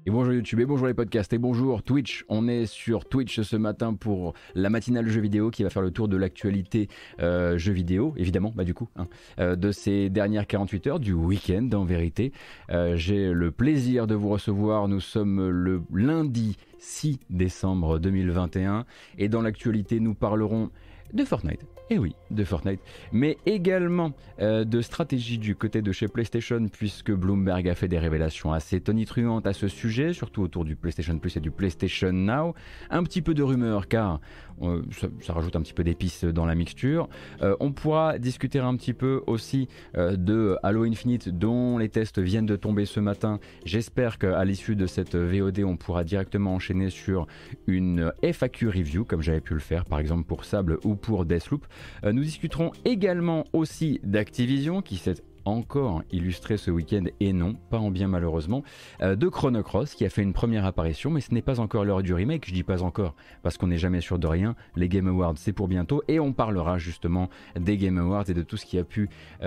Et bonjour YouTube, et bonjour les podcasts, et bonjour Twitch. On est sur Twitch ce matin pour la matinale jeux vidéo qui va faire le tour de l'actualité jeux vidéo, évidemment, du coup, de ces dernières 48 heures, du week-end en vérité. J'ai le plaisir de vous recevoir, nous sommes le lundi 6 décembre 2021, et dans l'actualité nous parlerons de Fortnite. Et oui, de Fortnite, mais également de stratégie du côté de chez PlayStation, puisque Bloomberg a fait des révélations assez tonitruantes à ce sujet, surtout autour du PlayStation Plus et du PlayStation Now. Un petit peu de rumeurs, car ça rajoute un petit peu d'épices dans la mixture. On pourra discuter un petit peu aussi de Halo Infinite, dont les tests viennent de tomber ce matin. J'espère qu'à l'issue de cette VOD, on pourra directement enchaîner sur une FAQ review, comme j'avais pu le faire par exemple pour Sable ou pour Deathloop. Nous discuterons également aussi d'Activision qui s'est encore illustré ce week-end, et non, pas en bien malheureusement, de Chrono Cross qui a fait une première apparition, mais ce n'est pas encore l'heure du remake. Je dis pas encore parce qu'on n'est jamais sûr de rien. Les Game Awards c'est pour bientôt, et on parlera justement des Game Awards et de tout ce qui a pu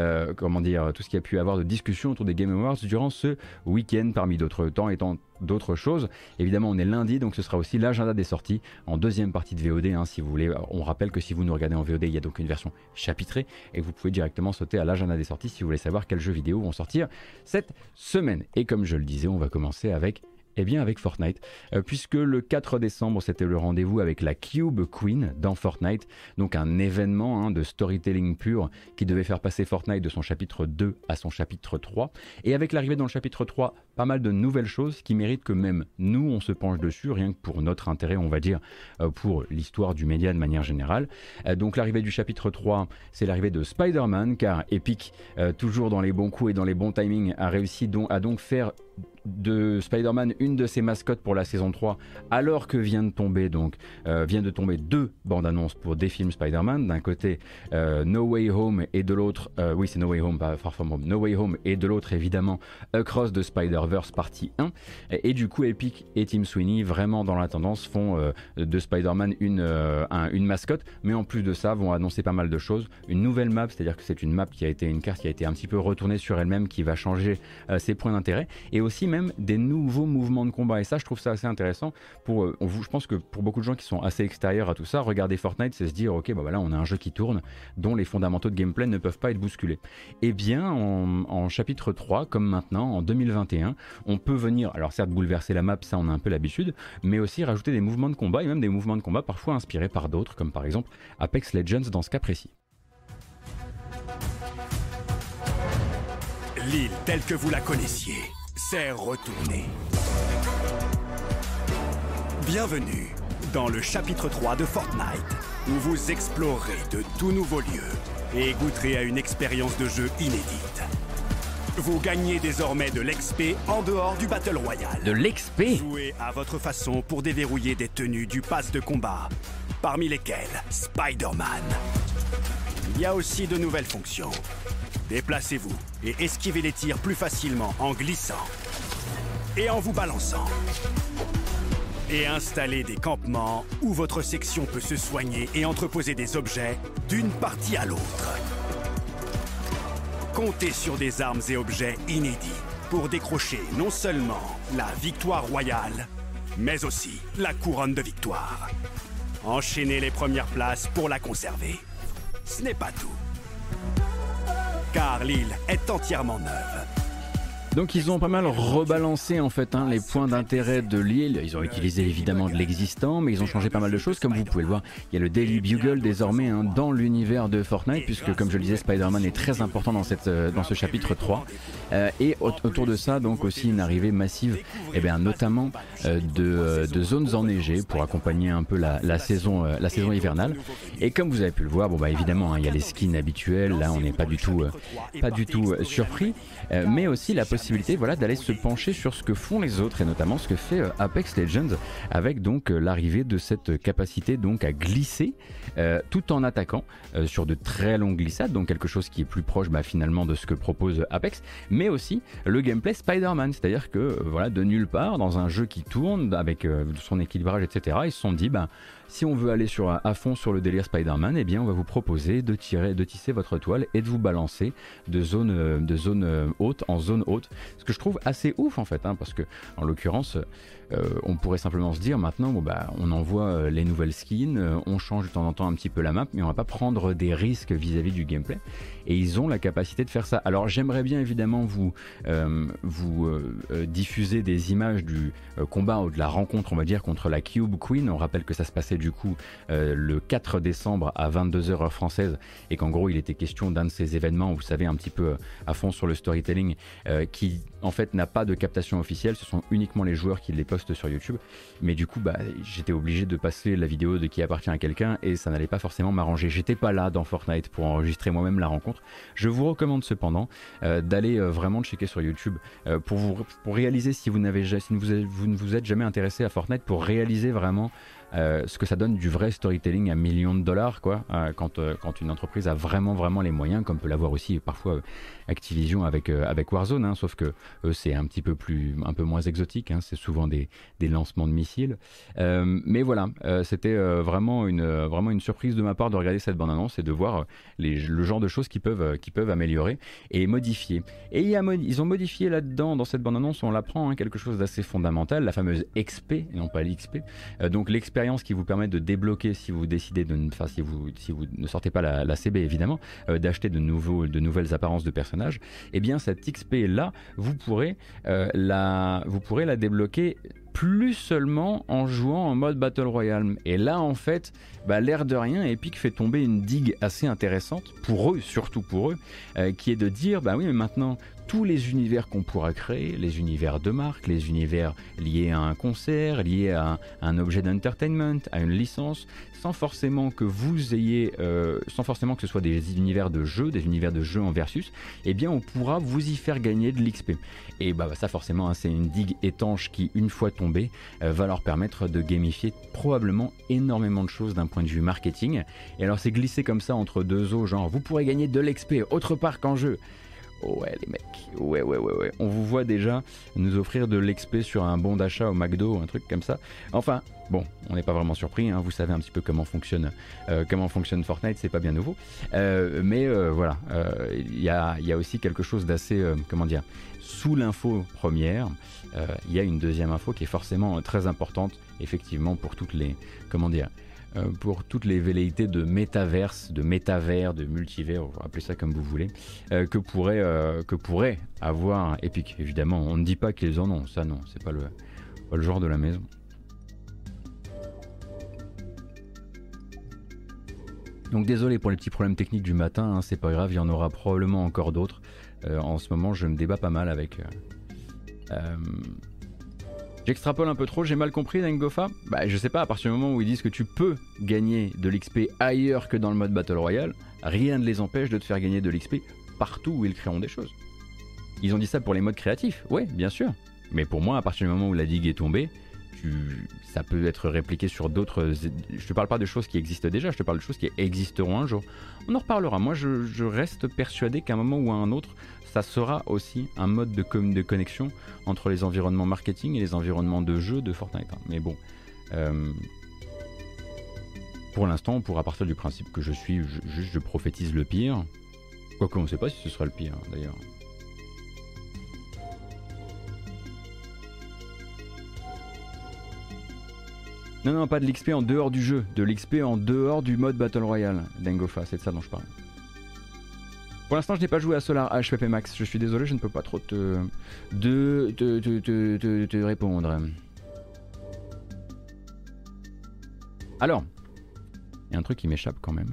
tout ce qui a pu avoir de discussion autour des Game Awards durant ce week-end, parmi d'autres temps étant d'autres choses. Évidemment on est lundi, donc ce sera aussi l'agenda des sorties en deuxième partie de VOD, si vous voulez. On rappelle que si vous nous regardez en VOD, il y a donc une version chapitrée et vous pouvez directement sauter à l'agenda des sorties si vous voulez savoir quels jeux vidéo vont sortir cette semaine. Et comme je le disais, on va commencer avec Fortnite, puisque le 4 décembre c'était le rendez-vous avec la Cube Queen dans Fortnite, donc un événement de storytelling pur qui devait faire passer Fortnite de son chapitre 2 à son chapitre 3, et avec l'arrivée dans le chapitre 3, pas mal de nouvelles choses qui méritent que même nous on se penche dessus, rien que pour notre intérêt, on va dire, pour l'histoire du média de manière générale. Donc l'arrivée du chapitre 3, c'est l'arrivée de Spider-Man, car Epic, toujours dans les bons coups et dans les bons timings, a réussi à donc faire de Spider-Man une de ses mascottes pour la saison 3, alors que viennent de tomber deux bandes annonces pour des films Spider-Man, d'un côté No Way Home et de l'autre oui c'est No Way Home, pas Far From Home, No Way Home, et de l'autre évidemment Across the Spider-Verse partie 1, et du coup Epic et Tim Sweeney, vraiment dans la tendance, font de Spider-Man une mascotte, mais en plus de ça vont annoncer pas mal de choses, une nouvelle map, c'est-à-dire que c'est une carte qui a été un petit peu retournée sur elle-même, qui va changer ses points d'intérêt, et aussi même des nouveaux mouvements de combat, et ça je trouve ça assez intéressant je pense que pour beaucoup de gens qui sont assez extérieurs à tout ça, regarder Fortnite c'est se dire ok là on a un jeu qui tourne dont les fondamentaux de gameplay ne peuvent pas être bousculés. Et bien en chapitre 3 comme maintenant en 2021, on peut venir, alors certes bouleverser la map, ça on a un peu l'habitude, mais aussi rajouter des mouvements de combat, et même des mouvements de combat parfois inspirés par d'autres, comme par exemple Apex Legends dans ce cas précis. L'île telle que vous la connaissiez s'est retournée. Bienvenue dans le chapitre 3 de Fortnite, où vous explorerez de tout nouveaux lieux et goûterez à une expérience de jeu inédite. Vous gagnez désormais de l'XP en dehors du Battle Royale. De l'XP ? Jouez à votre façon pour déverrouiller des tenues du pass de combat, parmi lesquelles Spider-Man. Il y a aussi de nouvelles fonctions. Déplacez-vous et esquivez les tirs plus facilement en glissant et en vous balançant. Et installez des campements où votre section peut se soigner et entreposer des objets d'une partie à l'autre. Comptez sur des armes et objets inédits pour décrocher non seulement la victoire royale, mais aussi la couronne de victoire. Enchaînez les premières places pour la conserver. Ce n'est pas tout, car l'île est entièrement neuve. Donc ils ont pas mal rebalancé en fait les points d'intérêt de l'île. Ils ont utilisé évidemment de l'existant, mais ils ont changé pas mal de choses. Comme vous pouvez le voir, il y a le Daily Bugle désormais dans l'univers de Fortnite, puisque comme je le disais, Spider-Man est très important dans ce chapitre 3. Et autour de ça, donc aussi une arrivée massive, notamment de zones enneigées pour accompagner un peu la saison hivernale. Et comme vous avez pu le voir, évidemment, il y a les skins habituels. Là, on n'est pas du tout surpris, mais aussi la possibilité d'aller se pencher sur ce que font les autres, et notamment ce que fait Apex Legends, avec donc l'arrivée de cette capacité donc à glisser tout en attaquant sur de très longues glissades, donc quelque chose qui est plus proche finalement de ce que propose Apex, mais aussi le gameplay Spider-Man, c'est-à-dire que de nulle part dans un jeu qui tourne avec son équilibrage etc, ils se sont dit si on veut aller à fond sur le délire Spider-Man, on va vous proposer de tisser votre toile et de vous balancer de zone haute en zone haute Ce que je trouve assez ouf en fait, hein, parce que en l'occurrence, on pourrait simplement se dire maintenant, bon, bah, on envoie les nouvelles skins, on change de temps en temps un petit peu la map, mais on va pas prendre des risques vis-à-vis du gameplay. Et ils ont la capacité de faire ça. Alors j'aimerais bien évidemment vous diffuser des images du combat ou de la rencontre, on va dire, contre la Cube Queen. On rappelle que ça se passait du coup le 4 décembre à 22h heure française, et qu'en gros il était question d'un de ces événements, vous savez, un petit peu à fond sur le storytelling, qui en fait n'a pas de captation officielle, ce sont uniquement les joueurs qui les postent sur YouTube. Mais du coup, bah, j'étais obligé de passer la vidéo de qui appartient à quelqu'un, et ça n'allait pas forcément m'arranger. J'étais pas là dans Fortnite pour enregistrer moi-même la rencontre. Je vous recommande cependant d'aller vraiment checker sur YouTube pour réaliser, si vous ne vous êtes jamais intéressé à Fortnite, pour réaliser vraiment ce que ça donne du vrai storytelling à millions de dollars, quoi, quand une entreprise a vraiment les moyens, comme peut l'avoir aussi parfois Activision avec Warzone, hein, sauf que c'est un peu moins exotique, hein, c'est souvent des lancements de missiles. Mais voilà, c'était vraiment une surprise de ma part de regarder cette bande-annonce et de voir le genre de choses qui peuvent améliorer et modifier. Et ils ont modifié là-dedans, dans cette bande-annonce, on l'apprend, hein, quelque chose d'assez fondamental, la fameuse XP, et non pas l'XP, donc l'expérience qui vous permet de débloquer, si vous décidez de ne, enfin, si vous ne sortez pas la CB évidemment, d'acheter de nouvelles apparences de personnages. Et bien cette XP là, vous pourrez la débloquer plus seulement en jouant en mode Battle Royale. Et là en fait, bah, l'air de rien, Epic fait tomber une digue assez intéressante, pour eux, surtout pour eux, qui est de dire, bah oui, mais maintenant tous les univers qu'on pourra créer, les univers de marque, les univers liés à un concert, liés à un objet d'entertainment, à une licence, sans forcément que ce soit des univers de jeux en versus, eh bien on pourra vous y faire gagner de l'XP. Et bah ça forcément, hein, c'est une digue étanche qui, une fois tombée, va leur permettre de gamifier probablement énormément de choses d'un point de vue marketing. Et alors c'est glissé comme ça entre deux eaux, genre vous pourrez gagner de l'XP autre part qu'en jeu. Ouais les mecs, ouais. On vous voit déjà nous offrir de l'XP sur un bon d'achat au McDo, un truc comme ça. Enfin, bon, on n'est pas vraiment surpris, hein, vous savez un petit peu comment fonctionne Fortnite, c'est pas bien nouveau. Mais voilà, il y a aussi quelque chose d'assez, sous l'info première, il y a une deuxième info qui est forcément très importante, effectivement, pour toutes les, pour toutes les velléités de métaverse, de métavers, de multivers, vous appelez ça comme vous voulez, que pourrait avoir Epic. Évidemment, on ne dit pas qu'ils en ont, ça non, c'est pas le genre de la maison. Donc désolé pour les petits problèmes techniques du matin, hein, c'est pas grave, il y en aura probablement encore d'autres. En ce moment, je me débat pas mal avec... J'extrapole un peu trop, j'ai mal compris Nengofa. Bah je sais pas, à partir du moment où ils disent que tu peux gagner de l'XP ailleurs que dans le mode Battle Royale, rien ne les empêche de te faire gagner de l'XP partout où ils créeront des choses. Ils ont dit ça pour les modes créatifs, ouais, bien sûr. Mais pour moi, à partir du moment où la digue est tombée, ça peut être répliqué sur d'autres... Je te parle pas de choses qui existent déjà, je te parle de choses qui existeront un jour. On en reparlera. Moi, je reste persuadé qu'à un moment ou à un autre, ça sera aussi un mode de connexion entre les environnements marketing et les environnements de jeu de Fortnite. Mais bon, pour l'instant, on pourra partir du principe que je prophétise le pire. Quoique on ne sait pas si ce sera le pire, d'ailleurs. Non, pas de l'XP en dehors du jeu, de l'XP en dehors du mode Battle Royale, Dengofa, c'est de ça dont je parle. Pour l'instant, je n'ai pas joué à Solar HPP Max, je suis désolé, je ne peux pas trop te répondre. Alors, il y a un truc qui m'échappe quand même.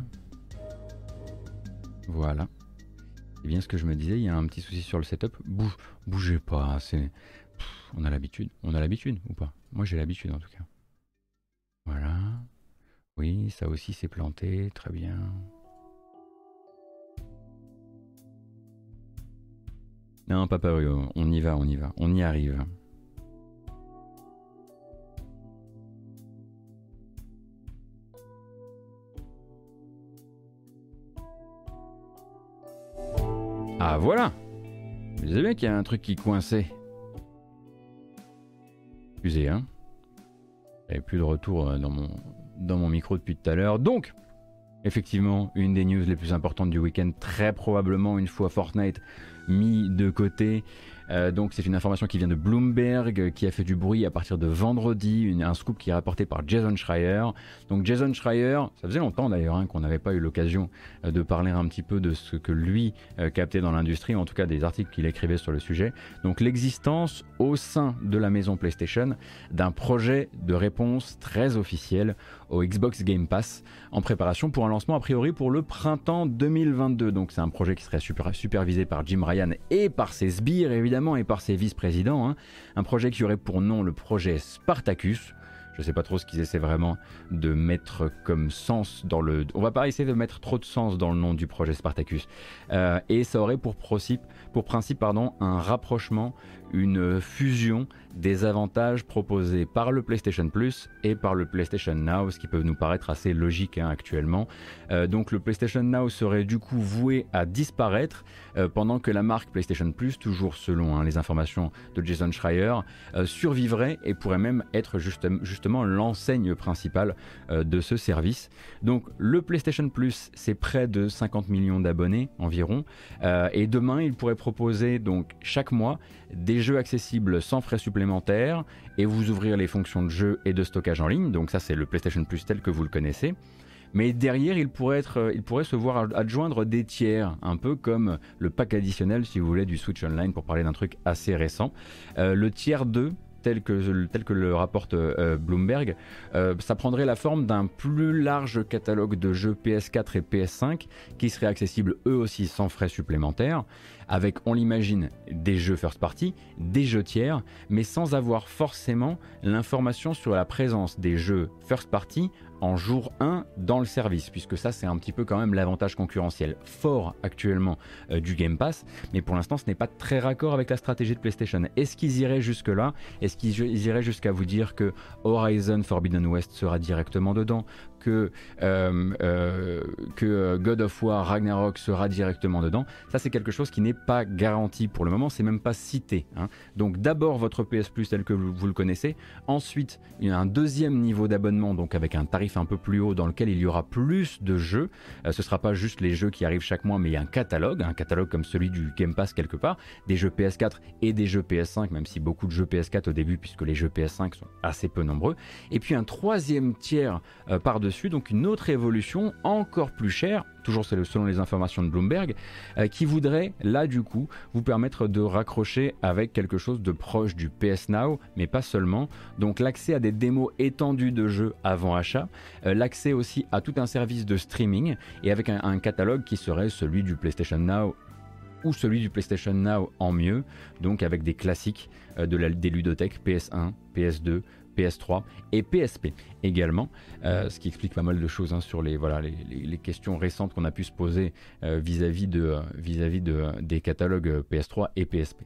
Voilà. C'est bien ce que je me disais, il y a un petit souci sur le setup. Bougez pas, on a l'habitude ou pas? Moi j'ai l'habitude en tout cas. Voilà. Oui, ça aussi c'est planté, très bien. Non, Papa Rio, on y va, on y arrive. Ah voilà! Vous savez bien qu'il y a un truc qui coinçait. Excusez, hein. J'avais plus de retour dans mon micro depuis tout à l'heure. Donc, effectivement, une des news les plus importantes du week-end, très probablement une fois Fortnite mis de côté. Donc c'est une information qui vient de Bloomberg, qui a fait du bruit à partir de vendredi, un scoop qui est rapporté par Jason Schreier. Donc Jason Schreier, ça faisait longtemps d'ailleurs qu'on n'avait pas eu l'occasion de parler un petit peu de ce que lui captait dans l'industrie, en tout cas des articles qu'il écrivait sur le sujet. Donc l'existence au sein de la maison PlayStation d'un projet de réponse très officiel au Xbox Game Pass, en préparation pour un lancement a priori pour le printemps 2022. Donc c'est un projet qui serait supervisé par Jim Ryan et par ses sbires évidemment et par ses vice-présidents, hein. Un projet qui aurait pour nom le projet Spartacus. Je sais pas trop ce qu'ils essaient vraiment de mettre comme sens dans le... On va pas essayer de mettre trop de sens dans le nom du projet Spartacus. Et ça aurait pour principe un rapprochement, une fusion des avantages proposés par le PlayStation Plus et par le PlayStation Now, ce qui peut nous paraître assez logique actuellement. Donc le PlayStation Now serait du coup voué à disparaître pendant que la marque PlayStation Plus, toujours selon les informations de Jason Schreier, survivrait et pourrait même être justement l'enseigne principale de ce service. Donc le PlayStation Plus, c'est près de 50 millions d'abonnés environ, et demain il pourrait proposer donc chaque mois des jeux accessibles sans frais supplémentaires et vous ouvrir les fonctions de jeu et de stockage en ligne. Donc ça c'est le PlayStation Plus tel que vous le connaissez. Mais derrière, il pourrait se voir adjoindre des tiers, un peu comme le pack additionnel, si vous voulez, du Switch Online, pour parler d'un truc assez récent. Le tiers 2, tel que le rapporte Bloomberg, ça prendrait la forme d'un plus large catalogue de jeux PS4 et PS5 qui seraient accessibles eux aussi sans frais supplémentaires, avec, on l'imagine, des jeux first party, des jeux tiers, mais sans avoir forcément l'information sur la présence des jeux first party en jour 1 dans le service, puisque ça c'est un petit peu quand même l'avantage concurrentiel fort actuellement du Game Pass, mais pour l'instant ce n'est pas très raccord avec la stratégie de PlayStation. Est-ce qu'ils iraient jusque là? Est-ce qu'ils iraient jusqu'à vous dire que Horizon Forbidden West sera directement dedans, que God of War Ragnarok sera directement dedans? Ça c'est quelque chose qui n'est pas garanti pour le moment, c'est même pas cité, hein. Donc d'abord votre PS Plus tel que vous le connaissez, ensuite il y a un deuxième niveau d'abonnement, donc avec un tarif un peu plus haut dans lequel il y aura plus de jeux. Ce sera pas juste les jeux qui arrivent chaque mois, mais il y a un catalogue comme celui du Game Pass quelque part, des jeux PS4 et des jeux PS5, même si beaucoup de jeux PS4 au début, puisque les jeux PS5 sont assez peu nombreux. Et puis un troisième tiers par-dessus, donc une autre évolution encore plus chère, toujours selon les informations de Bloomberg, qui voudrait là du coup vous permettre de raccrocher avec quelque chose de proche du PS Now, mais pas seulement. Donc l'accès à des démos étendues de jeux avant achat, l'accès aussi à tout un service de streaming et avec un catalogue qui serait celui du PlayStation Now ou celui du PlayStation Now en mieux, donc avec des classiques des ludothèques PS1, PS2, PS3 et PSP également, ce qui explique pas mal de choses sur les questions récentes qu'on a pu se poser vis-à-vis des catalogues PS3 et PSP.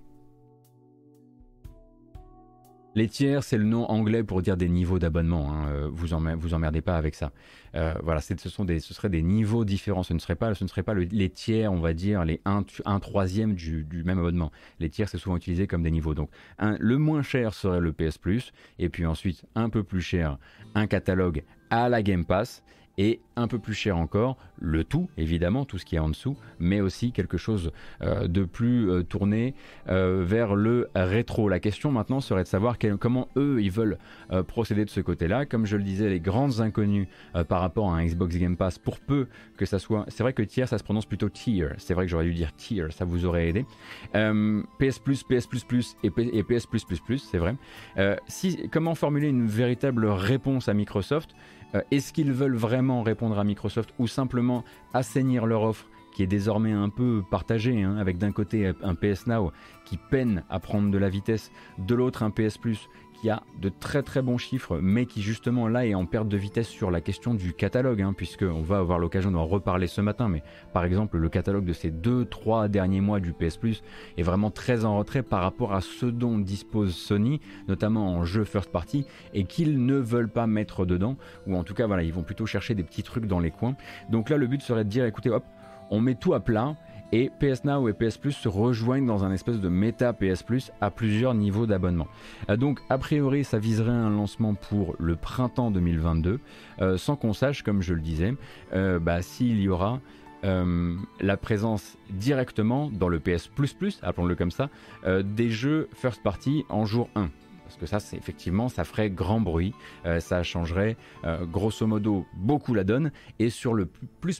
Les tiers, c'est le nom anglais pour dire des niveaux d'abonnement, hein. Vous emmerdez pas avec ça. Voilà, ce seraient des niveaux différents. Ce ne serait pas les tiers, on va dire, les 1/3 du même abonnement. Les tiers, c'est souvent utilisé comme des niveaux. Donc, le moins cher serait le PS Plus, et puis ensuite, un peu plus cher, un catalogue à la Game Pass, et un peu plus cher encore, le tout, évidemment, tout ce qui est en dessous, mais aussi quelque chose de plus tourné vers le rétro. La question maintenant serait de savoir comment eux, ils veulent procéder de ce côté-là. Comme je le disais, les grandes inconnues par rapport à un Xbox Game Pass, pour peu que ça soit... C'est vrai que tier, ça se prononce plutôt tier. C'est vrai que j'aurais dû dire tier, ça vous aurait aidé. PS Plus, PS Plus Plus et PS Plus Plus Plus, c'est vrai. Comment formuler une véritable réponse à Microsoft? Est-ce qu'ils veulent vraiment répondre à Microsoft ou simplement assainir leur offre qui est désormais un peu partagée, hein, avec d'un côté un PS Now qui peine à prendre de la vitesse, de l'autre un PS Plus qui a de très très bons chiffres, mais qui justement là est en perte de vitesse sur la question du catalogue, hein, puisqu'on va avoir l'occasion d'en reparler ce matin, mais par exemple le catalogue de ces 2-3 derniers mois du PS Plus est vraiment très en retrait par rapport à ce dont dispose Sony, notamment en jeux first party, et qu'ils ne veulent pas mettre dedans, ou en tout cas voilà, ils vont plutôt chercher des petits trucs dans les coins. Donc là le but serait de dire écoutez hop, on met tout à plat, et PS Now et PS Plus se rejoignent dans un espèce de méta PS Plus à plusieurs niveaux d'abonnement. Donc a priori ça viserait un lancement pour le printemps 2022, sans qu'on sache, comme je le disais, s'il y aura la présence directement dans le PS++, appelons-le comme ça, des jeux first party en jour 1. Parce que ça, c'est effectivement, ça ferait grand bruit, ça changerait grosso modo beaucoup la donne. Et sur le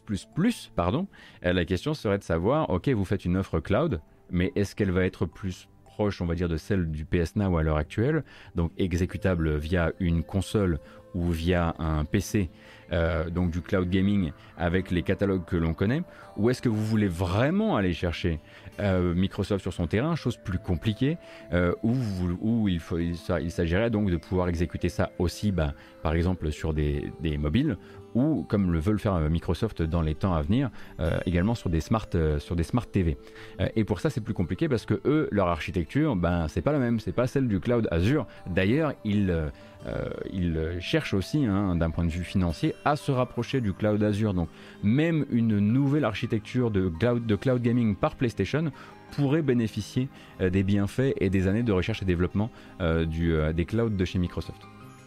la question serait de savoir, ok, vous faites une offre cloud, mais est-ce qu'elle va être plus proche, on va dire, de celle du PS Now à l'heure actuelle, donc exécutable via une console ou via un PC, donc du cloud gaming avec les catalogues que l'on connaît, ou est-ce que vous voulez vraiment aller chercher Microsoft sur son terrain, chose plus compliquée, où il s'agirait donc de pouvoir exécuter ça aussi, par exemple sur des mobiles, ou comme le veulent faire Microsoft dans les temps à venir, également sur des smart TV. Et pour ça c'est plus compliqué parce que eux, leur architecture, c'est pas la même, c'est pas celle du cloud Azure. D'ailleurs, ils cherchent aussi, d'un point de vue financier, à se rapprocher du cloud Azure. Donc même une nouvelle architecture de cloud gaming par PlayStation pourrait bénéficier des bienfaits et des années de recherche et développement des clouds de chez Microsoft.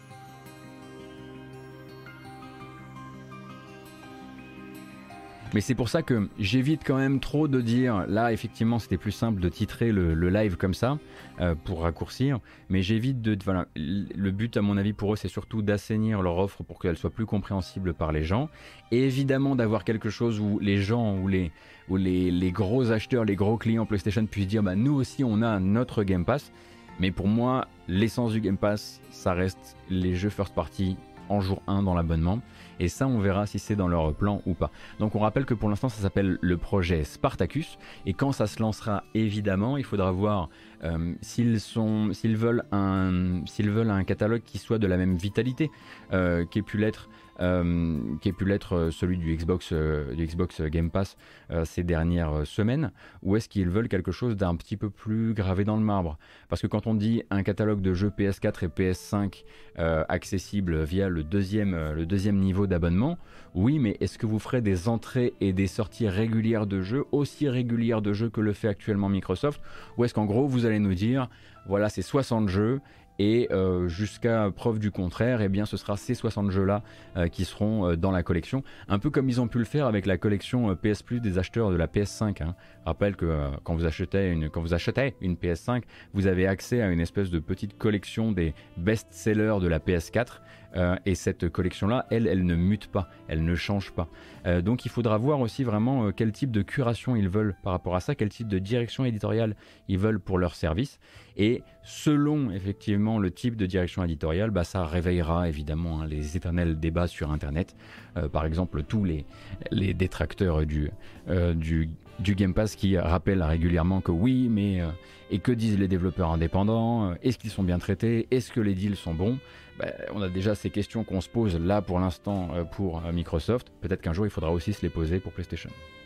Mais c'est pour ça que j'évite quand même trop de dire, là effectivement c'était plus simple de titrer le live comme ça, pour raccourcir, mais j'évite de... Voilà, le but à mon avis pour eux c'est surtout d'assainir leur offre pour qu'elle soit plus compréhensible par les gens, et évidemment d'avoir quelque chose où les gens, où les gros acheteurs, les gros clients PlayStation puissent dire, nous aussi on a notre Game Pass, mais pour moi l'essence du Game Pass ça reste les jeux first party en jour 1 dans l'abonnement. Et ça, on verra si c'est dans leur plan ou pas. Donc on rappelle que pour l'instant, ça s'appelle le projet Spartacus. Et quand ça se lancera, évidemment, il faudra voir s'ils veulent un catalogue qui soit de la même vitalité qu'ait pu l'être celui du Xbox Game Pass ces dernières semaines, ou est-ce qu'ils veulent quelque chose d'un petit peu plus gravé dans le marbre? Parce que quand on dit un catalogue de jeux PS4 et PS5 accessible via le deuxième niveau d'abonnement, oui, mais est-ce que vous ferez des entrées et des sorties régulières de jeux, aussi régulières de jeux que le fait actuellement Microsoft, ou est-ce qu'en gros vous allez nous dire, voilà, c'est 60 jeux, et jusqu'à preuve du contraire, eh bien, ce sera ces 60 jeux-là qui seront dans la collection. Un peu comme ils ont pu le faire avec la collection PS Plus des acheteurs de la PS5. Je rappelle que quand vous achetez une PS5, vous avez accès à une espèce de petite collection des best-sellers de la PS4. Et cette collection-là, elle ne mute pas, elle ne change pas. Donc il faudra voir aussi vraiment quel type de curation ils veulent par rapport à ça, quel type de direction éditoriale ils veulent pour leur service. Et selon effectivement le type de direction éditoriale, ça réveillera évidemment les éternels débats sur Internet. Par exemple, tous les détracteurs du Game Pass qui rappellent régulièrement que oui, mais et que disent les développeurs indépendants? Est-ce qu'ils sont bien traités? Est-ce que les deals sont bons? On a déjà ces questions qu'on se pose là pour l'instant pour Microsoft. Peut-être qu'un jour il faudra aussi se les poser pour PlayStation.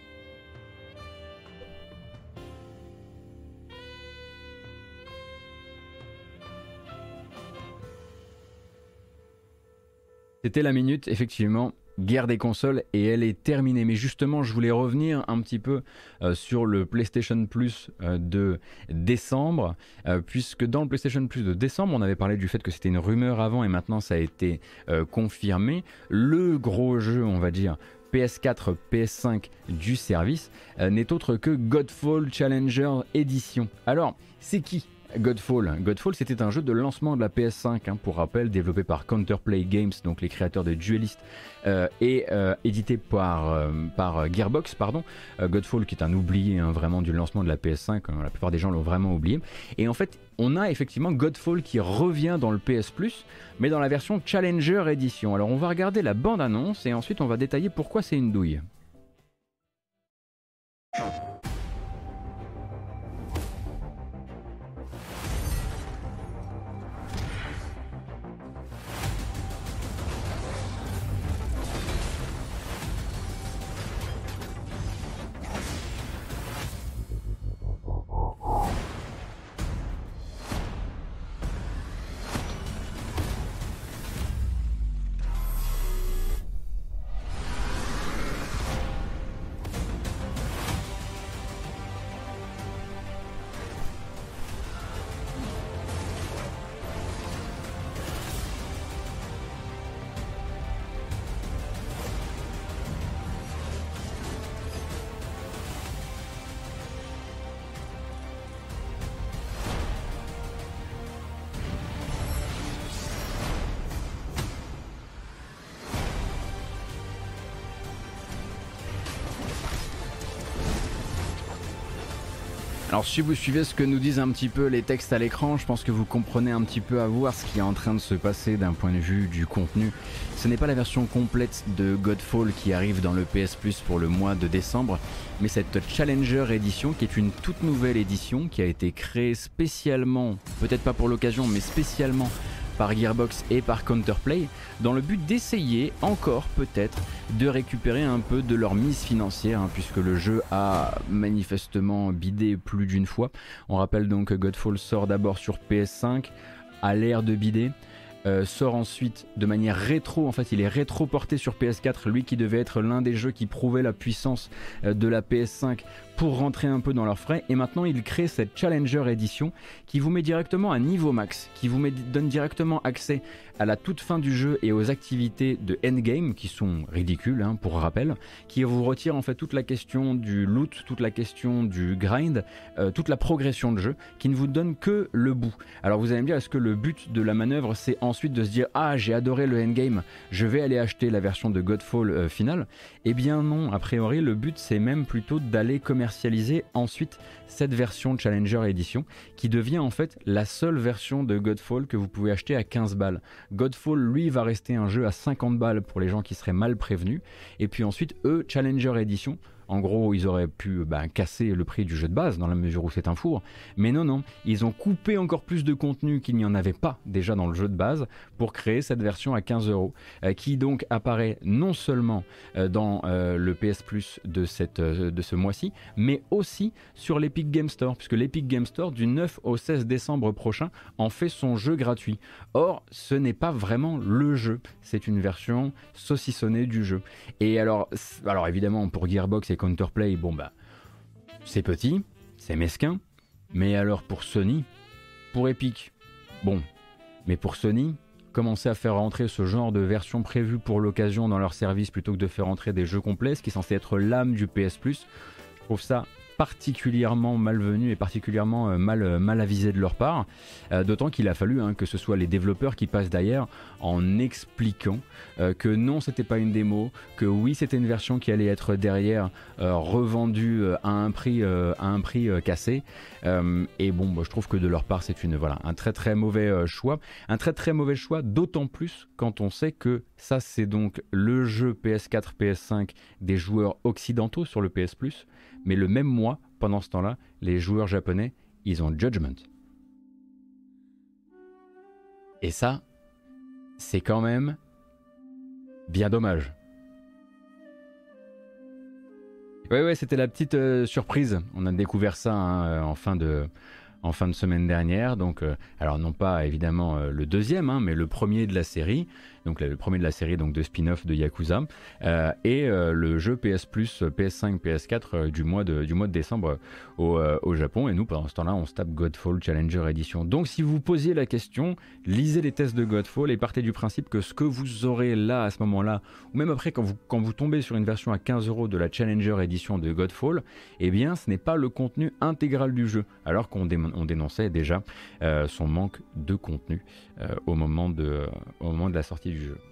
C'était la minute, effectivement, guerre des consoles, et elle est terminée. Mais justement, je voulais revenir un petit peu sur le PlayStation Plus de décembre, puisque dans le PlayStation Plus de décembre, on avait parlé du fait que c'était une rumeur avant, et maintenant ça a été confirmé. Le gros jeu, on va dire, PS4, PS5 du service n'est autre que Godfall Challenger Edition. Alors, c'est qui Godfall? Godfall, c'était un jeu de lancement de la PS5, pour rappel, développé par Counterplay Games, donc les créateurs de Duelist, et édité par Gearbox, pardon. Godfall qui est un oublié vraiment du lancement de la PS5, la plupart des gens l'ont vraiment oublié. Et en fait, on a effectivement Godfall qui revient dans le PS Plus, mais dans la version Challenger Edition. Alors on va regarder la bande-annonce et ensuite on va détailler pourquoi c'est une douille. Alors si vous suivez ce que nous disent un petit peu les textes à l'écran, je pense que vous comprenez un petit peu à voir ce qui est en train de se passer d'un point de vue du contenu. Ce n'est pas la version complète de Godfall qui arrive dans le PS Plus pour le mois de décembre, mais cette Challenger Edition qui est une toute nouvelle édition qui a été créée spécialement, peut-être pas pour l'occasion, mais spécialement par Gearbox et par Counterplay, dans le but d'essayer encore peut-être de récupérer un peu de leur mise financière, hein, puisque le jeu a manifestement bidé plus d'une fois. On rappelle donc que Godfall sort d'abord sur PS5, a l'air de bider, sort ensuite de manière rétro, en fait il est rétro porté sur PS4, lui qui devait être l'un des jeux qui prouvait la puissance de la PS5 pour rentrer un peu dans leurs frais, et maintenant il crée cette Challenger Edition qui vous met directement à niveau max, qui vous donne directement accès à la toute fin du jeu et aux activités de endgame qui sont ridicules, hein, pour rappel, qui vous retire en fait toute la question du loot, toute la question du grind, toute la progression de jeu, qui ne vous donne que le bout. Alors vous allez me dire, est-ce que le but de la manœuvre c'est ensuite de se dire ah j'ai adoré le endgame, je vais aller acheter la version de Godfall finale? Eh bien non, a priori le but c'est même plutôt d'aller commercialiser ensuite cette version Challenger Edition qui devient en fait la seule version de Godfall que vous pouvez acheter à 15 balles. Godfall lui va rester un jeu à 50 balles pour les gens qui seraient mal prévenus, et puis ensuite Challenger Edition, en gros ils auraient pu casser le prix du jeu de base dans la mesure où c'est un four, mais non, ils ont coupé encore plus de contenu qu'il n'y en avait pas déjà dans le jeu de base pour créer cette version à 15€, qui donc apparaît non seulement dans le PS Plus de ce mois-ci, mais aussi sur l'Epic Game Store, puisque l'Epic Game Store du 9 au 16 décembre prochain en fait son jeu gratuit. Or ce n'est pas vraiment le jeu, c'est une version saucissonnée du jeu. Et alors évidemment pour Gearbox et Counterplay, bon bah c'est petit, c'est mesquin, mais alors pour Sony, pour Epic, bon, mais pour Sony, commencer à faire rentrer ce genre de version prévue pour l'occasion dans leur service plutôt que de faire rentrer des jeux complets, ce qui est censé être l'âme du PS Plus, je trouve ça particulièrement malvenu et particulièrement mal avisé de leur part, d'autant qu'il a fallu que ce soit les développeurs qui passent derrière en expliquant que non c'était pas une démo, que oui c'était une version qui allait être derrière revendue à un prix cassé, et bon je trouve que de leur part c'est un très mauvais choix, d'autant plus quand on sait que ça c'est donc le jeu PS4 PS5 des joueurs occidentaux sur le PS Plus, mais le même mois, pendant ce temps-là, les joueurs japonais, ils ont Judgment. Et ça, c'est quand même bien dommage. Ouais, c'était la petite surprise. On a découvert ça en fin de semaine dernière. Donc, alors non pas évidemment le deuxième, mais le premier de la série. Donc le premier de la série donc de spin-off de Yakuza, et le jeu PS Plus, PS5, PS4 du mois de décembre au Japon. Et nous pendant ce temps-là on se tape Godfall Challenger Edition. Donc si vous posiez la question, lisez les tests de Godfall et partez du principe que ce que vous aurez là à ce moment-là, ou même après quand vous tombez sur une version à 15€ de la Challenger Edition de Godfall, eh bien ce n'est pas le contenu intégral du jeu, alors qu'on dénonçait déjà son manque de contenu au moment de la sortie du jeu.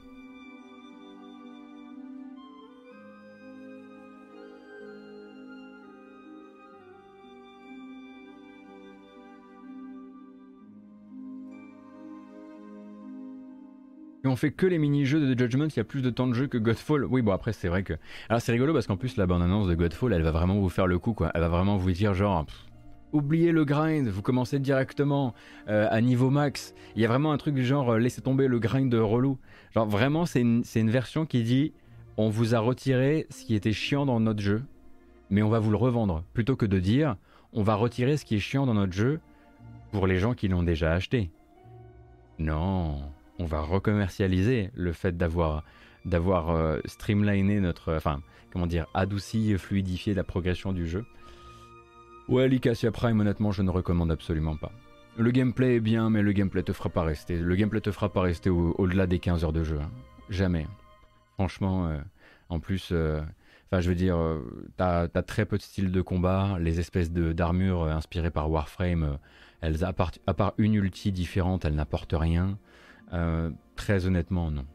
Et on fait que les mini-jeux de Judgment, il y a plus de temps de jeu que Godfall. Oui, bon après c'est vrai que... Alors c'est rigolo parce qu'en plus la bande-annonce de Godfall, elle va vraiment vous faire le coup, quoi. Elle va vraiment vous dire genre... oubliez le grind, vous commencez directement à niveau max. Il y a vraiment un truc du genre laissez tomber le grind relou. Genre vraiment c'est une version qui dit on vous a retiré ce qui était chiant dans notre jeu, mais on va vous le revendre. Plutôt que de dire on va retirer ce qui est chiant dans notre jeu pour les gens qui l'ont déjà acheté. Non, on va recommercialiser le fait d'avoir streamliné notre... adouci, fluidifié la progression du jeu. Ouais, Lycasia Prime, honnêtement, je ne recommande absolument pas. Le gameplay est bien, mais le gameplay te fera pas rester. Le gameplay te fera pas rester au-delà des 15 heures de jeu. Hein. Jamais. Franchement, en plus, je veux dire, t'as très peu de style de combat. Les espèces d'armures inspirées par Warframe, elles, à part une ulti différente, elles n'apportent rien. Très honnêtement, non.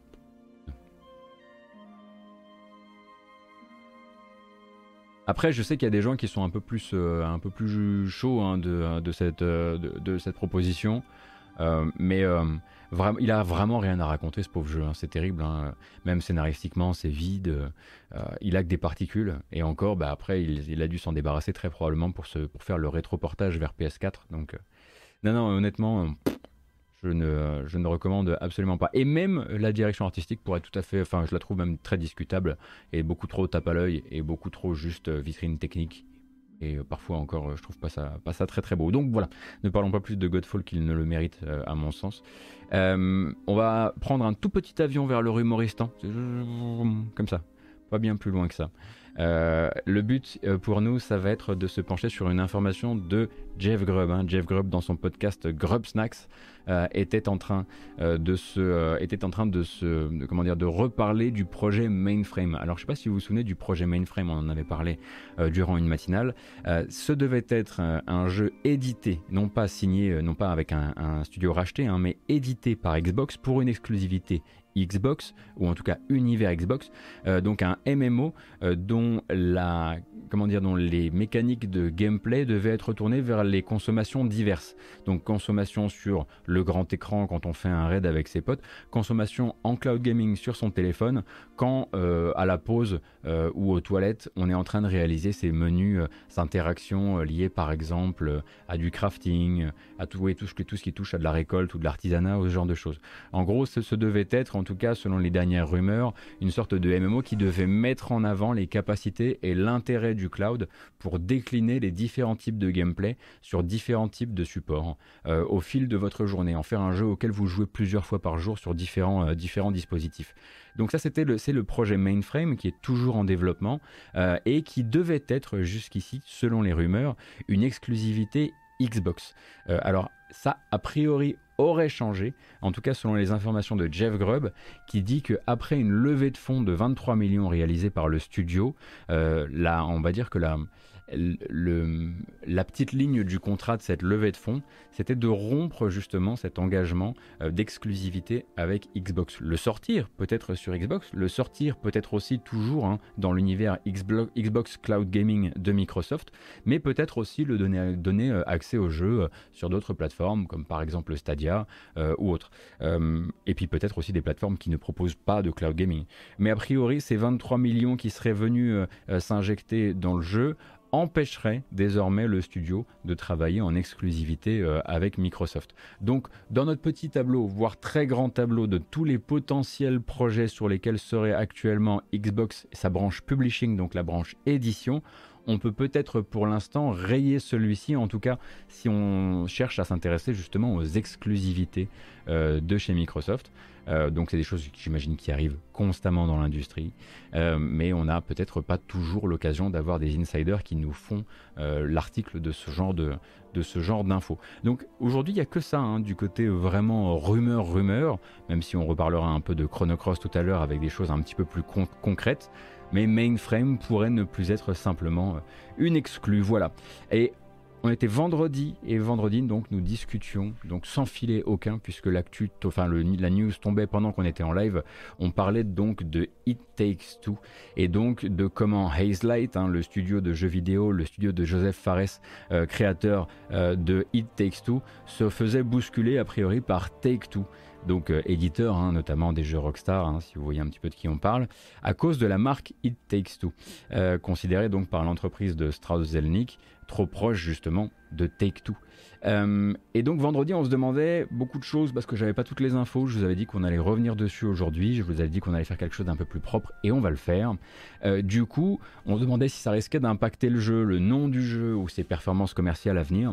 Après, je sais qu'il y a des gens qui sont un peu plus chauds hein, de cette proposition. Mais vraiment, il a vraiment rien à raconter ce pauvre jeu, hein, c'est terrible, hein. Même scénaristiquement c'est vide, il a que des particules, et encore bah, après il a dû s'en débarrasser très probablement pour faire le rétroportage vers PS4, donc non honnêtement je ne recommande absolument pas. Et même la direction artistique pourrait tout à fait, enfin je la trouve même très discutable, et beaucoup trop tape à l'œil, et beaucoup trop juste vitrine technique. Et parfois encore, je trouve pas ça très très beau. Donc voilà, ne parlons pas plus de Godfall qu'il ne le mérite à mon sens. On va prendre un tout petit avion vers le Rumoristan, comme ça, pas bien plus loin que ça. Le but pour nous, ça va être de se pencher sur une information de Jeff Grubb. Hein. Jeff Grubb, dans son podcast Grubb Snacks, était en train de reparler du projet Mainframe. Alors, je ne sais pas si vous vous souvenez du projet Mainframe, on en avait parlé durant une matinale. Ce devait être un jeu édité, non pas signé, non pas avec un studio racheté, hein, mais édité par Xbox pour une exclusivité Xbox, ou en tout cas univers Xbox, donc un MMO dont les mécaniques de gameplay devaient être tournées vers les consommations diverses. Donc consommation sur le grand écran quand on fait un raid avec ses potes, consommation en cloud gaming sur son téléphone quand à la pause ou aux toilettes on est en train de réaliser ces menus, ces interactions liées par exemple à du crafting, à tout ce qui touche à de la récolte ou de l'artisanat ou ce genre de choses. En gros, ce devait être, en tout cas selon les dernières rumeurs, une sorte de MMO qui devait mettre en avant les capacités et l'intérêt du cloud pour décliner les différents types de gameplay sur différents types de supports au fil de votre journée, en faire un jeu auquel vous jouez plusieurs fois par jour sur différents dispositifs. Donc ça c'est le projet Mainframe qui est toujours en développement et qui devait être jusqu'ici, selon les rumeurs, une exclusivité Xbox. Alors ça, a priori, aurait changé, en tout cas selon les informations de Jeff Grubb, qui dit qu'après une levée de fonds de 23 millions réalisée par le studio, là, on va dire que la petite ligne du contrat de cette levée de fonds, c'était de rompre justement cet engagement d'exclusivité avec Xbox. Le sortir peut-être sur Xbox, le sortir peut-être aussi toujours dans l'univers Xbox Cloud Gaming de Microsoft, mais peut-être aussi le donner accès au jeu sur d'autres plateformes comme par exemple Stadia ou autres. Et puis peut-être aussi des plateformes qui ne proposent pas de cloud gaming. Mais a priori, ces 23 millions qui seraient venus s'injecter dans le jeu empêcherait désormais le studio de travailler en exclusivité avec Microsoft. Donc dans notre petit tableau, voire très grand tableau de tous les potentiels projets sur lesquels serait actuellement Xbox et sa branche publishing, donc la branche édition, on peut peut-être pour l'instant rayer celui-ci, en tout cas si on cherche à s'intéresser justement aux exclusivités de chez Microsoft. Donc c'est des choses j'imagine qui arrivent constamment dans l'industrie, mais on n'a peut-être pas toujours l'occasion d'avoir des insiders qui nous font l'article de ce genre d'infos. Donc aujourd'hui il n'y a que ça du côté vraiment rumeur, même si on reparlera un peu de Chrono Cross tout à l'heure avec des choses un petit peu plus concrètes. Mais Mainframe pourrait ne plus être simplement une exclue, voilà. Et on était vendredi, donc nous discutions, donc sans filet aucun, puisque la news tombait pendant qu'on était en live. On parlait donc de It Takes Two, et donc de comment Hazelight, le studio de jeux vidéo, le studio de Joseph Fares, créateur de It Takes Two, se faisait bousculer a priori par Take-Two. Donc éditeur notamment des jeux Rockstar, si vous voyez un petit peu de qui on parle, à cause de la marque It Takes Two, considérée donc par l'entreprise de Strauss-Zelnick, trop proche justement de Take-Two. Et donc vendredi on se demandait beaucoup de choses parce que j'avais pas toutes les infos. Je vous avais dit qu'on allait revenir dessus aujourd'hui, je vous avais dit qu'on allait faire quelque chose d'un peu plus propre et on va le faire. Du coup on se demandait si ça risquait d'impacter le jeu, le nom du jeu ou ses performances commerciales à venir.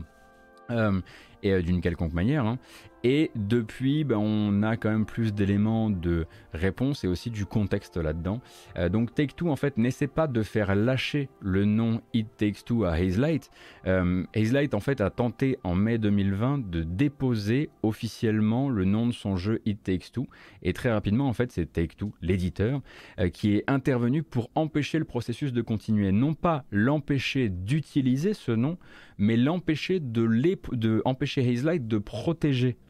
Et d'une quelconque manière. Et depuis, on a quand même plus d'éléments de réponse et aussi du contexte là-dedans. Donc Take-Two en fait n'essaie pas de faire lâcher le nom It Takes Two à Hazelight. Hazelight en fait a tenté en mai 2020 de déposer officiellement le nom de son jeu It Takes Two. Et très rapidement en fait c'est Take-Two, l'éditeur, qui est intervenu pour empêcher le processus de continuer. Non pas l'empêcher d'utiliser ce nom, mais l'empêcher empêcher Hazelight de protéger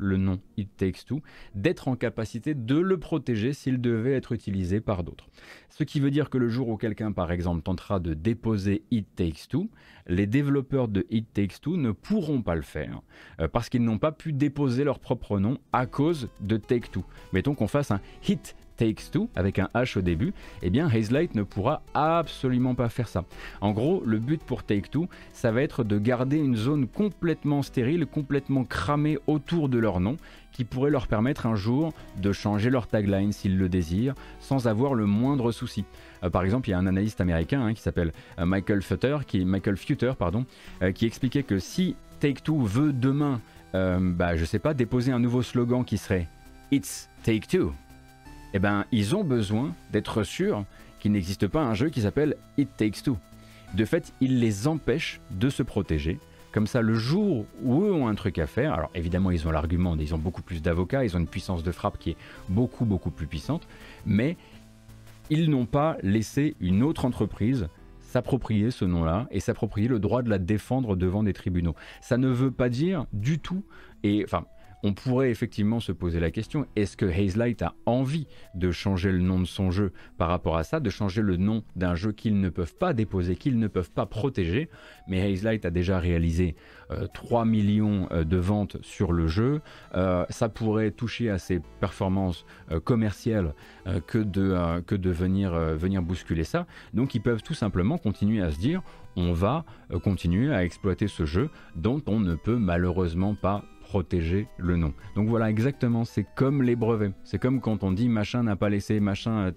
le nom It Takes Two, d'être en capacité de le protéger s'il devait être utilisé par d'autres. Ce qui veut dire que le jour où quelqu'un, par exemple, tentera de déposer It Takes Two, les développeurs de It Takes Two ne pourront pas le faire parce qu'ils n'ont pas pu déposer leur propre nom à cause de Take-Two. Mettons qu'on fasse un It Takes Two avec un H au début, eh bien Hazelight ne pourra absolument pas faire ça. En gros, le but pour Take-Two, ça va être de garder une zone complètement stérile, complètement cramée autour de leur nom, qui pourrait leur permettre un jour de changer leur tagline s'ils le désirent, sans avoir le moindre souci. Par exemple, il y a un analyste américain qui s'appelle Michael Futter, qui expliquait que si Take-Two veut demain, je sais pas, déposer un nouveau slogan qui serait It's Take-Two, eh ben, ils ont besoin d'être sûrs qu'il n'existe pas un jeu qui s'appelle It Takes Two. De fait, ils les empêchent de se protéger. Comme ça, le jour où eux ont un truc à faire, alors évidemment, ils ont l'argument, ils ont beaucoup plus d'avocats, ils ont une puissance de frappe qui est beaucoup plus puissante, mais ils n'ont pas laissé une autre entreprise s'approprier ce nom-là et s'approprier le droit de la défendre devant des tribunaux. Ça ne veut pas dire du tout, et enfin, on pourrait effectivement se poser la question, est-ce que Hazelight a envie de changer le nom de son jeu par rapport à ça, de changer le nom d'un jeu qu'ils ne peuvent pas déposer, qu'ils ne peuvent pas protéger, mais Hazelight a déjà réalisé 3 millions de ventes sur le jeu, ça pourrait toucher à ses performances commerciales que de venir bousculer ça, donc ils peuvent tout simplement continuer à se dire, on va continuer à exploiter ce jeu dont on ne peut malheureusement pas protéger le nom. Donc voilà, exactement, c'est comme les brevets. C'est comme quand on dit machin n'a pas laissé machin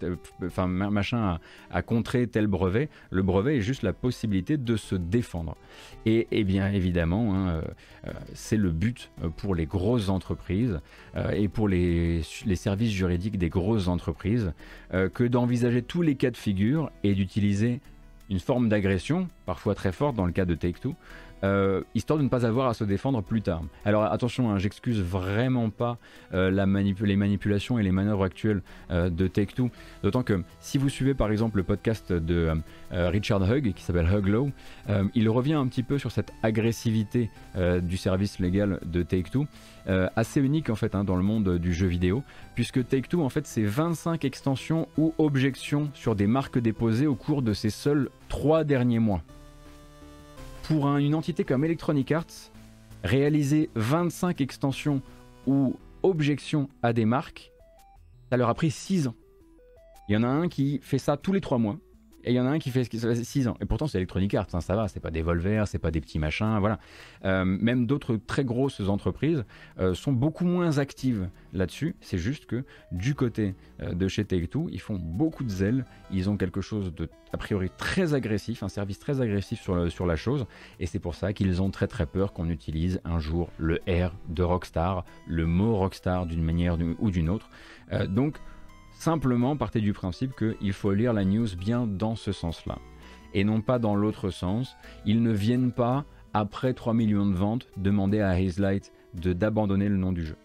a contré tel brevet. Le brevet est juste la possibilité de se défendre. Et bien évidemment, c'est le but pour les grosses entreprises et pour les services juridiques des grosses entreprises que d'envisager tous les cas de figure et d'utiliser une forme d'agression, parfois très forte dans le cas de Take-Two, histoire de ne pas avoir à se défendre plus tard. Alors attention, j'excuse vraiment pas les manipulations et les manœuvres actuelles de Take-Two, d'autant que si vous suivez par exemple le podcast de Richard Hugg qui s'appelle Hugg Law, il revient un petit peu sur cette agressivité du service légal de Take-Two, assez unique en fait dans le monde du jeu vidéo, puisque Take-Two en fait c'est 25 extensions ou objections sur des marques déposées au cours de ces seuls 3 derniers mois. Pour une entité comme Electronic Arts, réaliser 25 extensions ou objections à des marques, ça leur a pris 6 ans. Il y en a un qui fait ça tous les 3 mois, et il y en a un qui fait 6 ans. Et pourtant c'est Electronic Arts, ça va, c'est pas des Volver, c'est pas des petits machins, voilà. Même d'autres très grosses entreprises sont beaucoup moins actives là-dessus. C'est juste que du côté de chez Take-Two, ils font beaucoup de zèle, ils ont quelque chose de a priori très agressif, un service très agressif sur la chose, et c'est pour ça qu'ils ont très peur qu'on utilise un jour le R de Rockstar, le mot Rockstar d'une manière ou d'une autre. Donc simplement partez du principe qu'il faut lire la news bien dans ce sens-là, et non pas dans l'autre sens. Ils ne viennent pas, après 3 millions de ventes, demander à Hazelight d'abandonner le nom du jeu.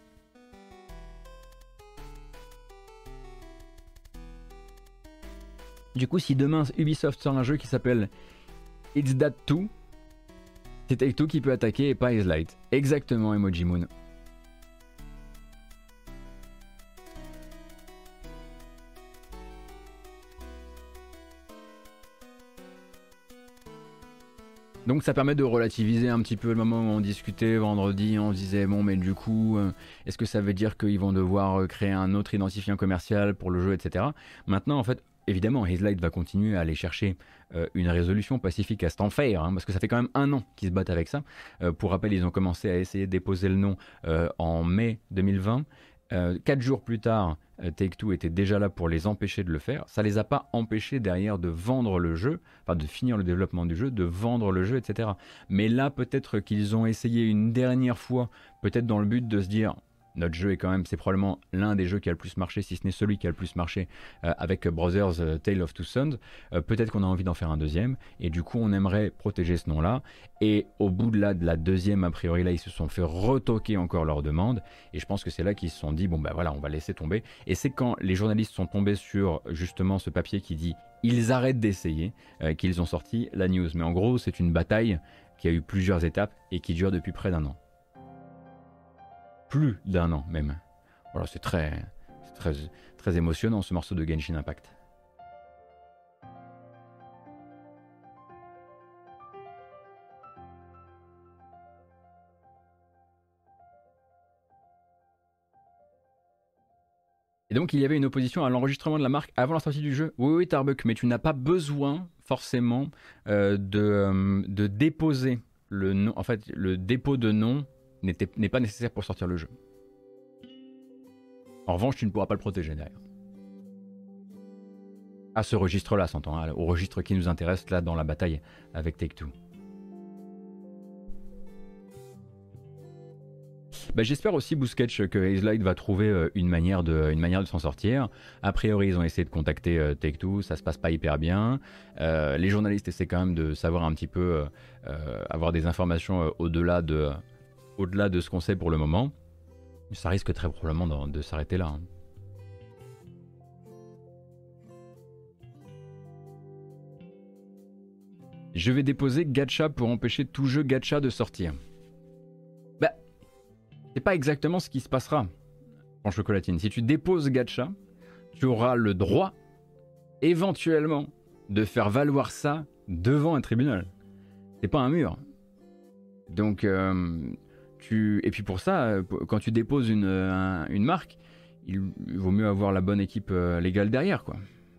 Du coup, si demain Ubisoft sort un jeu qui s'appelle It's That Too, c'est Take-Two qui peut attaquer et pas Hazelight. Exactement, Emoji Moon. Donc ça permet de relativiser un petit peu le moment où on discutait vendredi, on se disait bon mais du coup est-ce que ça veut dire qu'ils vont devoir créer un autre identifiant commercial pour le jeu, etc. Maintenant en fait évidemment Hazelight va continuer à aller chercher une résolution pacifique à cet enfer, parce que ça fait quand même 1 an qu'ils se battent avec ça. Pour rappel, ils ont commencé à essayer de déposer le nom en mai 2020. 4 jours plus tard, Take-Two était déjà là pour les empêcher de le faire. Ça les a pas empêchés derrière de vendre le jeu, enfin de finir le développement du jeu, de vendre le jeu, etc. Mais là, peut-être qu'ils ont essayé une dernière fois, peut-être dans le but de se dire notre jeu est quand même, c'est probablement l'un des jeux qui a le plus marché, si ce n'est celui qui a le plus marché avec Brothers Tale of Two Sons. Peut-être qu'on a envie d'en faire un deuxième, et du coup on aimerait protéger ce nom-là. Et au bout de la deuxième, a priori là, ils se sont fait retoquer encore leur demande, et je pense que c'est là qu'ils se sont dit bon ben voilà, on va laisser tomber. Et c'est quand les journalistes sont tombés sur justement ce papier qui dit ils arrêtent d'essayer, qu'ils ont sorti la news. Mais en gros, c'est une bataille qui a eu plusieurs étapes et qui dure depuis près d'1 an. plus d'1 an même. Voilà, c'est très émotionnant ce morceau de Genshin Impact. Et donc il y avait une opposition à l'enregistrement de la marque avant la sortie du jeu. Oui, oui, Tarbuck, mais tu n'as pas besoin forcément de déposer le nom. En fait, le dépôt de nom n'est pas nécessaire pour sortir le jeu. En revanche, tu ne pourras pas le protéger derrière. À ce registre-là, s'entend, hein, au registre qui nous intéresse là dans la bataille avec Take-Two. Bah, j'espère aussi, Bousquetch, que Hazelight va trouver une manière de s'en sortir. A priori, ils ont essayé de contacter Take-Two, ça se passe pas hyper bien. Les journalistes essaient quand même de savoir un petit peu, avoir des informations au-delà de ce qu'on sait pour le moment. Ça risque très probablement de s'arrêter là. Hein. Je vais déposer gacha pour empêcher tout jeu gacha de sortir. Bah, c'est pas exactement ce qui se passera en chocolatine. Si tu déposes gacha, tu auras le droit, éventuellement, de faire valoir ça devant un tribunal. C'est pas un mur. Donc, et puis pour ça, quand tu déposes une marque, il vaut mieux avoir la bonne équipe légale derrière, quoi.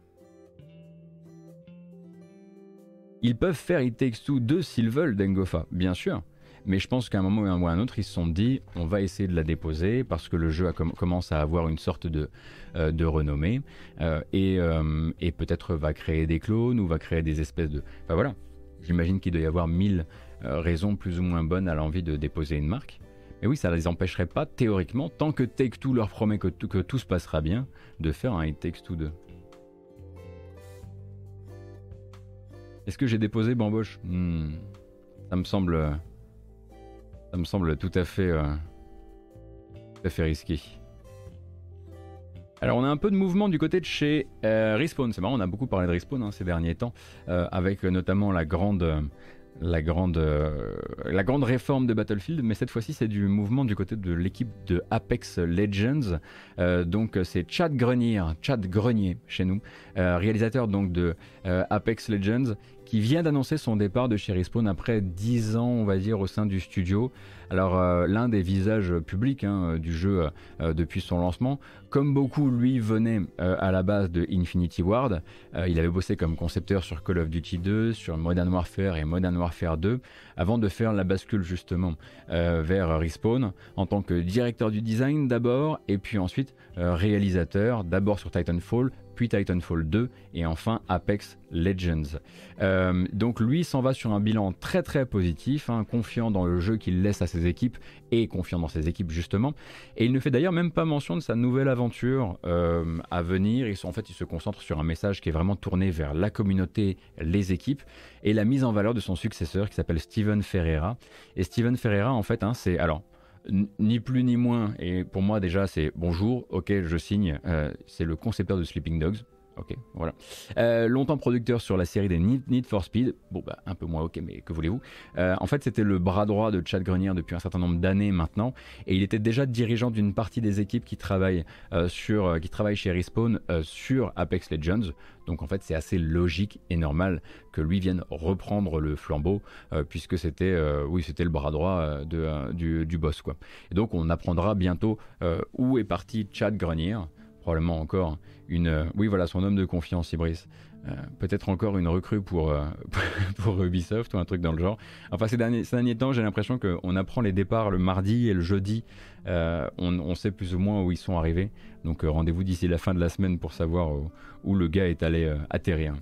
Ils peuvent faire It Takes Two 2 s'ils veulent, Dengofa, bien sûr. Mais je pense qu'à un moment ou à un autre, ils se sont dit, on va essayer de la déposer parce que le jeu commence à avoir une sorte de renommée et peut-être va créer des clones ou va créer des espèces de... Enfin voilà, j'imagine qu'il doit y avoir 1000 raisons plus ou moins bonnes à l'envie de déposer une marque. Mais oui, ça ne les empêcherait pas, théoriquement, tant que Take-Two leur promet que tout se passera bien, de faire un It Takes Two 2. Est-ce que j'ai déposé Bamboche ? Ça me semble tout à fait risqué. Alors on a un peu de mouvement du côté de chez Respawn. C'est marrant, on a beaucoup parlé de Respawn ces derniers temps, avec notamment la grande réforme de Battlefield, mais cette fois-ci c'est du mouvement du côté de l'équipe de Apex Legends. Donc c'est Chad Grenier chez nous, réalisateur donc de Apex Legends, qui vient d'annoncer son départ de chez Respawn après 10 ans, on va dire, au sein du studio. Alors l'un des visages publics du jeu depuis son lancement, comme beaucoup, lui venait à la base de Infinity Ward. Il avait bossé comme concepteur sur Call of Duty 2, sur Modern Warfare et Modern Warfare 2, avant de faire la bascule justement vers Respawn en tant que directeur du design d'abord, et puis ensuite réalisateur, d'abord sur Titanfall, puis Titanfall 2 et enfin Apex Legends. Donc lui s'en va sur un bilan très très positif, confiant dans le jeu qu'il laisse à ses équipes et confiant dans ses équipes justement. Et il ne fait d'ailleurs même pas mention de sa nouvelle aventure à venir. Il se concentre sur un message qui est vraiment tourné vers la communauté, les équipes et la mise en valeur de son successeur qui s'appelle Steven Ferreira. Et Steven Ferreira en fait, c'est alors ni plus ni moins, et pour moi déjà c'est bonjour, ok je signe, c'est le concepteur de Sleeping Dogs, ok voilà, longtemps producteur sur la série des Need for Speed, bon bah un peu moins ok mais que voulez-vous, en fait c'était le bras droit de Chad Grenier depuis un certain nombre d'années maintenant, et il était déjà dirigeant d'une partie des équipes qui travaillent chez Respawn sur Apex Legends. Donc en fait c'est assez logique et normal que lui vienne reprendre le flambeau puisque c'était le bras droit du boss quoi. Et donc on apprendra bientôt où est parti Chad Grenier, probablement encore son homme de confiance Ibris. Peut-être encore une recrue pour Ubisoft ou un truc dans le genre. Enfin ces derniers temps j'ai l'impression qu'on apprend les départs le mardi et le jeudi. On sait plus ou moins où ils sont arrivés. Donc rendez-vous d'ici la fin de la semaine pour savoir où le gars est allé atterrir.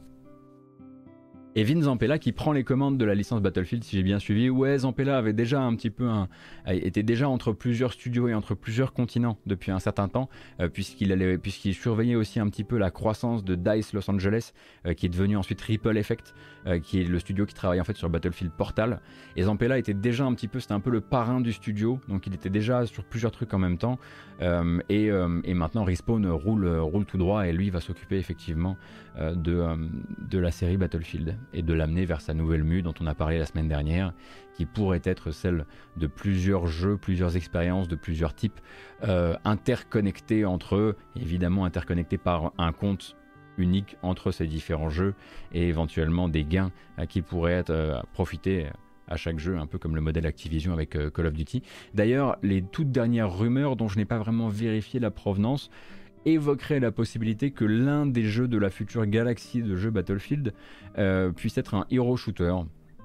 Et Vin Zampella qui prend les commandes de la licence Battlefield, si j'ai bien suivi. Ouais, Zampella avait déjà était déjà entre plusieurs studios et entre plusieurs continents depuis un certain temps, puisqu'il surveillait aussi un petit peu la croissance de DICE Los Angeles, qui est devenu ensuite Ripple Effect, qui est le studio qui travaille en fait sur Battlefield Portal. Et Zampella était déjà c'était un peu le parrain du studio, donc il était déjà sur plusieurs trucs en même temps. Et maintenant Respawn roule tout droit et lui va s'occuper effectivement de la série Battlefield. et de l'amener vers sa nouvelle mue dont on a parlé la semaine dernière, qui pourrait être celle de plusieurs jeux, plusieurs expériences de plusieurs types, interconnectés entre eux, évidemment interconnectés par un compte unique entre ces différents jeux et éventuellement des gains qui pourraient être profiter à chaque jeu, un peu comme le modèle Activision avec Call of Duty. D'ailleurs, les toutes dernières rumeurs dont je n'ai pas vraiment vérifié la provenance évoqueraient la possibilité que l'un des jeux de la future galaxie de jeux Battlefield puisse être un hero shooter.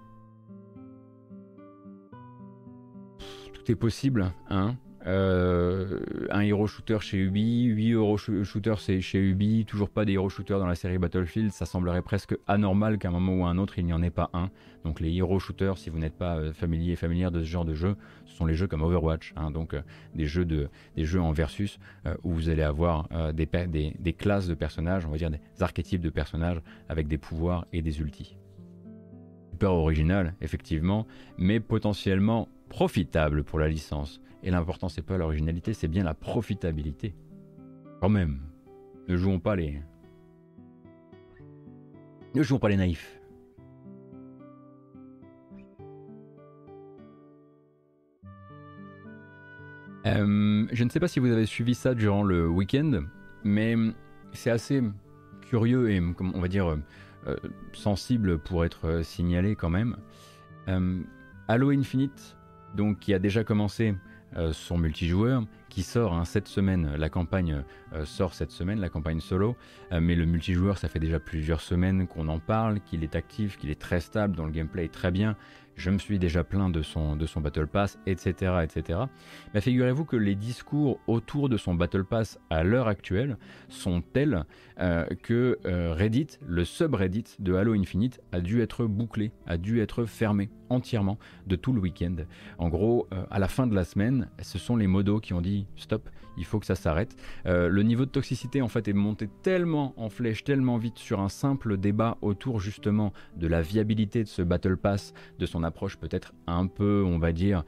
Tout est possible, hein. Un hero shooter chez Ubi, 8 hero shooters chez Ubi, toujours pas des hero shooters dans la série Battlefield, ça semblerait presque anormal qu'à un moment ou à un autre il n'y en ait pas un. Donc les hero shooters, si vous n'êtes pas familière de ce genre de jeu, ce sont les jeux comme Overwatch, hein, donc des jeux en versus où vous allez avoir des classes de personnages, on va dire des archétypes de personnages avec des pouvoirs et des ultis. Super original, effectivement, mais potentiellement profitable pour la licence. Et l'important, c'est pas l'originalité, c'est bien la profitabilité. Quand même, ne jouons pas les naïfs. Je ne sais pas si vous avez suivi ça durant le week-end, mais c'est assez curieux et, on va dire, sensible pour être signalé quand même. Halo Infinite, donc, qui a déjà commencé son multijoueur, qui sort cette semaine, la campagne sort cette semaine, la campagne solo, mais le multijoueur, ça fait déjà plusieurs semaines qu'on en parle, qu'il est actif, qu'il est très stable, dont le gameplay est très bien. Je me suis déjà plaint de son Battle Pass, etc. etc. Mais figurez-vous que les discours autour de son Battle Pass à l'heure actuelle sont tels que Reddit, le subreddit de Halo Infinite, a dû être bouclé, a dû être fermé entièrement de tout le week-end. En gros, à la fin de la semaine, ce sont les modos qui ont dit stop, il faut que ça s'arrête. Le niveau de toxicité en fait est monté tellement en flèche, tellement vite sur un simple débat autour justement de la viabilité de ce Battle Pass, de son approche peut-être un peu, on va dire,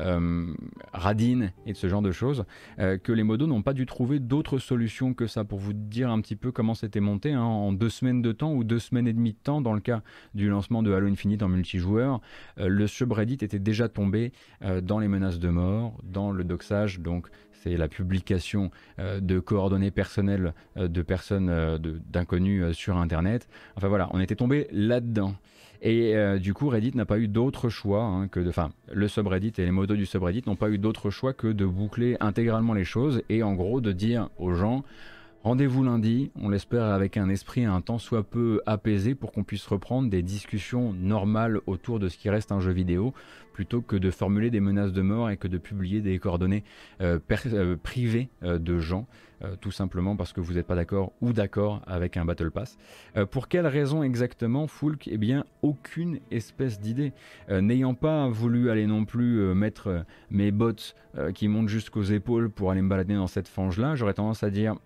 radine et de ce genre de choses, que les modos n'ont pas dû trouver d'autres solutions que ça. Pour vous dire un petit peu comment c'était monté, hein, en 2 semaines de temps ou 2 semaines et demie de temps dans le cas du lancement de Halo Infinite en multijoueur, le subreddit était déjà tombé dans les menaces de mort, dans le doxage, donc c'est la publication de coordonnées personnelles de personnes, d'inconnus sur Internet. Enfin voilà, on était tombé là-dedans. Et du coup, Reddit n'a pas eu d'autre choix hein, le subreddit et les modos du subreddit n'ont pas eu d'autre choix que de boucler intégralement les choses et en gros de dire aux gens rendez-vous lundi, on l'espère avec un esprit un tant soit peu apaisé pour qu'on puisse reprendre des discussions normales autour de ce qui reste un jeu vidéo plutôt que de formuler des menaces de mort et que de publier des coordonnées privées de gens. Tout simplement parce que vous n'êtes pas d'accord ou d'accord avec un Battle Pass. Pour quelle raison exactement, Foulk? Eh bien, aucune espèce d'idée. N'ayant pas voulu aller non plus mettre mes bottes qui montent jusqu'aux épaules pour aller me balader dans cette fange-là, j'aurais tendance à dire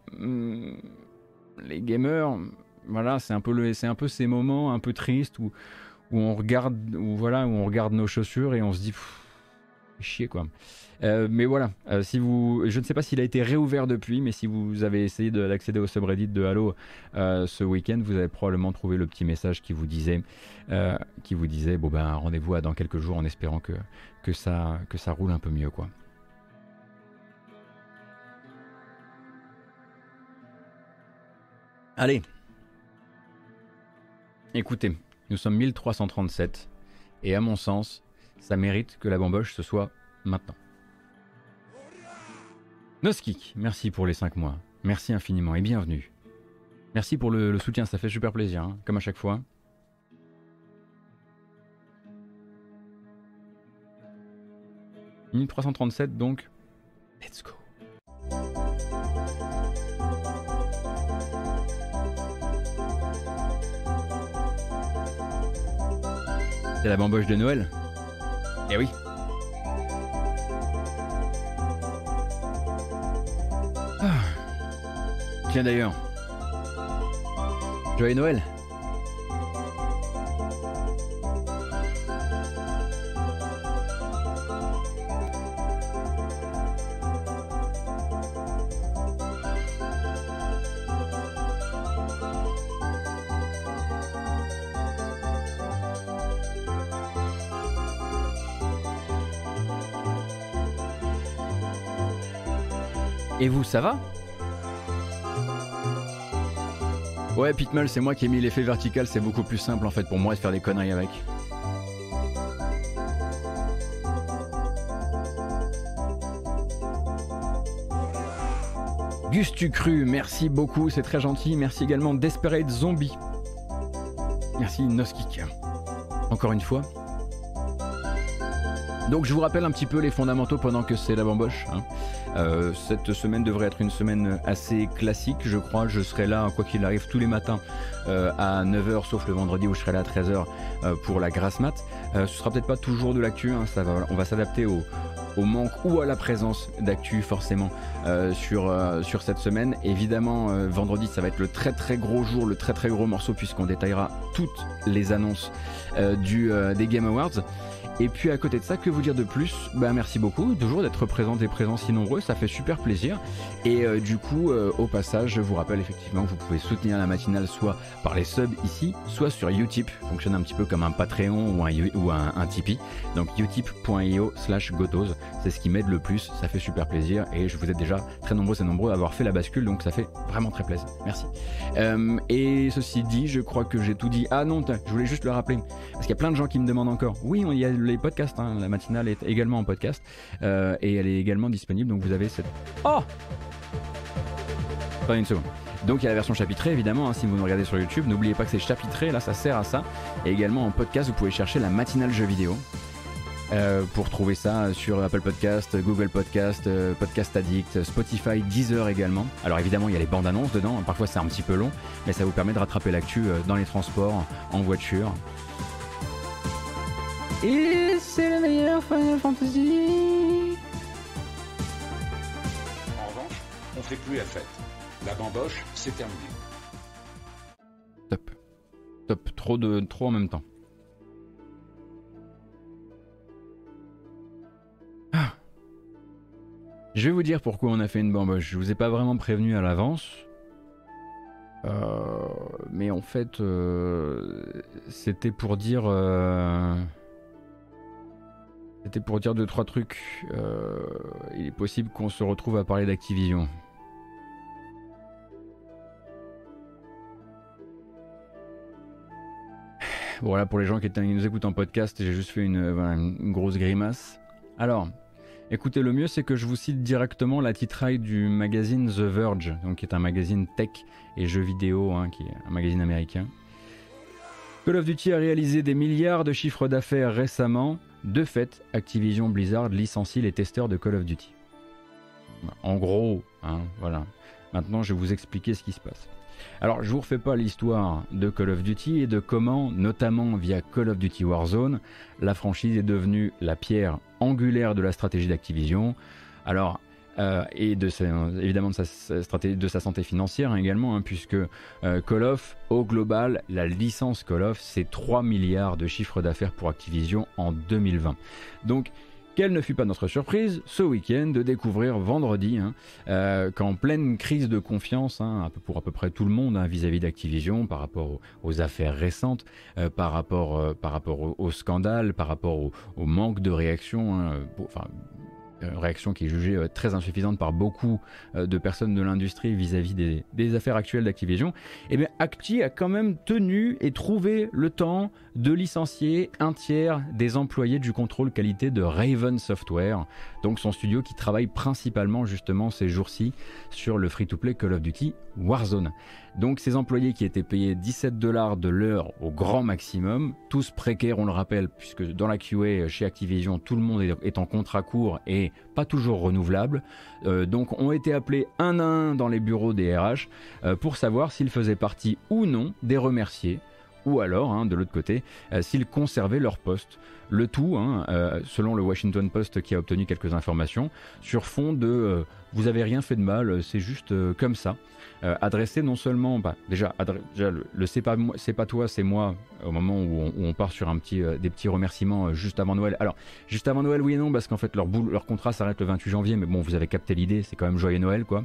les gamers, voilà, c'est un peu ces moments un peu tristes où on regarde, on regarde nos chaussures et on se dit chier quoi. Mais voilà, je ne sais pas s'il a été réouvert depuis, mais si vous avez essayé d'accéder au subreddit de Halo ce week-end, vous avez probablement trouvé le petit message qui vous disait bon ben rendez-vous dans quelques jours en espérant que ça roule un peu mieux quoi. Allez, écoutez, nous sommes 1337 et à mon sens, ça mérite que la bamboche ce soit maintenant. Noskik, merci pour les 5 mois. Merci infiniment et bienvenue. Merci pour le soutien, ça fait super plaisir, hein, comme à chaque fois. « 1337 donc, let's go. C'est la bamboche de Noël. Eh oui. Tiens d'ailleurs, joyeux Noël. Et vous, ça va? Ouais, Pitmal, c'est moi qui ai mis l'effet vertical, c'est beaucoup plus simple en fait pour moi de faire des conneries avec. Gustucru, merci beaucoup, c'est très gentil. Merci également Desperate Zombie. Merci Noskik. Encore une fois. Donc je vous rappelle un petit peu les fondamentaux pendant que c'est la bamboche. Cette semaine devrait être une semaine assez classique, je crois. Je serai là, quoi qu'il arrive, tous les matins à 9h, sauf le vendredi où je serai là à 13h pour la grasse mat. Ce sera peut-être pas toujours de l'actu, hein, on va s'adapter au manque ou à la présence d'actu forcément sur cette semaine. Évidemment, vendredi, ça va être le très très gros jour, le très très gros morceau puisqu'on détaillera toutes les annonces des Game Awards. Et puis à côté de ça, que vous dire de plus? Merci beaucoup, toujours d'être présents si nombreux, ça fait super plaisir. Et du coup, au passage, je vous rappelle effectivement que vous pouvez soutenir la matinale soit par les subs ici, soit sur Utip. Fonctionne un petit peu comme un Patreon ou un Tipeee. Donc utip.io/gotos, c'est ce qui m'aide le plus, ça fait super plaisir. Et je vous êtes déjà très nombreux et nombreux à avoir fait la bascule, donc ça fait vraiment très plaisir. Merci. Et ceci dit, je crois que j'ai tout dit. Ah non, je voulais juste le rappeler, parce qu'il y a plein de gens qui me demandent encore. Oui, il y a les podcasts, hein. La matinale est également en podcast et elle est également disponible, donc vous avez cette... Oh, pas une seconde. Donc il y a la version chapitrée évidemment, hein, si vous nous regardez sur YouTube, n'oubliez pas que c'est chapitré, là ça sert à ça. Et également en podcast, vous pouvez chercher la matinale jeux vidéo pour trouver ça sur Apple Podcast, Google Podcast, Podcast Addict, Spotify, Deezer également. Alors évidemment il y a les bandes annonces dedans, hein. Parfois c'est un petit peu long, mais ça vous permet de rattraper l'actu dans les transports, en voiture. Et c'est le meilleur Final Fantasy. En revanche, on fait plus la fête. La bamboche, c'est terminé. Top, trop en même temps. Ah. Je vais vous dire pourquoi on a fait une bamboche. Je vous ai pas vraiment prévenu à l'avance. Mais en fait, c'était pour dire... C'était pour dire 2-3 trucs. Il est possible qu'on se retrouve à parler d'Activision. Voilà, pour les gens qui nous écoutent en podcast, j'ai juste fait une grosse grimace. Alors, écoutez, le mieux c'est que je vous cite directement la titraille du magazine The Verge, donc qui est un magazine tech et jeux vidéo, hein, qui est un magazine américain. Call of Duty a réalisé des milliards de chiffres d'affaires récemment. De fait, Activision Blizzard licencie les testeurs de Call of Duty. En gros, hein, voilà. Maintenant, je vais vous expliquer ce qui se passe. Alors, je vous refais pas l'histoire de Call of Duty et de comment, notamment via Call of Duty Warzone, la franchise est devenue la pierre angulaire de la stratégie d'Activision. Alors, et évidemment de sa santé financière, hein, également, hein, puisque Call of, au global, la licence Call of, c'est 3 milliards de chiffre d'affaires pour Activision en 2020. Donc, quelle ne fut pas notre surprise ce week-end de découvrir vendredi, hein, qu'en pleine crise de confiance, hein, pour à peu près tout le monde, hein, vis-à-vis d'Activision, par rapport aux affaires récentes, par rapport au scandale, par rapport au manque de réaction, hein, réaction qui est jugée très insuffisante par beaucoup de personnes de l'industrie vis-à-vis des affaires actuelles d'Activision, et bien Acti a quand même tenu et trouvé le temps de licencier un tiers des employés du contrôle qualité de Raven Software, donc son studio qui travaille principalement justement ces jours-ci sur le free-to-play Call of Duty Warzone. Donc ces employés qui étaient payés $17 de l'heure au grand maximum, tous précaires on le rappelle, puisque dans la QA chez Activision tout le monde est en contrat court et pas toujours renouvelable, donc ont été appelés un à un dans les bureaux des RH pour savoir s'ils faisaient partie ou non des remerciés, ou alors, hein, de l'autre côté, s'ils conservaient leur poste. Le tout, hein, selon le Washington Post qui a obtenu quelques informations, sur fond de vous avez rien fait de mal, c'est juste comme ça. Adressé non seulement, déjà le c'est pas toi, c'est moi, au moment où on part sur des petits remerciements juste avant Noël. Alors, juste avant Noël, oui et non, parce qu'en fait leur contrat s'arrête le 28 janvier, mais bon, vous avez capté l'idée, c'est quand même joyeux Noël, quoi.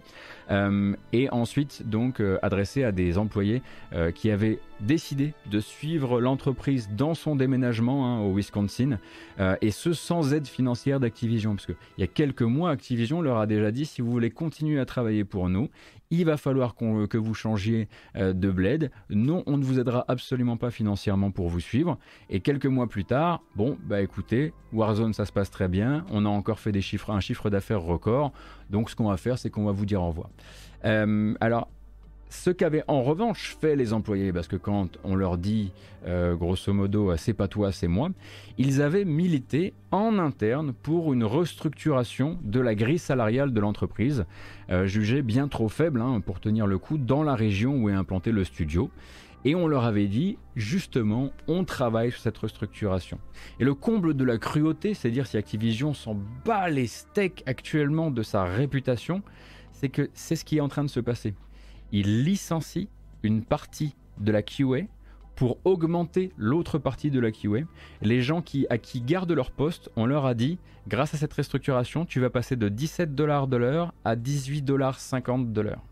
Et ensuite, donc, adressé à des employés qui avaient décidé de suivre l'entreprise dans son déménagement, hein, au Wisconsin, et ce sans aide financière d'Activision, parce qu'il y a quelques mois, Activision leur a déjà dit si vous voulez continuer à travailler pour nous, il va falloir que vous changiez de bled. Non, on ne vous aidera absolument pas financièrement pour vous suivre. Et quelques mois plus tard, bon, bah écoutez, Warzone, ça se passe très bien. On a encore fait un chiffre d'affaires record. Donc ce qu'on va faire, c'est qu'on va vous dire au revoir. Alors, ce qu'avaient en revanche fait les employés, parce que quand on leur dit grosso modo c'est pas toi, c'est moi, ils avaient milité en interne pour une restructuration de la grille salariale de l'entreprise, jugée bien trop faible pour tenir le coup dans la région où est implanté le studio. Et on leur avait dit, justement, on travaille sur cette restructuration. Et le comble de la cruauté, c'est dire si Activision s'en bat les steaks actuellement de sa réputation, c'est que c'est ce qui est en train de se passer. Il licencie une partie de la QA pour augmenter l'autre partie de la QA. Les gens qui gardent leur poste, on leur a dit, grâce à cette restructuration, tu vas passer de 17$ de l'heure à 18,50$ de l'heure.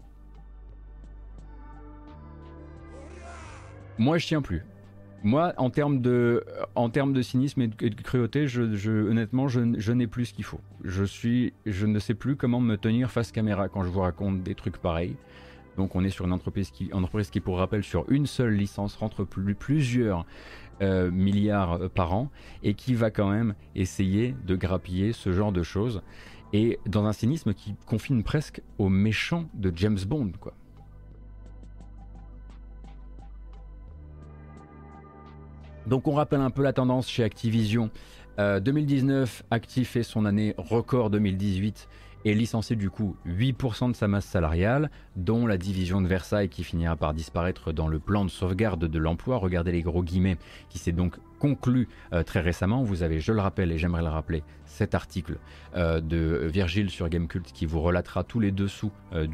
Moi, je tiens plus. Moi, en termes de cynisme et de cruauté, honnêtement, je n'ai plus ce qu'il faut. Je ne sais plus comment me tenir face caméra quand je vous raconte des trucs pareils. Donc on est sur une entreprise qui, pour rappel, sur une seule licence, rentre plusieurs milliards par an et qui va quand même essayer de grappiller ce genre de choses. Et dans un cynisme qui confine presque aux méchants de James Bond, quoi. Donc on rappelle un peu la tendance chez Activision. 2019, Acti fait son année record 2018 et licencié du coup 8% de sa masse salariale, dont la division de Versailles qui finira par disparaître dans le plan de sauvegarde de l'emploi. Regardez les gros guillemets, qui s'est donc conclu très récemment. Vous avez, je le rappelle et j'aimerais le rappeler, cet article de Virgile sur Gamecult qui vous relatera tous les dessous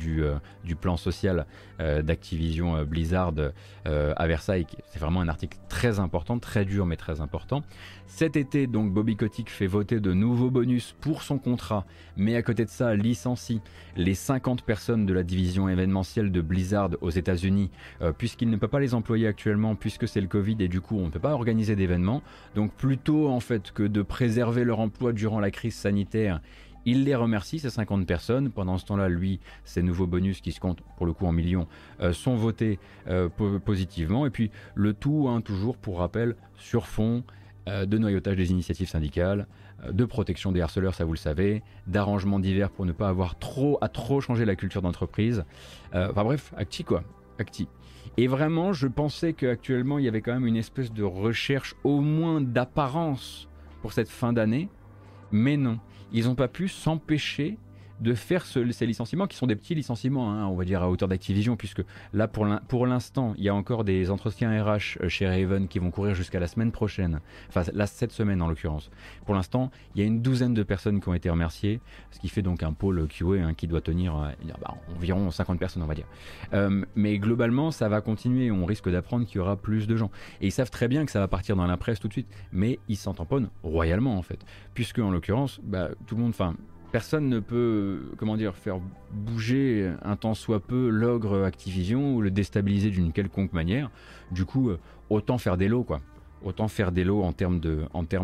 du plan social d'Activision Blizzard à Versailles. C'est vraiment un article très important, très dur mais très important. Cet été, donc, Bobby Kotick fait voter de nouveaux bonus pour son contrat, mais à côté de ça, licencie les 50 personnes de la division événementielle de Blizzard aux États-Unis, puisqu'il ne peut pas les employer actuellement, puisque c'est le Covid et du coup on ne peut pas organiser d'événements. Donc plutôt en fait que de préserver leur emploi durant la crise sanitaire, il les remercie, ces 50 personnes. Pendant ce temps-là, lui, ces nouveaux bonus qui se comptent pour le coup en millions sont votés positivement. Et puis le tout, toujours pour rappel, sur fond de noyautage des initiatives syndicales, de protection des harceleurs, ça vous le savez, d'arrangements divers pour ne pas avoir trop changer la culture d'entreprise. Enfin bref, Acti quoi, Acti. Et vraiment, je pensais qu'actuellement, il y avait quand même une espèce de recherche au moins d'apparence pour cette fin d'année, mais non. Ils n'ont pas pu s'empêcher de faire ces licenciements qui sont des petits licenciements, on va dire à hauteur d'Activision, puisque là pour l'instant il y a encore des entretiens RH chez Raven qui vont courir jusqu'à la semaine prochaine, enfin là cette semaine en l'occurrence. Pour l'instant il y a une douzaine de personnes qui ont été remerciées, ce qui fait donc un pôle QA qui doit tenir environ 50 personnes on va dire. Mais globalement ça va continuer, on risque d'apprendre qu'il y aura plus de gens. Et ils savent très bien que ça va partir dans la presse tout de suite, mais ils s'en tamponnent royalement en fait, puisque en l'occurrence tout le monde, personne ne peut, faire bouger un tant soit peu l'ogre Activision ou le déstabiliser d'une quelconque manière. Du coup, autant faire des lots, quoi. Autant faire des lots en termes de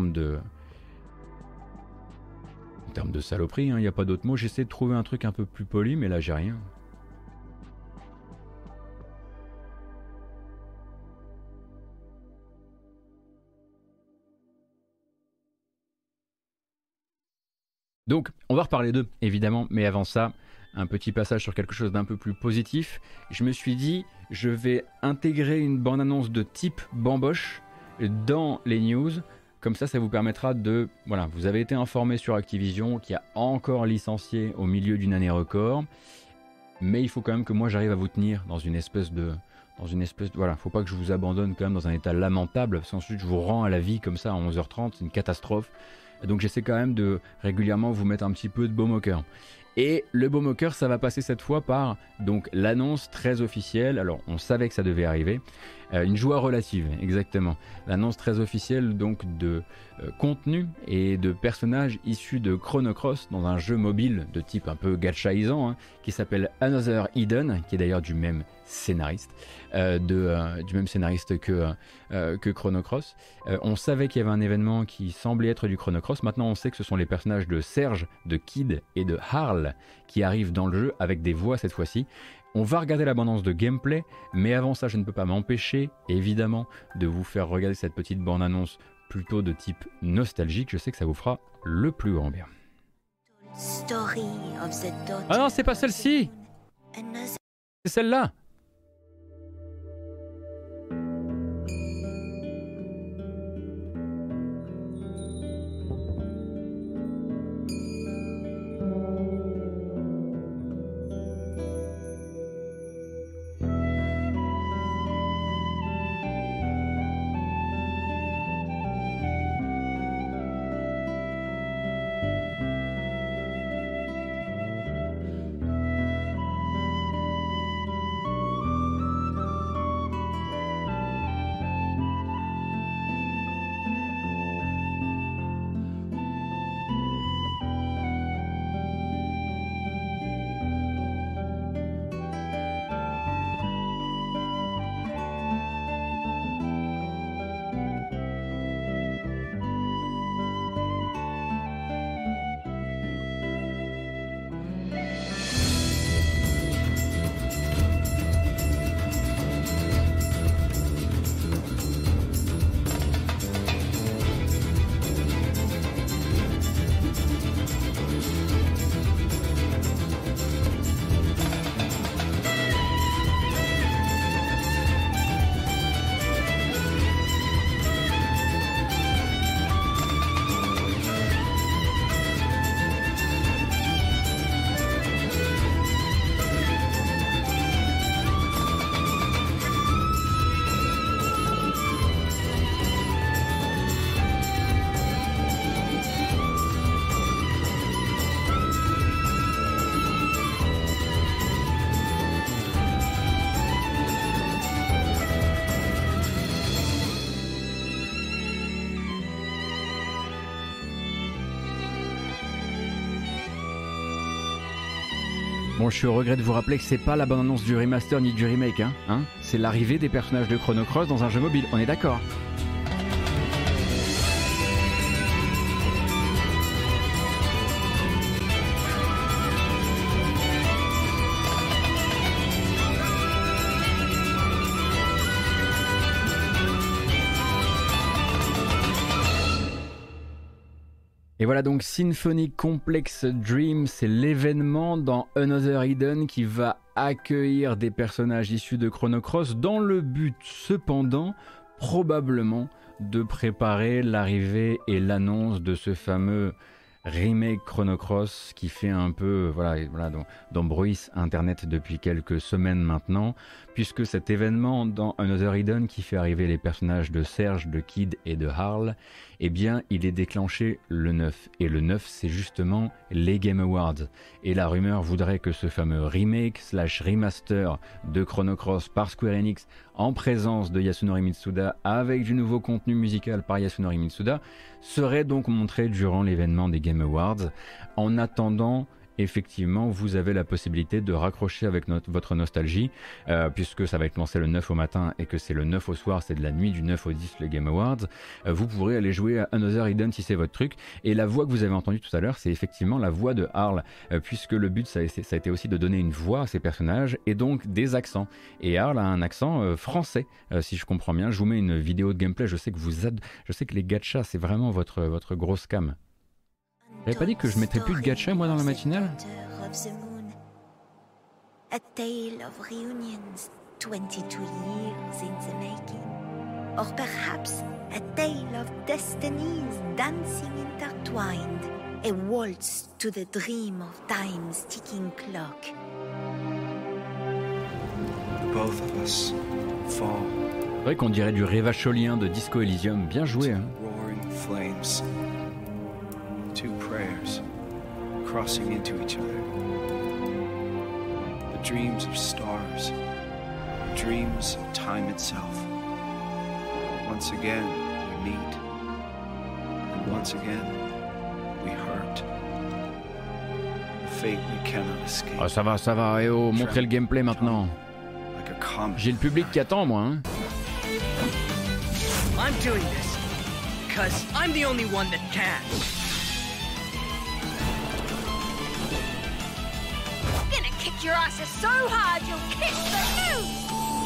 saloperie, il n'y a pas d'autre mot. J'essaie de trouver un truc un peu plus poli, mais là, j'ai rien. Donc, on va reparler d'eux, évidemment, mais avant ça, un petit passage sur quelque chose d'un peu plus positif. Je me suis dit, je vais intégrer une bande-annonce de type bamboche dans les news. Comme ça, ça vous permettra de... Voilà, vous avez été informé sur Activision, qui a encore licencié au milieu d'une année record. Mais il faut quand même que moi, j'arrive à vous tenir dans une espèce de... Voilà, faut pas que je vous abandonne quand même dans un état lamentable, parce qu'ensuite, je vous rends à la vie comme ça à 11h30, c'est une catastrophe. Donc j'essaie quand même de régulièrement vous mettre un petit peu de baume au cœur. Et le baume au cœur, ça va passer cette fois par donc l'annonce très officielle. Alors on savait que ça devait arriver. Une joie relative, exactement. L'annonce très officielle donc de contenu et de personnages issus de Chrono Cross dans un jeu mobile de type un peu gachaisant qui s'appelle Another Eden, qui est d'ailleurs du même scénariste, que Chrono Cross. On savait qu'il y avait un événement qui semblait être du Chrono Cross. Maintenant on sait que ce sont les personnages de Serge, de Kid et de Harl musicales qui arrivent dans le jeu avec des voix cette fois-ci. On va regarder l'abondance de gameplay, mais avant ça, je ne peux pas m'empêcher, évidemment, de vous faire regarder cette petite bande-annonce plutôt de type nostalgique. Je sais que ça vous fera le plus grand bien. Ah non, c'est pas celle-ci! C'est celle-là! Bon, je suis au regret de vous rappeler que c'est pas la bande-annonce du remaster ni du remake, hein, c'est l'arrivée des personnages de Chrono Cross dans un jeu mobile, on est d'accord? Et voilà donc Symphony Complex Dream, c'est l'événement dans Another Eden qui va accueillir des personnages issus de Chrono Cross dans le but cependant probablement de préparer l'arrivée et l'annonce de ce remake Chrono Cross qui fait un peu d'embrouille internet depuis quelques semaines maintenant, puisque cet événement dans Another Eden qui fait arriver les personnages de Serge, de Kid et de Harl, eh bien il est déclenché le 9, et le 9 c'est justement les Game Awards, et la rumeur voudrait que ce fameux remake / remaster de Chrono Cross par Square Enix en présence de Yasunori Mitsuda avec du nouveau contenu musical par Yasunori Mitsuda serait donc montré durant l'événement des Game Awards. En attendant, effectivement, vous avez la possibilité de raccrocher avec votre nostalgie, puisque ça va être lancé le 9 au matin et que c'est le 9 au soir, c'est de la nuit du 9 au 10 les Game Awards. Vous pourrez aller jouer à Another Eden si c'est votre truc. Et la voix que vous avez entendue tout à l'heure, c'est effectivement la voix de Harl, puisque le but ça a été aussi de donner une voix à ces personnages et donc des accents. Et Harl a un accent français, si je comprends bien. Je vous mets une vidéo de gameplay. Je sais que les gachas, c'est vraiment votre grosse cam. J'avais pas dit que je mettrais plus de gacha moi dans la matinale? A tale of reunions 22 years in the making. Or perhaps a tale of destinies dancing intertwined. A waltz to the dream of time's ticking clock. Both of us fall. C'est vrai qu'on dirait du rêvacholien de Disco Elysium. Bien joué, hein. Roaring flames. Two prayers crossing into each other. The dreams of stars, dreams of time itself. Once again we meet, and once again we hurt. A fate we cannot escape. Ah, ça va, eh oh, montrez le gameplay maintenant. J'ai le public qui attend, moi, hein. I'm doing this, 'cause I'm the only one that can. kick your asses so hard you'll kiss the news.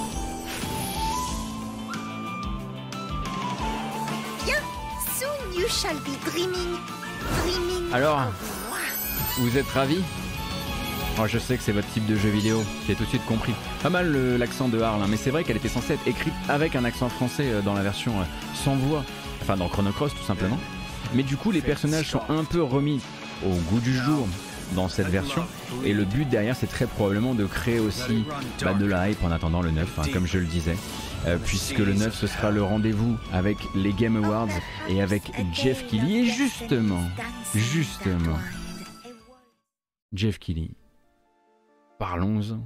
Bien, soon you shall be dreaming. Alors, vous êtes ravis? Oh, je sais que c'est votre type de jeu vidéo, j'ai tout de suite compris. Pas mal l'accent de Arles, hein, mais c'est vrai qu'elle était censée être écrite avec un accent français dans la version sans voix, enfin dans Chrono Cross tout simplement. Mais du coup, les personnages sont un peu remis au goût du jour dans cette version, et le but derrière, c'est très probablement de créer aussi de la hype en attendant le 9, hein, comme je le disais. Puisque le 9 ce sera le rendez-vous avec les Game Awards et avec Jeff Keighley. Et justement, Jeff Keighley, parlons-en,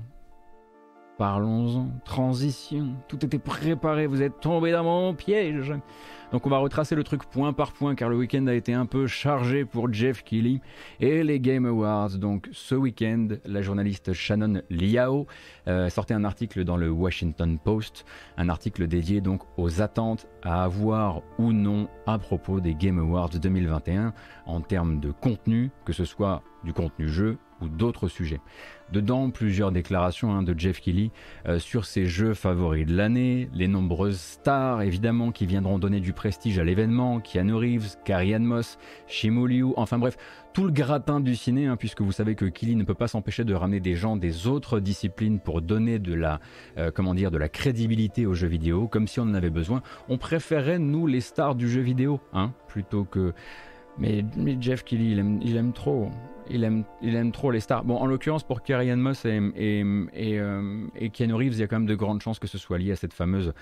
transition, tout était préparé, vous êtes tombé dans mon piège. Donc on va retracer le truc point par point car le week-end a été un peu chargé pour Jeff Keighley et les Game Awards. Donc ce week-end, la journaliste Shannon Liao sortait un article dans le Washington Post, un article dédié donc aux attentes à avoir ou non à propos des Game Awards 2021 en termes de contenu, que ce soit du contenu jeu ou d'autres sujets. Dedans, plusieurs déclarations de Jeff Keighley sur ses jeux favoris de l'année, les nombreuses stars évidemment qui viendront donner du prestige à l'événement, Keanu Reeves, Carrie-Anne Moss, Simu Liu, enfin bref, tout le gratin du ciné, puisque vous savez que Keighley ne peut pas s'empêcher de ramener des gens des autres disciplines pour donner de la, de la crédibilité aux jeux vidéo, comme si on en avait besoin. On préférait, nous, les stars du jeu vidéo, plutôt que... Mais Jeff Keighley, il aime trop. Il aime trop les stars. Bon, en l'occurrence, pour Carrie-Anne Moss et Keanu Reeves, il y a quand même de grandes chances que ce soit lié à cette fameuse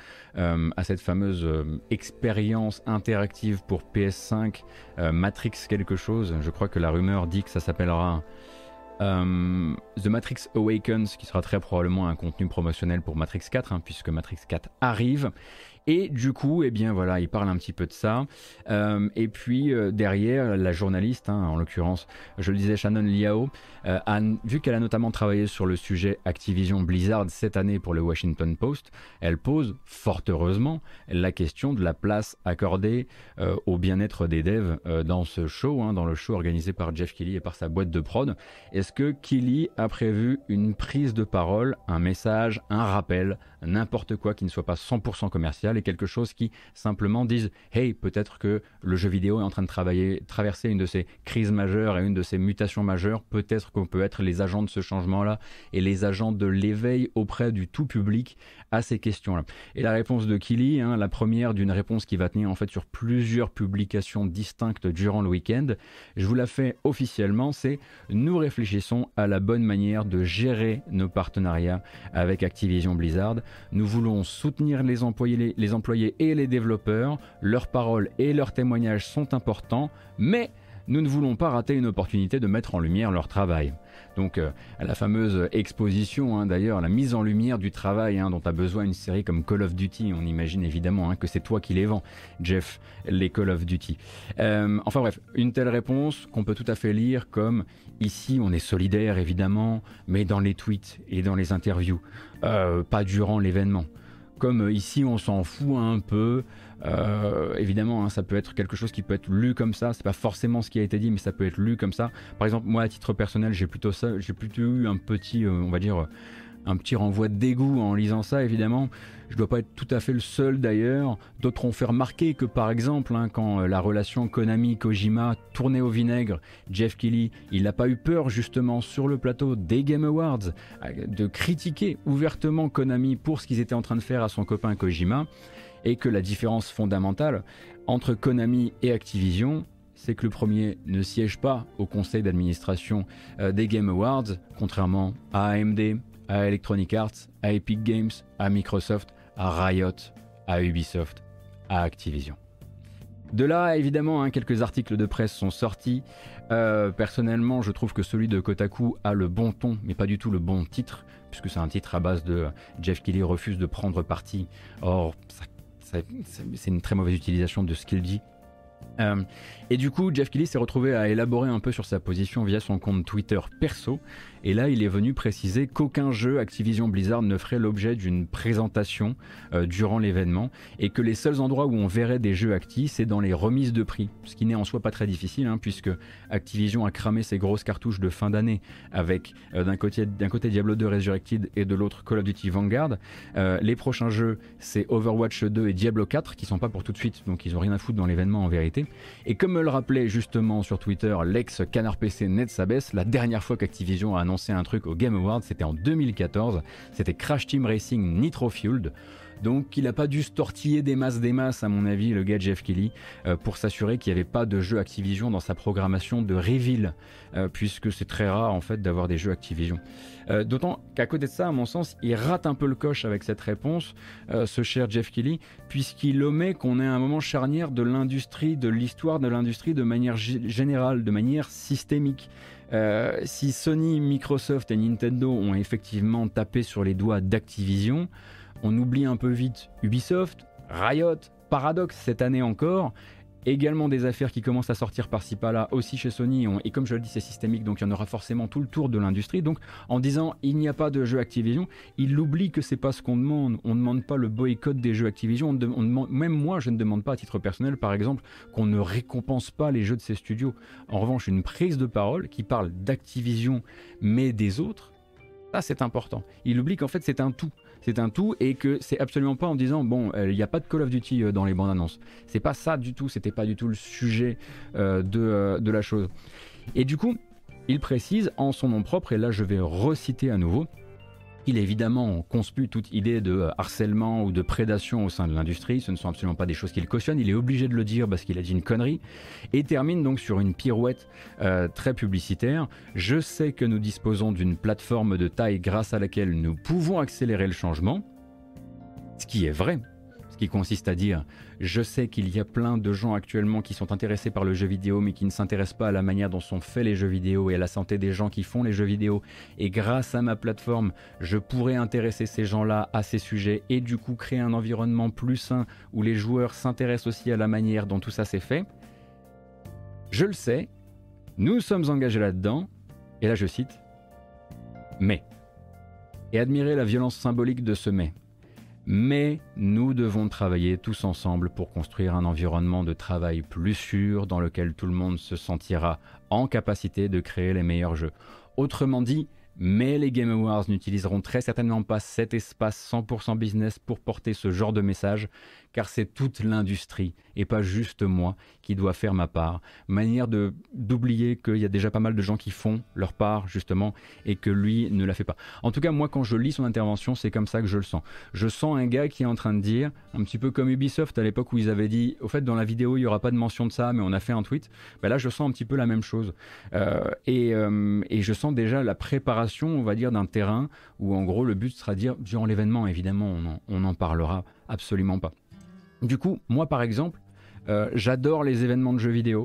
expérience interactive pour PS5, Matrix quelque chose. Je crois que la rumeur dit que ça s'appellera The Matrix Awakens, qui sera très probablement un contenu promotionnel pour Matrix 4, puisque Matrix 4 arrive. Et du coup, il parle un petit peu de ça. Et puis derrière, la journaliste, en l'occurrence, je le disais, Shannon Liao, vu qu'elle a notamment travaillé sur le sujet Activision Blizzard cette année pour le Washington Post, elle pose, fort heureusement, la question de la place accordée au bien-être des devs dans ce show, dans le show organisé par Jeff Keighley et par sa boîte de prod. Est-ce que Keighley a prévu une prise de parole, un message, un rappel, n'importe quoi qui ne soit pas 100% commercial et quelque chose qui simplement dise « Hey, peut-être que le jeu vidéo est en train de traverser une de ces crises majeures et une de ces mutations majeures, peut-être qu'on peut être les agents de ce changement-là et les agents de l'éveil auprès du tout public à ces questions-là. » Et la réponse de Keighley, la première d'une réponse qui va tenir en fait sur plusieurs publications distinctes durant le week-end, je vous la fais officiellement, c'est « Nous réfléchissons à la bonne manière de gérer nos partenariats avec Activision Blizzard. Nous voulons soutenir les employés et les développeurs, leurs paroles et leurs témoignages sont importants, mais nous ne voulons pas rater une opportunité de mettre en lumière leur travail. » Donc à la fameuse exposition, d'ailleurs, la mise en lumière du travail dont a besoin une série comme Call of Duty. On imagine évidemment que c'est toi qui les vends, Jeff, les Call of Duty. Enfin bref, une telle réponse qu'on peut tout à fait lire comme « Ici on est solidaire évidemment, mais dans les tweets et dans les interviews, pas durant l'événement. » Comme ici on s'en fout un peu, évidemment ça peut être quelque chose qui peut être lu comme ça, c'est pas forcément ce qui a été dit mais ça peut être lu comme ça. Par exemple moi à titre personnel j'ai plutôt eu un petit, un petit renvoi de dégoût en lisant ça évidemment. Je dois pas être tout à fait le seul d'ailleurs. D'autres ont fait remarquer que par exemple quand la relation Konami-Kojima tournait au vinaigre, Jeff Keighley, il n'a pas eu peur justement sur le plateau des Game Awards de critiquer ouvertement Konami pour ce qu'ils étaient en train de faire à son copain Kojima, et que la différence fondamentale entre Konami et Activision, c'est que le premier ne siège pas au conseil d'administration des Game Awards, contrairement à AMD, à Electronic Arts, à Epic Games, à Microsoft, à Riot, à Ubisoft, à Activision. De là, évidemment, quelques articles de presse sont sortis. Personnellement, je trouve que celui de Kotaku a le bon ton, mais pas du tout le bon titre, puisque c'est un titre à base de Jeff Keighley refuse de prendre parti. Or, c'est une très mauvaise utilisation de ce qu'il dit. Et du coup, Jeff Keighley s'est retrouvé à élaborer un peu sur sa position via son compte Twitter perso. Et là, il est venu préciser qu'aucun jeu Activision Blizzard ne ferait l'objet d'une présentation durant l'événement et que les seuls endroits où on verrait des jeux Acti, c'est dans les remises de prix. Ce qui n'est en soi pas très difficile, hein, puisque Activision a cramé ses grosses cartouches de fin d'année avec d'un côté Diablo 2 Resurrected et de l'autre Call of Duty Vanguard. Les prochains jeux, c'est Overwatch 2 et Diablo 4 qui sont pas pour tout de suite, donc ils ont rien à foutre dans l'événement en vérité. Et comme me le rappelait justement sur Twitter l'ex-canard PC Ned Sabes, la dernière fois qu'Activision a annoncé un truc au Game Awards, c'était en 2014, c'était Crash Team Racing Nitro Fueled. Donc il n'a pas dû se tortiller des masses à mon avis, le gars Jeff Keighley, pour s'assurer qu'il n'y avait pas de jeux Activision dans sa programmation de reveal, puisque c'est très rare en fait d'avoir des jeux Activision. D'autant qu'à côté de ça, à mon sens, il rate un peu le coche avec cette réponse, ce cher Jeff Keighley, puisqu'il omet qu'on est à un moment charnière de l'industrie, de l'histoire de l'industrie de manière générale, de manière systémique. Si Sony, Microsoft et Nintendo ont effectivement tapé sur les doigts d'Activision, on oublie un peu vite Ubisoft, Riot, Paradox cette année encore, également des affaires qui commencent à sortir par-ci par-là aussi chez Sony, et comme je le dis c'est systémique, donc il y en aura forcément tout le tour de l'industrie. Donc en disant il n'y a pas de jeu Activision, il oublie que c'est pas ce qu'on demande. On ne demande pas le boycott des jeux Activision, même moi je ne demande pas à titre personnel par exemple qu'on ne récompense pas les jeux de ces studios. En revanche, une prise de parole qui parle d'Activision mais des autres, ça c'est important. Il oublie qu'en fait c'est un tout. C'est un tout et que c'est absolument pas en disant bon il n'y a pas de Call of Duty dans les bandes annonces. C'est pas ça du tout, c'était pas du tout le sujet de la chose. Et du coup, il précise en son nom propre, et là je vais reciter à nouveau, il est évidemment conspue toute idée de harcèlement ou de prédation au sein de l'industrie, ce ne sont absolument pas des choses qu'il cautionne, il est obligé de le dire parce qu'il a dit une connerie, et termine donc sur une pirouette très publicitaire. Je sais que nous disposons d'une plateforme de taille grâce à laquelle nous pouvons accélérer le changement, ce qui est vrai. Ce qui consiste à dire, je sais qu'il y a plein de gens actuellement qui sont intéressés par le jeu vidéo mais qui ne s'intéressent pas à la manière dont sont faits les jeux vidéo et à la santé des gens qui font les jeux vidéo. Et grâce à ma plateforme, je pourrais intéresser ces gens-là à ces sujets et du coup créer un environnement plus sain où les joueurs s'intéressent aussi à la manière dont tout ça s'est fait. Je le sais, nous sommes engagés là-dedans, et là je cite, mais, et admirez la violence symbolique de ce mais. Mais nous devons travailler tous ensemble pour construire un environnement de travail plus sûr dans lequel tout le monde se sentira en capacité de créer les meilleurs jeux. Autrement dit, mais les Game Awards n'utiliseront très certainement pas cet espace 100% business pour porter ce genre de message, car c'est toute l'industrie et pas juste moi qui dois faire ma part. Manière d'oublier qu'il y a déjà pas mal de gens qui font leur part justement et que lui ne la fait pas. En tout cas, moi quand je lis son intervention, c'est comme ça que je le sens. Je sens un gars qui est en train de dire, un petit peu comme Ubisoft à l'époque où ils avaient dit, au fait dans la vidéo il n'y aura pas de mention de ça, mais on a fait un tweet. Ben là je sens un petit peu la même chose. Et je sens déjà la préparation, on va dire, d'un terrain où en gros le but sera de dire, durant l'événement évidemment on en parlera absolument pas. Du coup, moi par exemple, j'adore les événements de jeux vidéo,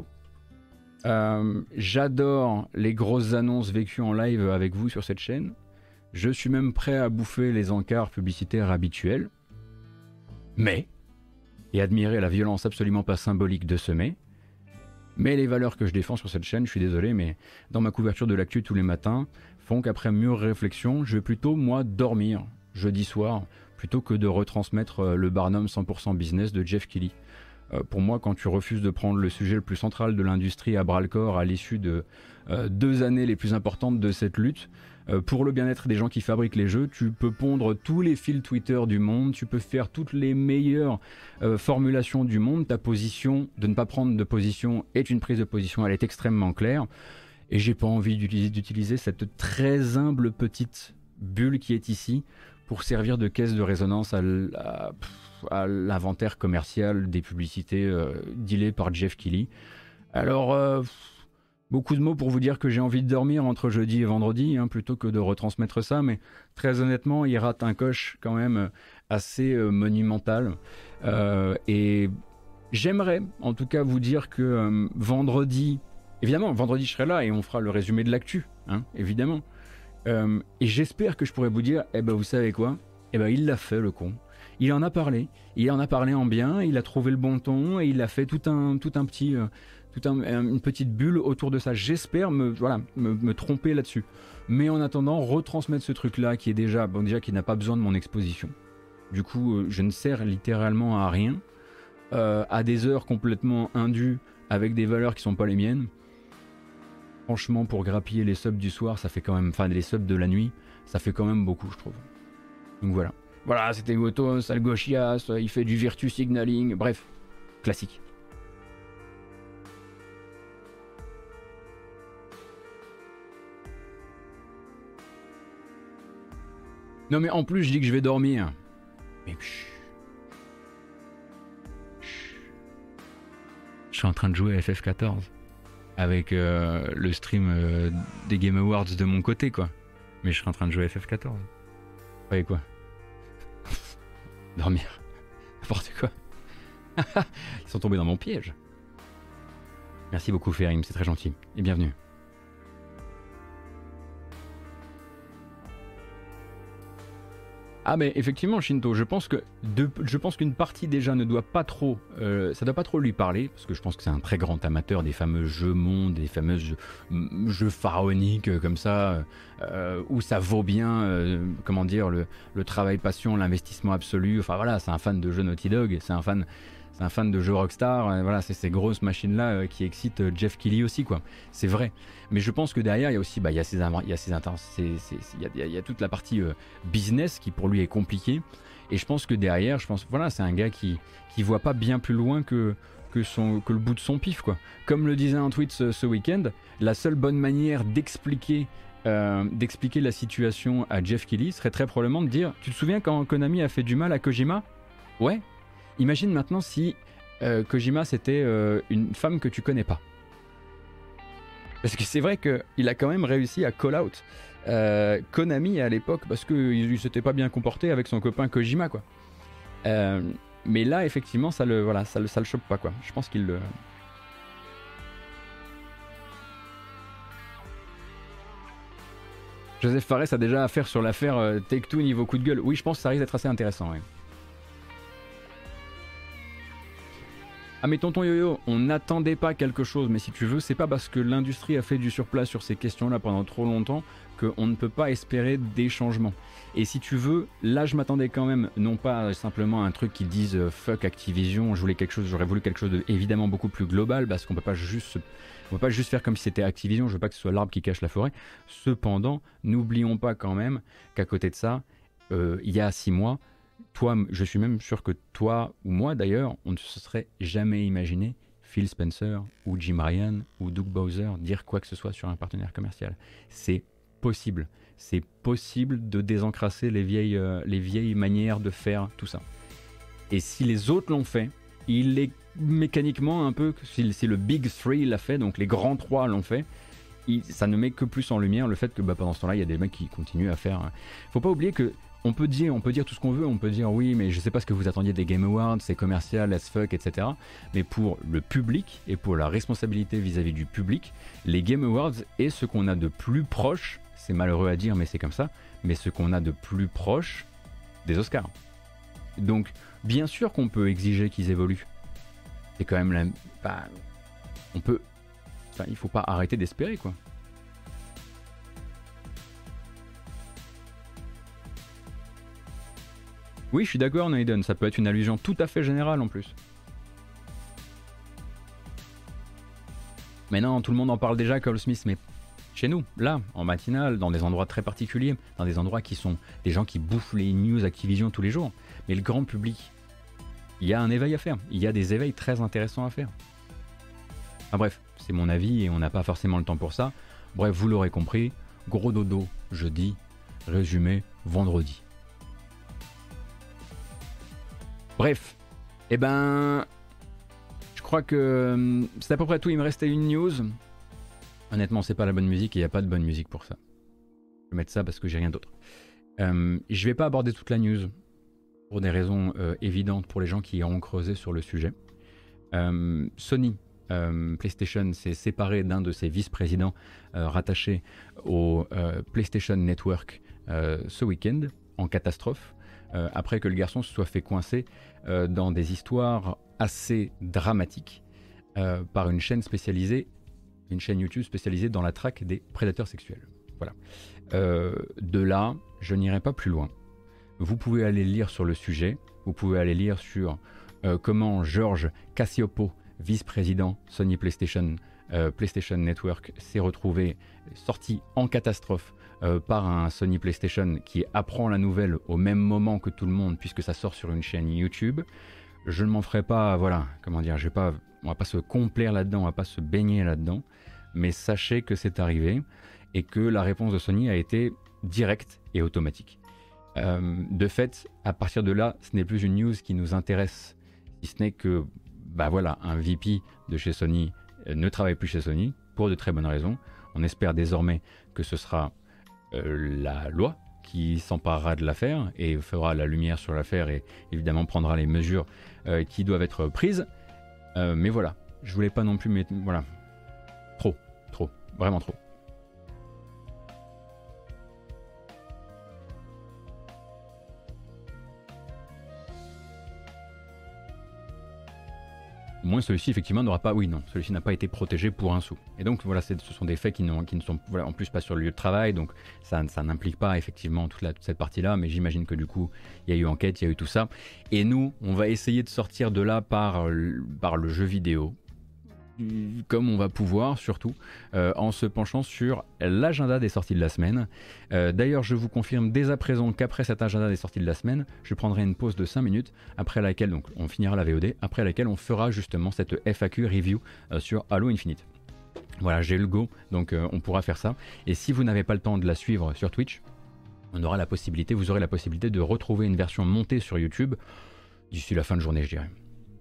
j'adore les grosses annonces vécues en live avec vous sur cette chaîne, je suis même prêt à bouffer les encarts publicitaires habituels, mais, et admirer la violence absolument pas symbolique de ce mais les valeurs que je défends sur cette chaîne, je suis désolé, mais dans ma couverture de l'actu tous les matins, font qu'après mûre réflexion, je vais plutôt moi dormir jeudi soir, plutôt que de retransmettre le Barnum 100% business de Jeff Keighley. Pour moi, quand tu refuses de prendre le sujet le plus central de l'industrie à bras-le-corps à l'issue de 2 années les plus importantes de cette lutte, pour le bien-être des gens qui fabriquent les jeux, tu peux pondre tous les fils Twitter du monde, tu peux faire toutes les meilleures formulations du monde, ta position de ne pas prendre de position est une prise de position, elle est extrêmement claire, et j'ai pas envie d'utiliser cette très humble petite bulle qui est ici pour servir de caisse de résonance à l'inventaire commercial des publicités dealées par Jeff Keighley. Alors, beaucoup de mots pour vous dire que j'ai envie de dormir entre jeudi et vendredi, plutôt que de retransmettre ça, mais très honnêtement, il rate un coche quand même assez monumental. Et j'aimerais en tout cas vous dire que vendredi, évidemment, vendredi je serai là et on fera le résumé de l'actu, évidemment. Et j'espère que je pourrai vous dire, vous savez quoi ? Il l'a fait le con. il en a parlé en bien, il a trouvé le bon ton et il a fait une petite bulle autour de ça. J'espère me tromper là-dessus. Mais en attendant, retransmettre ce truc-là qui est déjà qui n'a pas besoin de mon exposition. Du coup, je ne sers littéralement à rien, à des heures complètement indues avec des valeurs qui sont pas les miennes. Franchement, pour grappiller les subs du soir, ça fait quand même, enfin les subs de la nuit, ça fait quand même beaucoup, je trouve. Donc voilà. Voilà, c'était Goto, sale gauchias, il fait du virtue signaling, bref, classique. Non mais en plus je dis que je vais dormir. Mais je suis en train de jouer à FF14 avec le stream des Game Awards de mon côté quoi. Mais je suis en train de jouer à FF14. Vous voyez quoi? Dormir. N'importe quoi. Ils sont tombés dans mon piège. Merci beaucoup Ferim, c'est très gentil. Et bienvenue. Ah mais effectivement Shinto, je pense qu'une partie déjà ne doit pas trop, ça doit pas trop lui parler, parce que je pense que c'est un très grand amateur des fameux jeux mondes, des fameux jeux pharaoniques comme ça, où ça vaut bien, comment dire, le travail passion, l'investissement absolu, enfin voilà, c'est un fan de jeux Naughty Dog, c'est un fan de jeux Rockstar, voilà, c'est ces grosses machines-là qui excitent Jeff Keighley aussi, quoi. C'est vrai. Mais je pense que derrière, il y a aussi, il y a toute la partie business qui pour lui est compliquée. Et je pense que derrière, voilà, c'est un gars qui voit pas bien plus loin que le bout de son pif, quoi. Comme le disait un tweet ce week-end, la seule bonne manière d'expliquer la situation à Jeff Keighley serait très probablement de dire, tu te souviens quand Konami a fait du mal à Kojima? Ouais. Imagine maintenant si Kojima c'était une femme que tu connais pas. Parce que c'est vrai qu'il a quand même réussi à call out Konami à l'époque parce qu'il s'était pas bien comporté avec son copain Kojima quoi. Mais là effectivement ça le chope pas quoi. Je pense qu'il le... Joseph Fares a déjà affaire sur l'affaire Take-Two niveau coup de gueule. Oui je pense que ça risque d'être assez intéressant ouais. Ah mais tonton Yo-Yo, on n'attendait pas quelque chose, mais si tu veux, c'est pas parce que l'industrie a fait du surplace sur ces questions-là pendant trop longtemps qu'on ne peut pas espérer des changements. Et si tu veux, là je m'attendais quand même, non pas simplement à un truc qui dise fuck Activision, j'aurais voulu quelque chose de évidemment beaucoup plus global, parce qu'on peut pas juste faire comme si c'était Activision, je veux pas que ce soit l'arbre qui cache la forêt. Cependant, n'oublions pas quand même qu'à côté de ça, il y a 6 mois, toi, je suis même sûr que toi ou moi d'ailleurs, on ne se serait jamais imaginé Phil Spencer ou Jim Ryan ou Doug Bowser dire quoi que ce soit sur un partenaire commercial. C'est possible de désencrasser les vieilles manières de faire tout ça. Et si les autres l'ont fait, il est mécaniquement un peu, si le Big Three l'a fait, donc les grands trois l'ont fait, ça ne met que plus en lumière le fait que pendant ce temps-là, il y a des mecs qui continuent à faire... Faut pas oublier que on peut dire tout ce qu'on veut, on peut dire oui mais je sais pas ce que vous attendiez des Game Awards, c'est commercial as fuck, etc. Mais pour le public et pour la responsabilité vis-à-vis du public, les Game Awards est ce qu'on a de plus proche, c'est malheureux à dire mais c'est comme ça, mais ce qu'on a de plus proche des Oscars. Donc bien sûr qu'on peut exiger qu'ils évoluent. C'est quand même il faut pas arrêter d'espérer quoi. Oui, je suis d'accord, Naiden, ça peut être une allusion tout à fait générale en plus. Mais non, tout le monde en parle déjà, Cole Smith, mais chez nous, là, en matinale, dans des endroits très particuliers, dans des endroits qui sont des gens qui bouffent les news Activision tous les jours. Mais le grand public, il y a un éveil à faire, il y a des éveils très intéressants à faire. Ah bref, c'est mon avis et on n'a pas forcément le temps pour ça. Bref, vous l'aurez compris, gros dodo jeudi, résumé vendredi. Bref, je crois que c'est à peu près tout, il me restait une news. Honnêtement, c'est pas la bonne musique et il n'y a pas de bonne musique pour ça. Je vais mettre ça parce que j'ai rien d'autre. Je vais pas aborder toute la news pour des raisons évidentes pour les gens qui auront creusé sur le sujet. Sony, PlayStation s'est séparé d'un de ses vice-présidents rattachés au PlayStation Network ce week-end en catastrophe. après que le garçon se soit fait coincer dans des histoires assez dramatiques par une chaîne YouTube spécialisée dans la traque des prédateurs sexuels. Voilà. De là, je n'irai pas plus loin. Vous pouvez aller lire sur le sujet, vous pouvez aller lire sur comment George Cacioppo, vice-président Sony PlayStation Network, s'est retrouvé sorti en catastrophe par un Sony PlayStation qui apprend la nouvelle au même moment que tout le monde puisque ça sort sur une chaîne YouTube. Je ne m'en ferai pas, voilà, comment dire, on va pas se complaire là-dedans, on va pas se baigner là-dedans, mais sachez que c'est arrivé et que la réponse de Sony a été directe et automatique. De fait, à partir de là, ce n'est plus une news qui nous intéresse, si ce n'est que, bah voilà, un VP de chez Sony ne travaille plus chez Sony pour de très bonnes raisons. On espère désormais que ce sera la loi qui s'emparera de l'affaire et fera la lumière sur l'affaire et évidemment prendra les mesures qui doivent être prises. Mais voilà, je voulais pas non plus mettre... Voilà, trop, vraiment trop. Moins celui-ci effectivement n'aura pas, oui non, celui-ci n'a pas été protégé pour un sou. Et donc voilà, ce sont des faits qui ne sont voilà, en plus pas sur le lieu de travail, donc ça n'implique pas effectivement toute cette partie-là, mais j'imagine que du coup il y a eu enquête, il y a eu tout ça. Et nous, on va essayer de sortir de là par le jeu vidéo, comme on va pouvoir surtout, en se penchant sur l'agenda des sorties de la semaine. D'ailleurs, je vous confirme dès à présent qu'après cet agenda des sorties de la semaine, je prendrai une pause de 5 minutes, après laquelle donc, on finira la VOD, après laquelle on fera justement cette FAQ review sur Halo Infinite. Voilà, j'ai le go, donc on pourra faire ça. Et si vous n'avez pas le temps de la suivre sur Twitch, vous aurez la possibilité de retrouver une version montée sur YouTube d'ici la fin de journée, je dirais.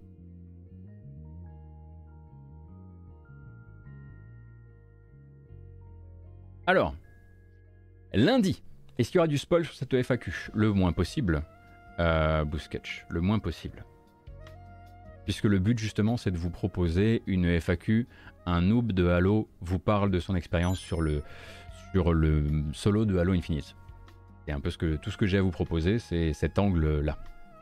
Alors, lundi, est-ce qu'il y aura du spoil sur cette FAQ? Le moins possible, Bousquetch, le moins possible. Puisque le but justement c'est de vous proposer une FAQ, un noob de Halo vous parle de son expérience sur le solo de Halo Infinite. C'est un peu tout ce que j'ai à vous proposer, c'est cet angle-là.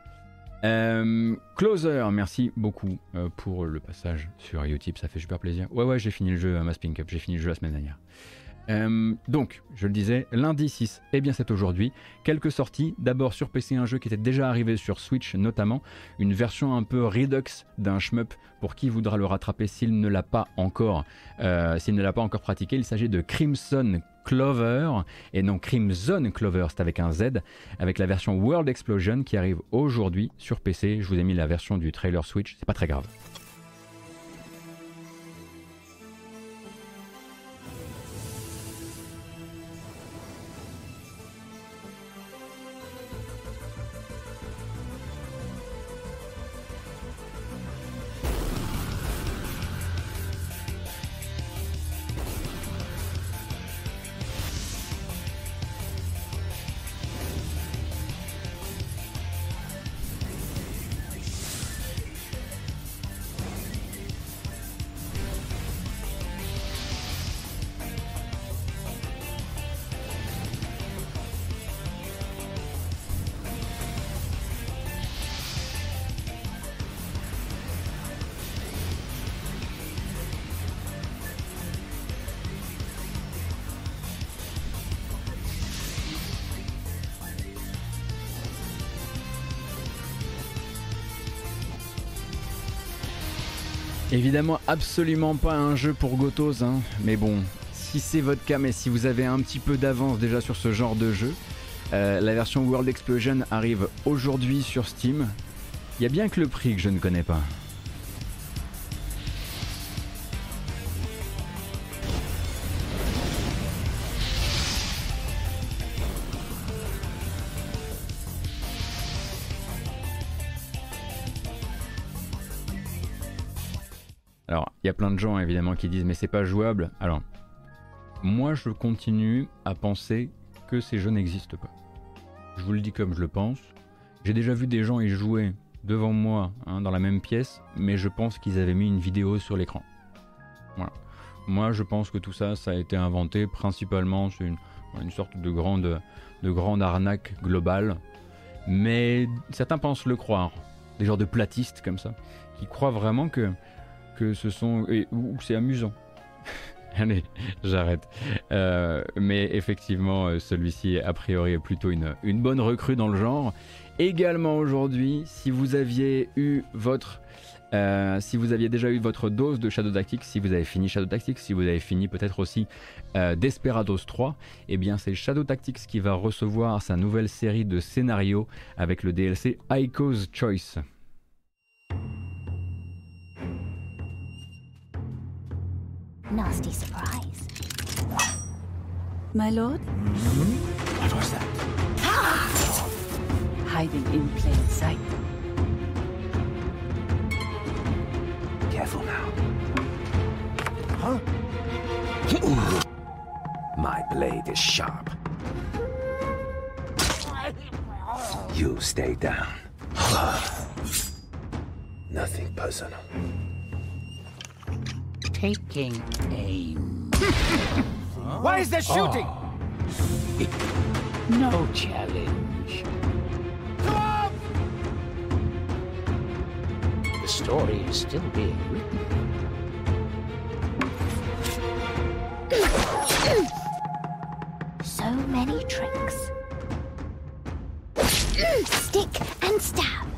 Closer, merci beaucoup pour le passage sur Utip, ça fait super plaisir. Ouais, j'ai fini le jeu à Mass Pink Up, j'ai fini le jeu la semaine dernière. Donc, je le disais, lundi 6, eh bien c'est aujourd'hui. Quelques sorties. D'abord sur PC, un jeu qui était déjà arrivé sur Switch, notamment une version un peu redux d'un shmup pour qui voudra le rattraper s'il ne l'a pas encore pratiqué. Il s'agit de Crimson Clover, et non Crimson Clover, c'est avec un Z, avec la version World Explosion qui arrive aujourd'hui sur PC. Je vous ai mis la version du trailer Switch, c'est pas très grave. Évidemment absolument pas un jeu pour Gotos, hein. Mais bon, si c'est votre cas, mais si vous avez un petit peu d'avance déjà sur ce genre de jeu, la version World Explosion arrive aujourd'hui sur Steam. Il y a bien que le prix que je ne connais pas. Alors, il y a plein de gens évidemment qui disent mais c'est pas jouable. Alors, moi je continue à penser que ces jeux n'existent pas. Je vous le dis comme je le pense. J'ai déjà vu des gens y jouer devant moi, hein, dans la même pièce, mais je pense qu'ils avaient mis une vidéo sur l'écran. Voilà. Moi je pense que tout ça, ça a été inventé principalement, c'est une sorte de grande arnaque globale mais certains pensent le croire, des genres de platistes comme ça, qui croient vraiment que ce sont... ou c'est amusant. Allez, j'arrête. Mais effectivement, celui-ci, a priori, est plutôt une bonne recrue dans le genre. Également aujourd'hui, si vous aviez déjà eu votre dose de Shadow Tactics, si vous avez fini Shadow Tactics, si vous avez fini peut-être aussi Desperados 3, eh bien c'est Shadow Tactics qui va recevoir sa nouvelle série de scénarios avec le DLC Aiko's Choice. Nasty surprise. My lord? What was that? Hiding in plain sight. Careful now. Huh? My blade is sharp. You stay down. Nothing personal. Taking aim. Why is there shooting? No challenge. The story is still being written. So many tricks. Stick and stab.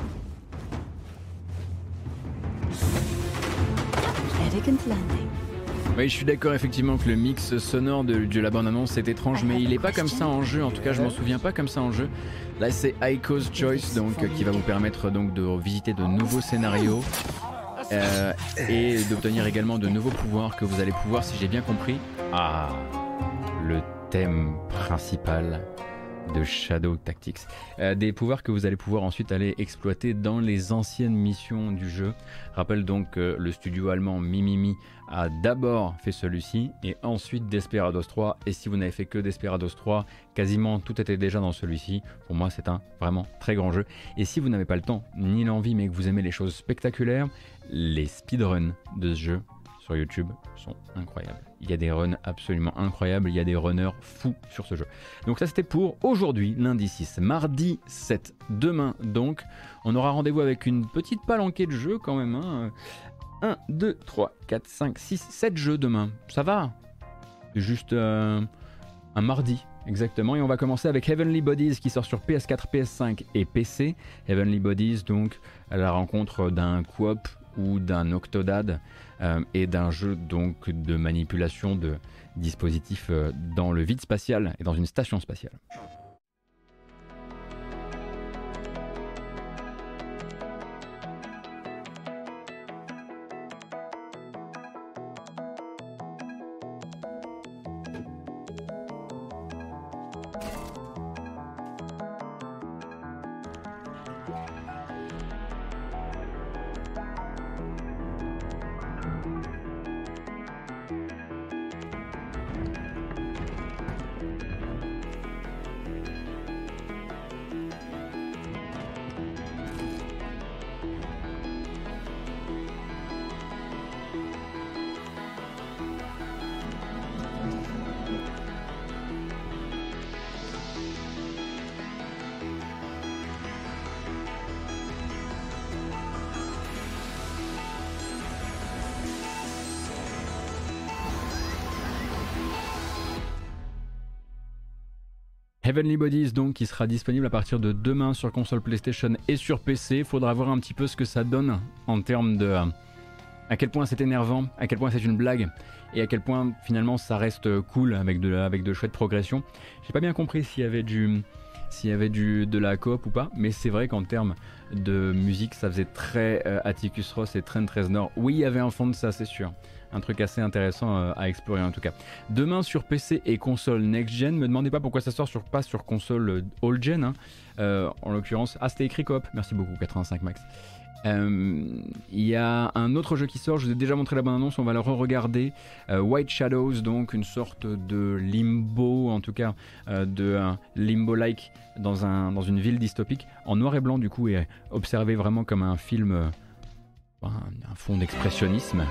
Elegant landing. Oui, je suis d'accord effectivement que le mix sonore de la bande-annonce est étrange, mais il est pas comme ça en jeu, en tout cas je m'en souviens pas comme ça en jeu. Là c'est Aiko's Choice donc, qui va vous permettre donc de visiter de nouveaux scénarios et d'obtenir également de nouveaux pouvoirs que vous allez pouvoir, si j'ai bien compris, le thème principal de Shadow Tactics. Des pouvoirs que vous allez pouvoir ensuite aller exploiter dans les anciennes missions du jeu. Rappelle donc que le studio allemand Mimimi a d'abord fait celui-ci et ensuite Desperados 3, et si vous n'avez fait que Desperados 3, quasiment tout était déjà dans celui-ci. Pour moi c'est un vraiment très grand jeu, et si vous n'avez pas le temps ni l'envie mais que vous aimez les choses spectaculaires, les speedruns de ce jeu sur YouTube sont incroyables. Il y a des runs absolument incroyables, il y a des runners fous sur ce jeu. Donc ça c'était pour aujourd'hui, lundi 6. Mardi 7, demain donc, on aura rendez-vous avec une petite palanquée de jeux quand même. 1, 2, 3, 4, 5, 6, 7 jeux demain. Ça va. C'est juste un mardi. Exactement, et on va commencer avec Heavenly Bodies qui sort sur PS4, PS5 et PC. Heavenly Bodies donc à la rencontre d'un coop ou d'un Octodad et d'un jeu donc de manipulation de dispositifs dans le vide spatial et dans une station spatiale. Heavenly Bodies donc qui sera disponible à partir de demain sur console PlayStation et sur PC. Faudra voir un petit peu ce que ça donne en termes de à quel point c'est énervant, à quel point c'est une blague et à quel point finalement ça reste cool avec de chouettes progressions. J'ai pas bien compris s'il y avait de la coop ou pas, mais c'est vrai qu'en termes de musique ça faisait très Atticus Ross et Trent Reznor. Oui, il y avait un fond de ça, c'est sûr. Un truc assez intéressant à explorer en tout cas. Demain sur PC et console next-gen, me demandez pas pourquoi ça sort pas sur console all-gen, hein. En l'occurrence, c'était écrit coop, merci beaucoup 85 Max. Il y a un autre jeu qui sort, je vous ai déjà montré la bande-annonce, on va le re-regarder. White Shadows, donc une sorte de limbo, en tout cas de limbo-like dans une ville dystopique, en noir et blanc du coup, et observé vraiment comme un film, un fond d'expressionnisme.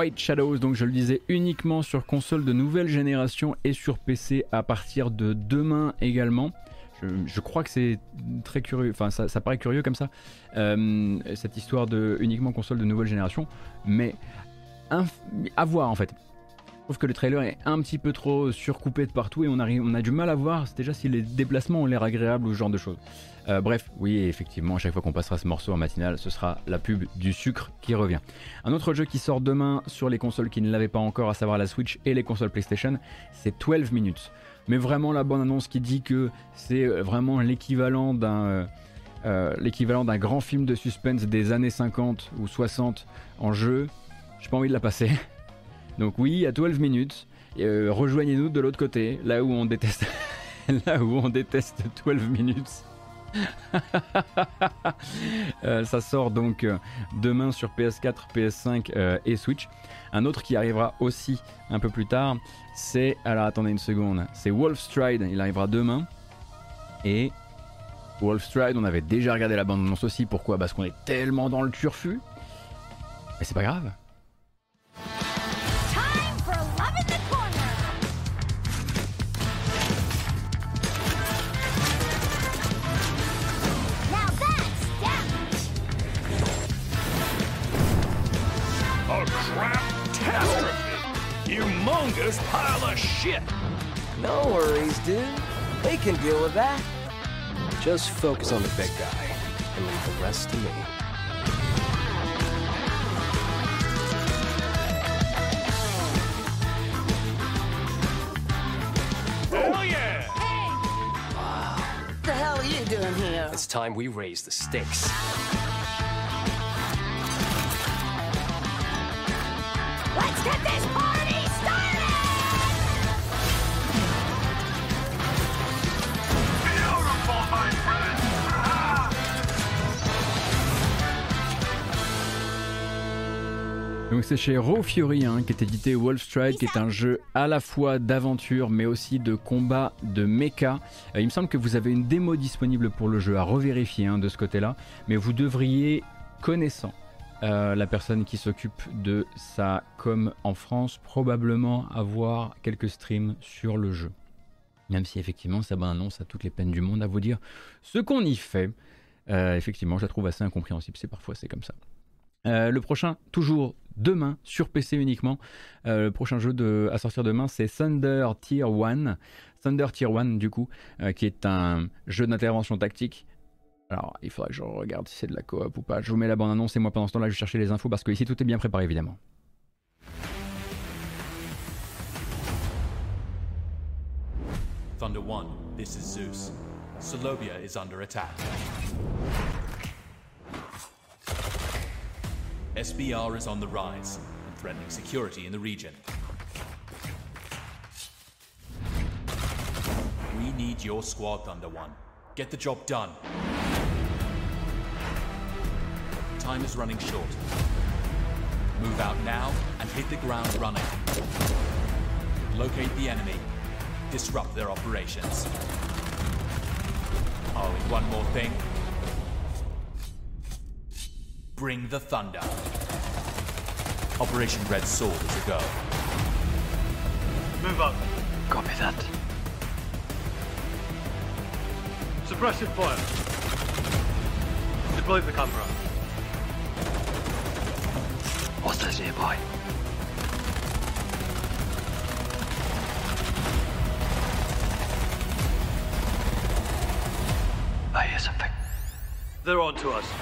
White Shadows, donc je le disais, uniquement sur console de nouvelle génération et sur PC à partir de demain également. Je crois que c'est très curieux, enfin ça paraît curieux comme ça, cette histoire de uniquement console de nouvelle génération, mais à voir en fait. Je trouve que le trailer est un petit peu trop surcoupé de partout et on a du mal à voir déjà si les déplacements ont l'air agréables ou ce genre de choses. Bref, oui, effectivement, à chaque fois qu'on passera ce morceau en matinale, ce sera la pub du sucre qui revient. Un autre jeu qui sort demain sur les consoles qui ne l'avaient pas encore, à savoir la Switch et les consoles PlayStation, c'est 12 minutes. Mais vraiment la bonne annonce qui dit que c'est vraiment l'équivalent d'un grand film de suspense des années 50 ou 60 en jeu, j'ai pas envie de la passer. Donc oui, à 12 minutes, rejoignez-nous de l'autre côté, là où on déteste, là où on déteste 12 minutes. Ça sort donc demain sur PS4, PS5 et Switch. Un autre qui arrivera aussi un peu plus tard, c'est... Alors attendez une seconde, c'est Wolfstride, il arrivera demain. Et Wolfstride, on avait déjà regardé la bande-annonce aussi, pourquoi ? Parce qu'on est tellement dans le turfu. Mais c'est pas grave. Humongous pile of shit. No worries, dude. They can deal with that. Just focus on the big guy and leave the rest to me. Hell yeah! Hey! Wow. What the hell are you doing here? It's time we raise the stakes. Let's get this party started! Beautiful, my friend! Donc c'est chez Raw Fury qu'est édité Wolfstride, qui est un jeu à la fois d'aventure mais aussi de combat de mecha. Il me semble que vous avez une démo disponible pour le jeu à revérifier de ce côté-là, mais vous devriez, connaissant la personne qui s'occupe de sa com en France, probablement avoir quelques streams sur le jeu. Même si effectivement ça annonce à toutes les peines du monde à vous dire ce qu'on y fait. Effectivement, je la trouve assez incompréhensible, c'est comme ça. Le prochain, toujours demain, sur PC uniquement. Le prochain jeu à sortir demain, c'est Thunder Tier 1. Thunder Tier 1, du coup, qui est un jeu d'intervention tactique. Alors, il faudra que je regarde si c'est de la coop ou pas. Je vous mets la bande-annonce et moi, pendant ce temps-là, je vais chercher les infos parce que ici, tout est bien préparé, évidemment. Thunder 1, this is Zeus. Solovia is under attack. SBR is on the rise and threatening security in the region. We need your squad, Thunder 1. Get the job done. Time is running short. Move out now and hit the ground running. Locate the enemy. Disrupt their operations. Oh, and one more thing. Bring the thunder. Operation Red Sword is a go. Move up. Copy that. Suppressive fire. Deploy the camera. Hostiles nearby. I hear something. They're on to us.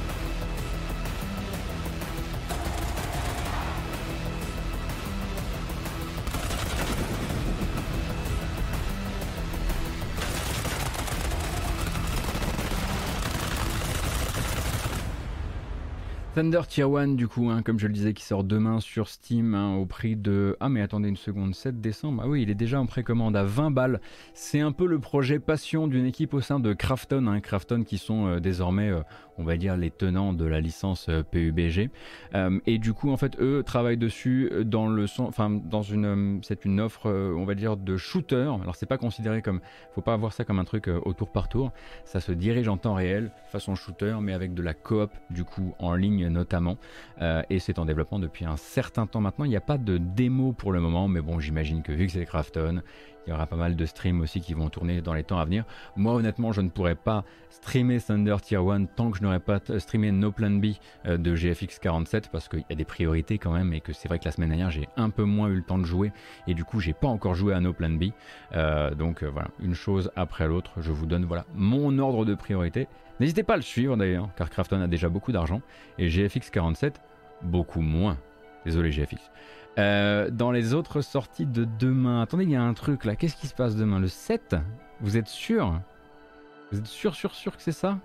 Thunder Tier 1 du coup, comme je le disais, qui sort demain sur Steam au prix de... Ah mais attendez une seconde, 7 décembre, ah oui il est déjà en précommande à 20 balles. C'est un peu le projet passion d'une équipe au sein de Krafton, Krafton qui sont désormais, on va dire, les tenants de la licence PUBG. Et du coup en fait eux travaillent dessus dans le son... Enfin dans une... c'est une offre, on va dire, de shooter. Alors c'est pas considéré comme... Faut pas voir ça comme un truc au tour par tour. Ça se dirige en temps réel, façon shooter, mais avec de la coop du coup en ligne Racing notamment, et c'est en développement depuis un certain temps maintenant. Il n'y a pas de démo pour le moment, mais bon, j'imagine que vu que c'est Krafton, il y aura pas mal de streams aussi qui vont tourner dans les temps à venir. Moi honnêtement je ne pourrais pas streamer Thunder Tier 1 tant que je n'aurais pas streamé No Plan B de GFX 47 parce qu'il y a des priorités quand même et que c'est vrai que la semaine dernière j'ai un peu moins eu le temps de jouer et du coup j'ai pas encore joué à No Plan B. Donc voilà, une chose après l'autre, je vous donne voilà mon ordre de priorité. N'hésitez pas à le suivre d'ailleurs car Krafton a déjà beaucoup d'argent et GFX 47 beaucoup moins. Désolé GFX. Dans les autres sorties de demain, attendez, il y a un truc là, qu'est-ce qui se passe demain? Le 7? Vous êtes sûr? Vous êtes sûr que c'est ça?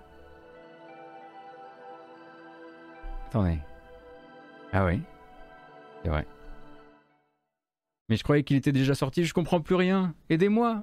Attendez. Ah oui, c'est vrai. Mais je croyais qu'il était déjà sorti, je comprends plus rien. Aidez-moi!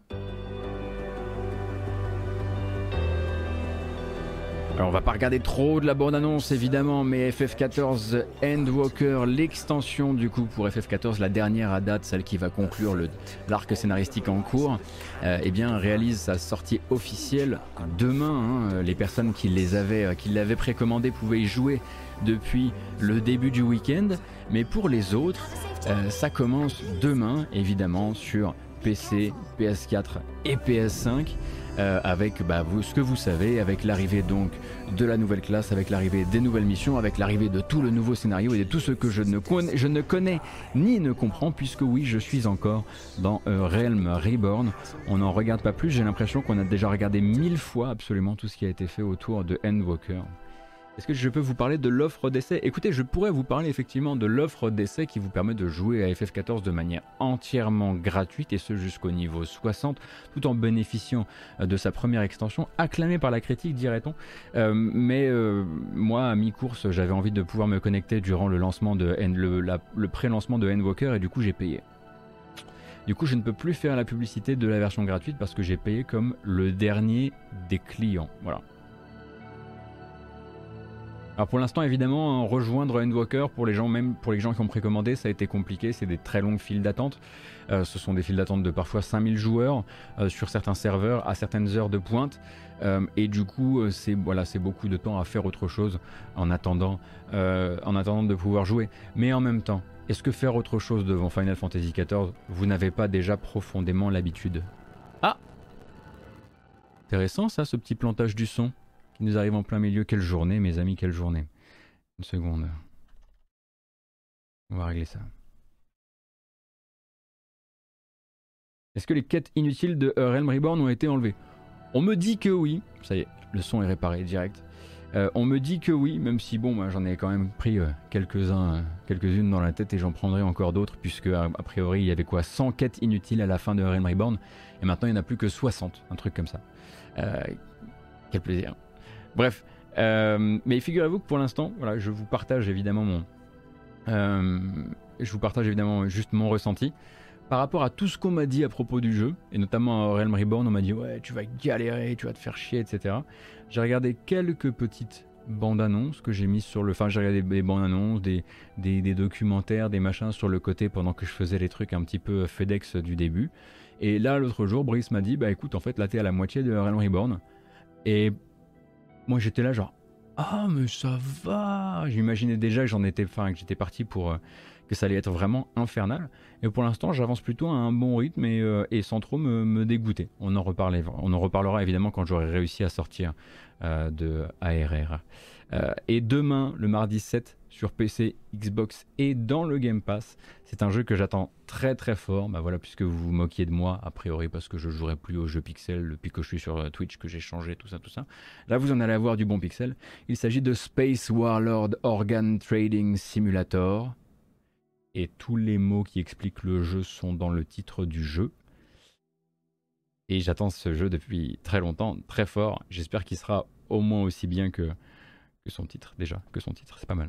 Alors on va pas regarder trop de la bande-annonce évidemment, mais FF14 Endwalker, l'extension du coup pour FF14, la dernière à date, celle qui va conclure l'arc scénaristique en cours, eh bien réalise sa sortie officielle demain. Hein. Les personnes qui l'avaient précommandé pouvaient y jouer depuis le début du week-end, mais pour les autres, ça commence demain évidemment sur PC, PS4 et PS5. Avec ce que vous savez, avec l'arrivée donc de la nouvelle classe, avec l'arrivée des nouvelles missions, avec l'arrivée de tout le nouveau scénario et de tout ce que je ne connais ni ne comprends, puisque oui, je suis encore dans Realm Reborn. On n'en regarde pas plus, j'ai l'impression qu'on a déjà regardé 1000 fois absolument tout ce qui a été fait autour de Endwalker. Est-ce que je peux vous parler de l'offre d'essai? Écoutez, je pourrais vous parler effectivement de l'offre d'essai qui vous permet de jouer à FF14 de manière entièrement gratuite et ce jusqu'au niveau 60 tout en bénéficiant de sa première extension acclamée par la critique, dirait-on. Moi, à mi-course, j'avais envie de pouvoir me connecter durant le lancement de le pré-lancement de Endwalker et du coup j'ai payé. Du coup, je ne peux plus faire la publicité de la version gratuite parce que j'ai payé comme le dernier des clients. Voilà. Alors pour l'instant évidemment rejoindre Endwalker pour les gens qui ont précommandé ça a été compliqué, c'est des très longues files d'attente, ce sont des files d'attente de parfois 5000 joueurs sur certains serveurs à certaines heures de pointe et du coup c'est beaucoup de temps à faire autre chose en attendant de pouvoir jouer. Mais en même temps, est-ce que faire autre chose devant Final Fantasy XIV, vous n'avez pas déjà profondément l'habitude? Ah, intéressant ça, ce petit plantage du son qui nous arrive en plein milieu. Quelle journée mes amis, quelle journée. Une seconde. On va régler ça. Est-ce que les quêtes inutiles de Realm Reborn ont été enlevées? On me dit que oui. Ça y est, le son est réparé direct. On me dit que oui, même si bon, moi j'en ai quand même pris quelques-unes dans la tête et j'en prendrai encore d'autres puisque a priori il y avait quoi 100 quêtes inutiles à la fin de Realm Reborn et maintenant il n'y en a plus que 60, un truc comme ça. Quel plaisir. Bref, mais figurez-vous que pour l'instant, voilà, je vous partage évidemment juste mon ressenti par rapport à tout ce qu'on m'a dit à propos du jeu, et notamment à Realm Reborn, on m'a dit ouais, tu vas galérer, tu vas te faire chier, etc. J'ai regardé quelques petites bandes annonces que j'ai mises sur le, j'ai regardé des bandes annonces, des documentaires, des machins sur le côté pendant que je faisais les trucs un petit peu FedEx du début. Et là, l'autre jour, Brice m'a dit bah écoute, en fait, là t'es à la moitié de Realm Reborn, et moi j'étais là genre ah mais ça va, j'imaginais déjà que j'étais parti pour que ça allait être vraiment infernal et pour l'instant j'avance plutôt à un bon rythme et sans trop me dégoûter. On en reparlera évidemment quand j'aurai réussi à sortir de ARR. Et demain le mardi 7 sur PC, Xbox et dans le Game Pass, c'est un jeu que j'attends très très fort. Bah voilà, puisque vous vous moquiez de moi a priori parce que je jouerai plus aux jeux Pixel depuis que je suis sur Twitch, que j'ai changé tout ça. Là vous en allez avoir du bon Pixel. Il s'agit de Space Warlord Organ Trading Simulator et tous les mots qui expliquent le jeu sont dans le titre du jeu. Et j'attends ce jeu depuis très longtemps, très fort. J'espère qu'il sera au moins aussi bien que son titre déjà, c'est pas mal.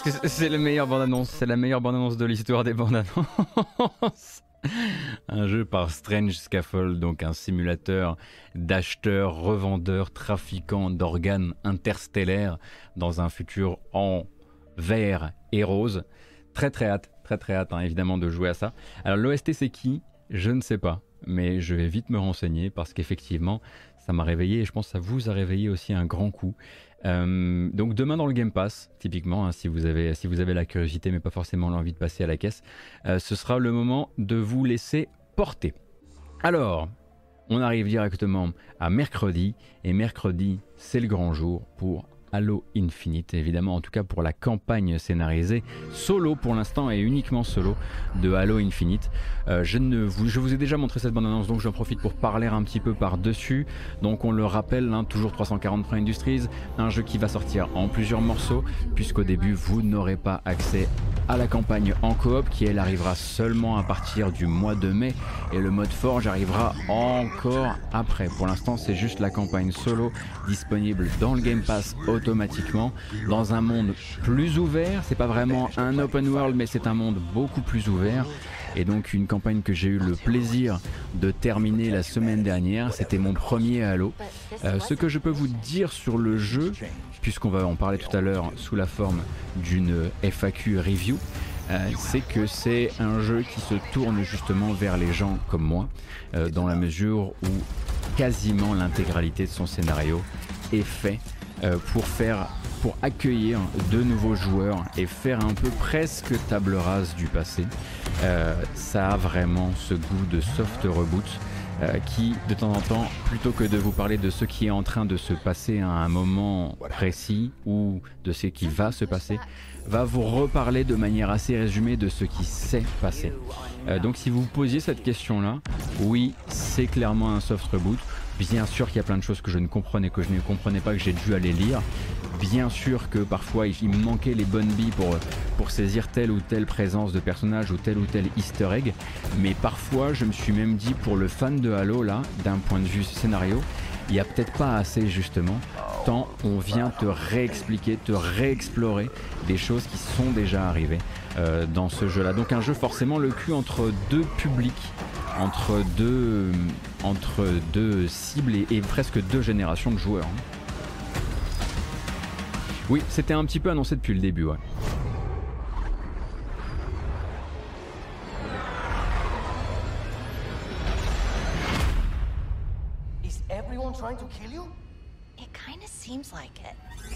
Parce que c'est la meilleure bande-annonce, c'est la meilleure bande-annonce de l'histoire des bandes-annonces. Un jeu par Strange Scaffold, donc un simulateur d'acheteur, revendeur, trafiquant d'organes interstellaires dans un futur en vert et rose. Très hâte hein, évidemment de jouer à ça. Alors l'OST c'est qui ? Je ne sais pas, mais je vais vite me renseigner parce qu'effectivement ça m'a réveillé et je pense que ça vous a réveillé aussi un grand coup. Donc demain dans le Game Pass, typiquement, hein, si vous avez la curiosité mais pas forcément l'envie de passer à la caisse, ce sera le moment de vous laisser porter. Alors, on arrive directement à mercredi, et mercredi c'est le grand jour pour Halo Infinite, évidemment, en tout cas pour la campagne scénarisée solo pour l'instant et uniquement solo de Halo Infinite. Je vous ai déjà montré cette bande-annonce, donc j'en profite pour parler un petit peu par-dessus. Donc on le rappelle, hein, toujours 340 Prime Industries, un jeu qui va sortir en plusieurs morceaux, puisqu'au début vous n'aurez pas accès à la campagne en coop, qui elle arrivera seulement à partir du mois de mai, et le mode Forge arrivera encore après. Pour l'instant c'est juste la campagne solo disponible dans le Game Pass automatiquement, dans un monde plus ouvert. C'est pas vraiment un open world, mais c'est un monde beaucoup plus ouvert. Et donc une campagne que j'ai eu le plaisir de terminer la semaine dernière. C'était mon premier Halo. Ce que je peux vous dire sur le jeu, puisqu'on va en parler tout à l'heure sous la forme d'une FAQ review, c'est que c'est un jeu qui se tourne justement vers les gens comme moi, dans la mesure où quasiment l'intégralité de son scénario est fait pour accueillir de nouveaux joueurs et faire un peu presque table rase du passé. Ça a vraiment ce goût de soft reboot qui, de temps en temps, plutôt que de vous parler de ce qui est en train de se passer à un moment précis ou de ce qui va se passer, va vous reparler de manière assez résumée de ce qui s'est passé. Donc si vous vous posiez cette question-là, oui, c'est clairement un soft reboot. Bien sûr qu'il y a plein de choses que je ne comprenais pas, que j'ai dû aller lire. Bien sûr que parfois il me manquait les bonnes billes pour saisir telle ou telle présence de personnage ou tel easter egg. Mais parfois je me suis même dit, pour le fan de Halo là, d'un point de vue scénario, il n'y a peut-être pas assez justement, tant on vient te réexpliquer, te réexplorer des choses qui sont déjà arrivées dans ce jeu là. Donc un jeu forcément le cul entre deux publics, entre deux cibles et presque deux générations de joueurs. Oui, c'était un petit peu annoncé depuis le début, ouais. Is everyone trying to kill you? It kinda seems like it.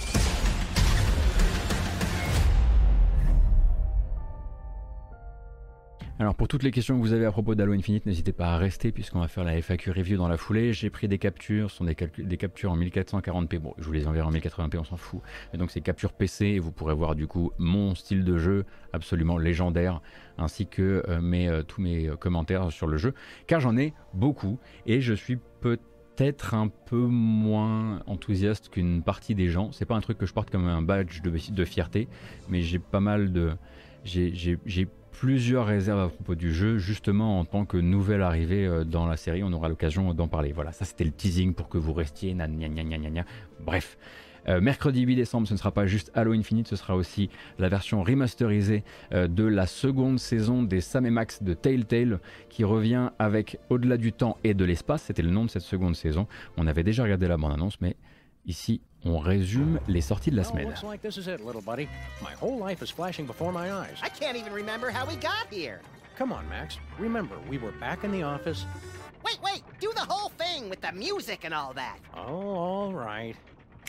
Alors pour toutes les questions que vous avez à propos d'Halo Infinite, n'hésitez pas à rester puisqu'on va faire la FAQ review dans la foulée. J'ai pris des captures, ce sont des captures en 1440p, bon je vous les enverrai en 1080p, on s'en fout. Et donc c'est capture PC et vous pourrez voir du coup mon style de jeu absolument légendaire, ainsi que tous mes commentaires sur le jeu, car j'en ai beaucoup et je suis peut-être un peu moins enthousiaste qu'une partie des gens. C'est pas un truc que je porte comme un badge de fierté, mais j'ai pas mal de... J'ai plusieurs réserves à propos du jeu, justement en tant que nouvelle arrivée dans la série. On aura l'occasion d'en parler. Voilà, ça c'était le teasing pour que vous restiez. Bref. Mercredi 8 décembre, ce ne sera pas juste Halo Infinite, ce sera aussi la version remasterisée de la seconde saison des Sam & Max de Telltale, qui revient avec Au-delà du temps et de l'espace. C'était le nom de cette seconde saison. On avait déjà regardé la bande-annonce, mais ici, on résume les sorties de la semaine. Looks like this is it, little buddy. My whole life is flashing before my eyes. I can't even remember how we got here. Come on, Max. Remember, we were back in the office. Wait, do the whole thing with the music and all that. Oh, all right.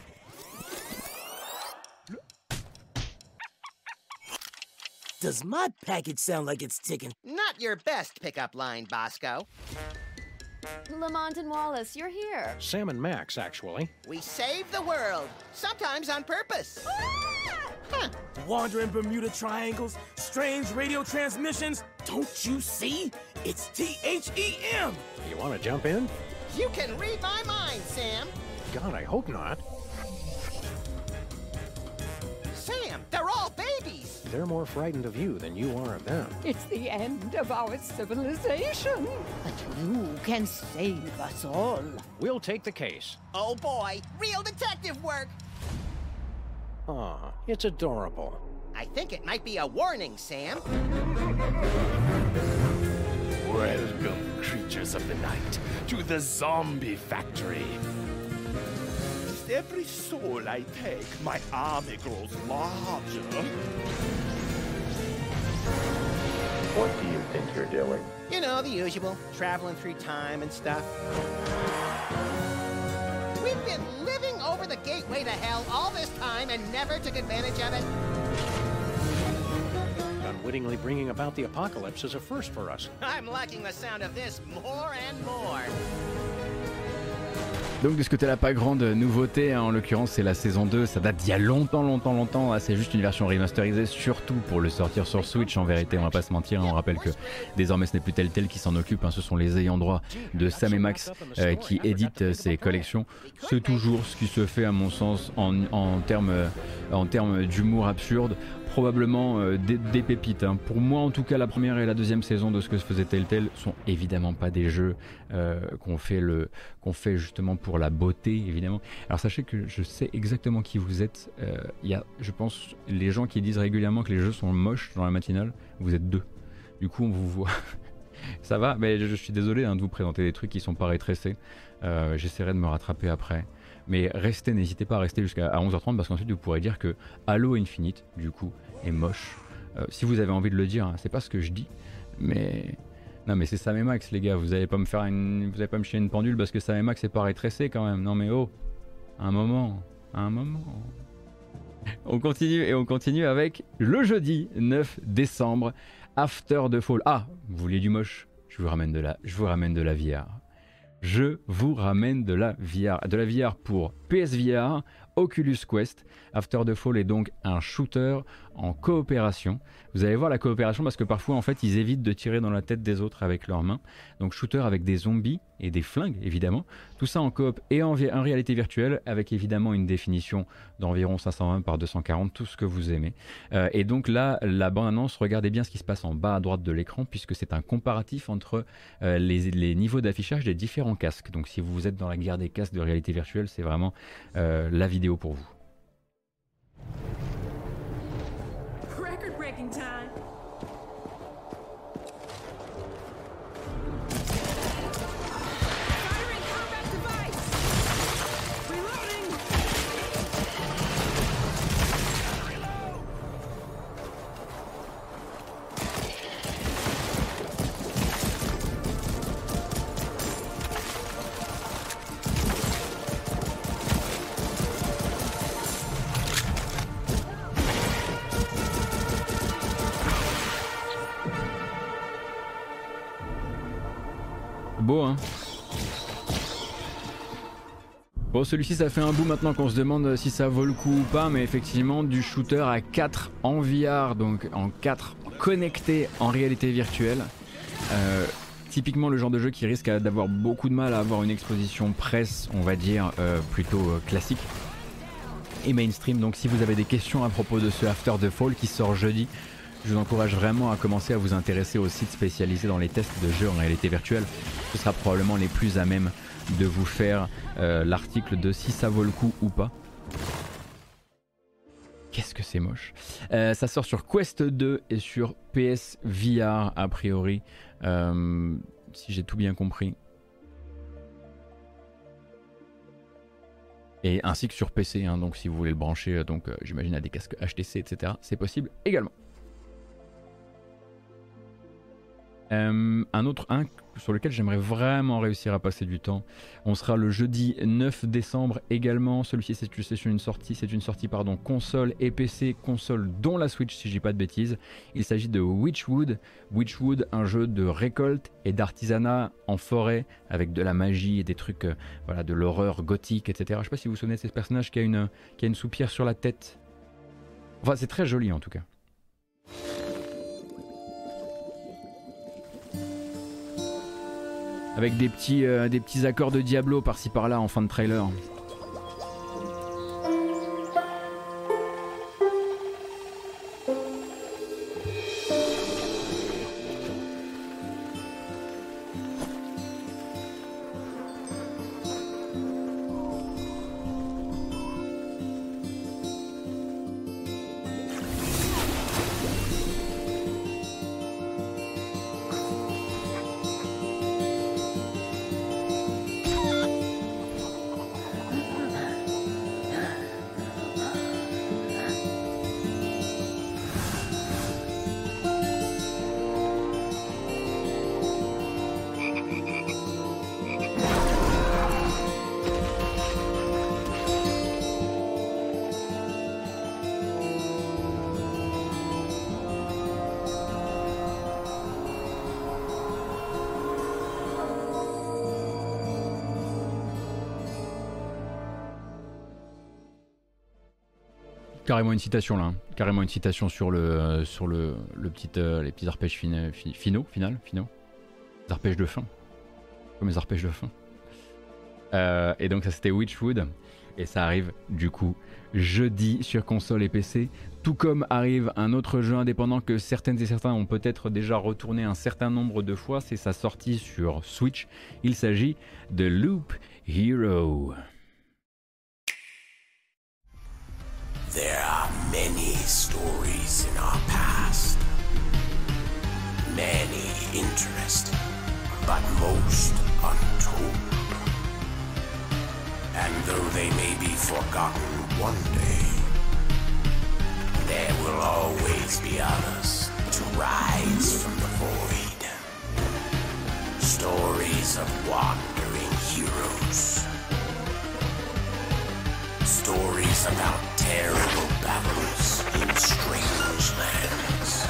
Does my package sound like it's ticking? Not your best pickup line, Bosco. Lamont and Wallace, you're here. Sam and Max, actually. We save the world, sometimes on purpose. Huh. Wandering Bermuda Triangles, strange radio transmissions. Don't you see? It's THEM. You want to jump in? You can read my mind, Sam. God, I hope not. Sam, they're all babies. They're more frightened of you than you are of them. It's the end of our civilization. But you can save us all. We'll take the case. Oh boy, real detective work. Aw, it's adorable. I think it might be a warning, Sam. Welcome, creatures of the night, to the zombie factory. With every soul I take, my army grows larger. What do you think you're doing? You know, the usual, traveling through time and stuff. We've been living over the gateway to hell all this time and never took advantage of it. Unwittingly bringing about the apocalypse is a first for us. I'm liking the sound of this more and more. Donc de ce côté-là, pas grande nouveauté, hein. En l'occurrence c'est la saison 2, ça date d'il y a longtemps, ah, c'est juste une version remasterisée, surtout pour le sortir sur Switch en vérité, on va pas se mentir, hein. On rappelle que désormais ce n'est plus Telltale qui s'en occupe, hein. Ce sont les ayants droit de Sam et Max qui éditent ces collections. C'est toujours ce qui se fait à mon sens en termes d'humour absurde. Probablement des pépites, hein. Pour moi en tout cas la première et la deuxième saison de ce que faisait Telltale sont évidemment pas des jeux qu'on fait justement pour la beauté évidemment. Alors sachez que je sais exactement qui vous êtes, il y a je pense les gens qui disent régulièrement que les jeux sont moches dans la matinale, vous êtes deux, du coup on vous voit. Ça va, mais je suis désolé hein, de vous présenter des trucs qui sont pas rétrécés, j'essaierai de me rattraper après. Mais restez, n'hésitez pas à rester jusqu'à 11h30 parce qu'ensuite vous pourrez dire que Halo Infinite du coup est moche. Si vous avez envie de le dire, hein, c'est pas ce que je dis, mais non mais c'est Sam et Max les gars, vous allez pas me chier une pendule parce que Sam et Max c'est pas rétrécé quand même. Non mais oh, un moment. On continue avec le jeudi 9 décembre, After the Fall. Ah, vous vouliez du moche, je vous ramène de la VR. Je vous ramène de la VR pour PSVR, Oculus Quest. After the Fall est donc un shooter en coopération. Vous allez voir la coopération parce que parfois en fait ils évitent de tirer dans la tête des autres avec leurs mains. Donc shooter avec des zombies et des flingues évidemment. Tout ça en coop et en réalité virtuelle avec évidemment une définition d'environ 520 par 240, tout ce que vous aimez. Et donc là, la bande-annonce, regardez bien ce qui se passe en bas à droite de l'écran puisque c'est un comparatif entre les niveaux d'affichage des différents casques. Donc si vous êtes dans la guerre des casques de réalité virtuelle, c'est vraiment la vidéo pour vous. Record-breaking time. Firing combat device. Reloading. Beau hein. Bon celui-ci ça fait un bout maintenant qu'on se demande si ça vaut le coup ou pas, mais effectivement du shooter à 4 en VR, donc en 4 connecté en réalité virtuelle. Typiquement le genre de jeu qui risque d'avoir beaucoup de mal à avoir une exposition presse, on va dire plutôt classique et mainstream. Donc si vous avez des questions à propos de ce After the Fall qui sort jeudi, je vous encourage vraiment à commencer à vous intéresser aux sites spécialisés dans les tests de jeux en réalité virtuelle. Ce sera probablement les plus à même de vous faire l'article de si ça vaut le coup ou pas. Qu'est-ce que c'est moche. Ça sort sur Quest 2 et sur PS VR a priori, si j'ai tout bien compris. Et ainsi que sur PC, hein, donc si vous voulez le brancher, donc j'imagine à des casques HTC, etc. C'est possible également. Un sur lequel j'aimerais vraiment réussir à passer du temps, on sera le jeudi 9 décembre également. Celui-ci c'est une sortie console et PC, console dont la Switch si je dis pas de bêtises. Il s'agit de Witchwood, un jeu de récolte et d'artisanat en forêt avec de la magie et des trucs voilà, de l'horreur gothique, etc. Je sais pas si vous vous souvenez de ce personnage qui a une soupière sur la tête. Enfin c'est très joli en tout cas. Avec des petits accords de Diablo par-ci par-là en fin de trailer. Carrément une citation là, hein. Carrément une citation sur le petit, les petits arpèges finaux. Les arpèges de fin. Comme les arpèges de fin. Et donc ça c'était Witchwood. Et ça arrive du coup jeudi sur console et PC. Tout comme arrive un autre jeu indépendant que certaines et certains ont peut-être déjà retourné un certain nombre de fois. C'est sa sortie sur Switch. Il s'agit de Loop Hero. There are many stories in our past. Many interesting, but most untold. And though they may be forgotten one day, there will always be others to rise from the void. Stories of wandering heroes. Stories about terrible battles in strange lands.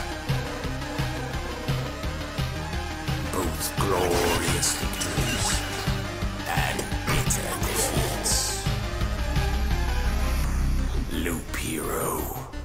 Both glorious victories and bitter defeats. Loop Hero.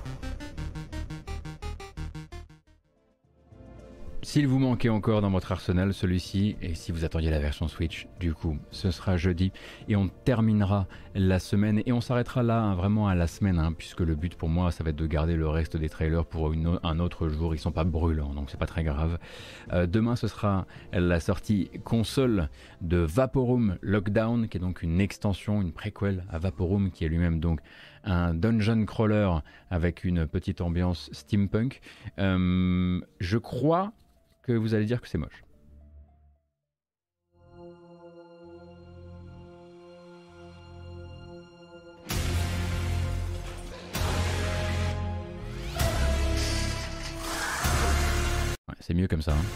S'il vous manquait encore dans votre arsenal celui-ci, et si vous attendiez la version Switch, du coup, ce sera jeudi. Et on terminera la semaine, et on s'arrêtera là, hein, vraiment à la semaine, hein, puisque le but pour moi, ça va être de garder le reste des trailers pour un autre jour. Ils sont pas brûlants, donc c'est pas très grave. Demain, ce sera la sortie console de Vaporum Lockdown, qui est donc une extension, une préquelle à Vaporum, qui est lui-même donc un dungeon crawler avec une petite ambiance steampunk. Je crois que vous allez dire que c'est moche. Ouais, c'est mieux comme ça, hein.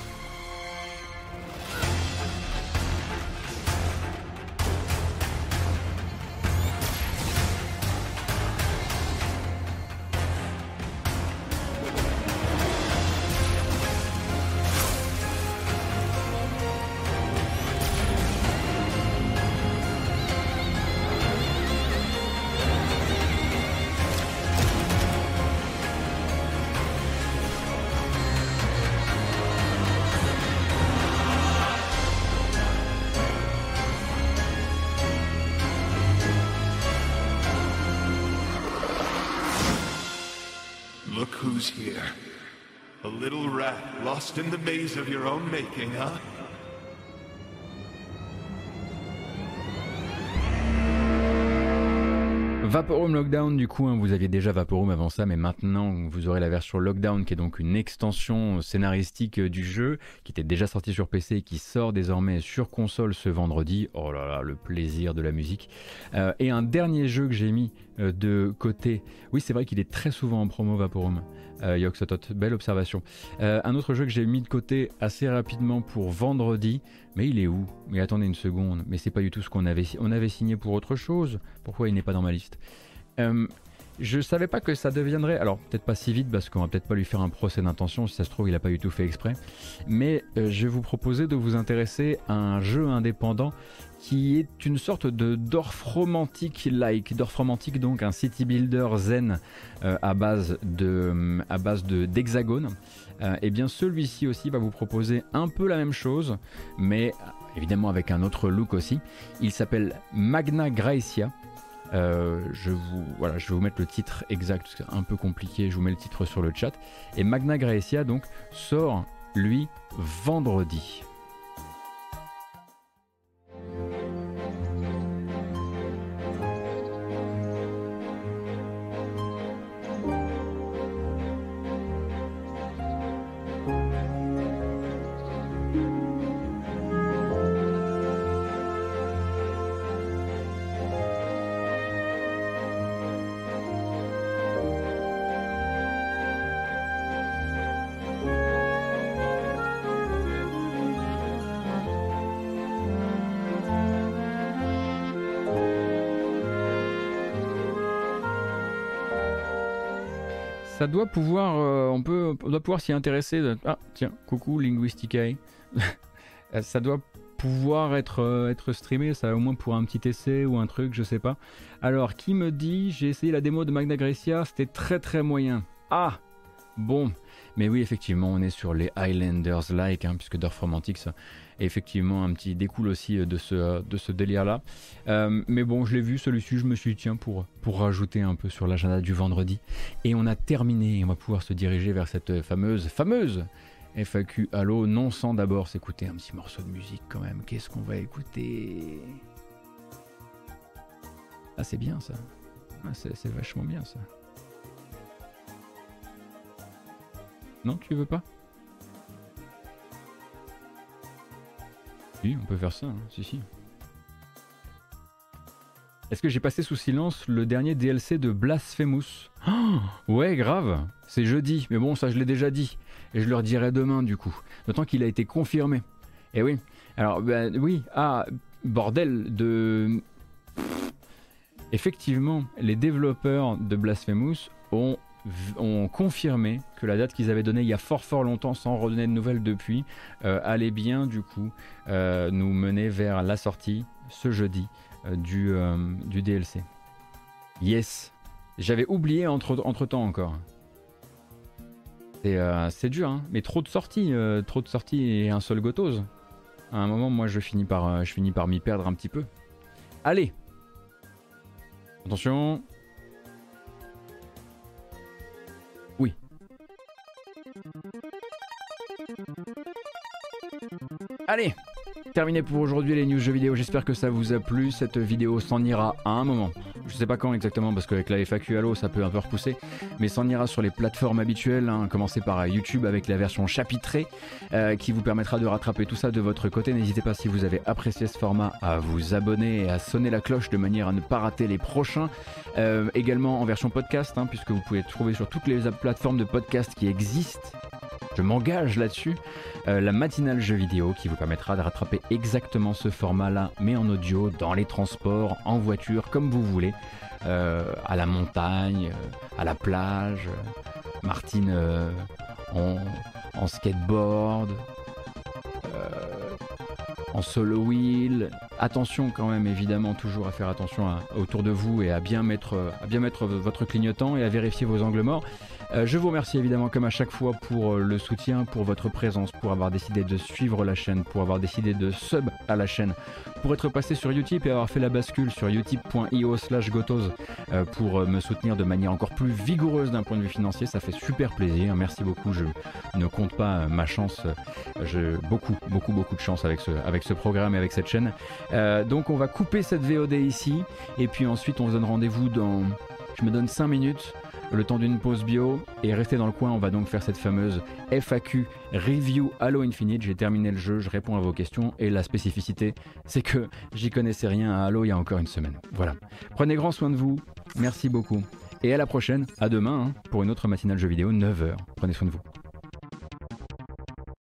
Look who's here. A little rat lost in the maze of your own making, huh? Vaporum Lockdown, du coup, hein, vous aviez déjà Vaporum avant ça, mais maintenant vous aurez la version Lockdown qui est donc une extension scénaristique du jeu, qui était déjà sortie sur PC et qui sort désormais sur console ce vendredi. Oh là là, le plaisir de la musique. Et un dernier jeu que j'ai mis de côté, oui c'est vrai qu'il est très souvent en promo Vaporum, Yoxotot, belle observation. Un autre jeu que j'ai mis de côté assez rapidement pour vendredi, mais il est où? Mais attendez une seconde, mais c'est pas du tout ce qu'on avait signé pour autre chose. Pourquoi il n'est pas dans ma liste? Je savais pas que ça deviendrait, alors peut-être pas si vite parce qu'on va peut-être pas lui faire un procès d'intention, si ça se trouve il a pas du tout fait exprès, mais je vais vous proposer de vous intéresser à un jeu indépendant qui est une sorte de Dorf romantique-like. Dorf romantique, donc un city builder zen à base d'hexagones. Et bien celui-ci aussi va vous proposer un peu la même chose, mais évidemment avec un autre look aussi. Il s'appelle Magna Graecia. Je vais vous mettre le titre exact, c'est un peu compliqué, je vous mets le titre sur le chat. Et Magna Graecia donc sort lui vendredi. Ça doit pouvoir, on doit pouvoir s'y intéresser. Ah tiens, coucou Linguisticae. Ça doit pouvoir être streamé, ça au moins pour un petit essai ou un truc, je sais pas. Alors, qui me dit, j'ai essayé la démo de Magna Graecia, c'était très très moyen. Ah, bon, mais oui, effectivement, on est sur les Highlanders-like, hein, puisque Dorf Romantics est effectivement un petit découle aussi de ce délire-là. Mais bon, je l'ai vu, celui-ci, je me suis dit, tiens, pour rajouter un peu sur l'agenda du vendredi. Et on a terminé, on va pouvoir se diriger vers cette fameuse FAQ Halo, non sans d'abord s'écouter un petit morceau de musique quand même. Qu'est-ce qu'on va écouter? Ah, c'est bien ça. Ah, c'est vachement bien ça. Non, tu veux pas? Oui, on peut faire ça, hein. Si. Est-ce que j'ai passé sous silence le dernier DLC de Blasphemous? Oh, ouais, grave, c'est jeudi, mais bon, ça je l'ai déjà dit. Et je le redirai demain du coup. D'autant qu'il a été confirmé. Et oui, alors, oui, bordel de... Effectivement, les développeurs de Blasphemous ont confirmé que la date qu'ils avaient donnée il y a fort longtemps, sans redonner de nouvelles depuis, allait bien du coup nous mener vers la sortie ce jeudi du DLC. Yes, j'avais oublié entre temps encore. C'est dur, hein, mais trop de sorties et un seul gotose. À un moment, moi, je finis par m'y perdre un petit peu. Allez, attention. Oui. Allez, terminé pour aujourd'hui les news jeux vidéo. J'espère que ça vous a plu. Cette vidéo s'en ira à un moment. Je sais pas quand exactement parce qu'avec la FAQ Halo ça peut un peu repousser, mais s'en ira sur les plateformes habituelles, hein. Commencez par YouTube avec la version chapitrée qui vous permettra de rattraper tout ça de votre côté. N'hésitez pas, si vous avez apprécié ce format, à vous abonner et à sonner la cloche de manière à ne pas rater les prochains. Également en version podcast, hein, puisque vous pouvez trouver sur toutes les plateformes de podcast qui existent. Je m'engage là-dessus, la matinale jeux vidéo qui vous permettra de rattraper exactement ce format-là, mais en audio, dans les transports, en voiture, comme vous voulez, à la montagne, à la plage, Martine en skateboard, en solo wheel. Attention quand même, évidemment, toujours à faire attention autour de vous et à bien mettre votre clignotant et à vérifier vos angles morts. Je vous remercie évidemment comme à chaque fois pour le soutien, pour votre présence, pour avoir décidé de suivre la chaîne, pour avoir décidé de sub à la chaîne, pour être passé sur Utip et avoir fait la bascule sur utip.io/gotos pour me soutenir de manière encore plus vigoureuse d'un point de vue financier. Ça fait super plaisir, merci beaucoup. Je ne compte pas ma chance, beaucoup de chance avec ce programme et avec cette chaîne. Donc on va couper cette VOD ici et puis ensuite on se donne rendez-vous je me donne 5 minutes, le temps d'une pause bio, et restez dans le coin. On va donc faire cette fameuse FAQ Review Halo Infinite. J'ai terminé le jeu, je réponds à vos questions, et la spécificité, c'est que j'y connaissais rien à Halo il y a encore une semaine. Voilà. Prenez grand soin de vous, merci beaucoup, et à la prochaine, à demain, hein, pour une autre matinale jeux vidéo, 9h. Prenez soin de vous.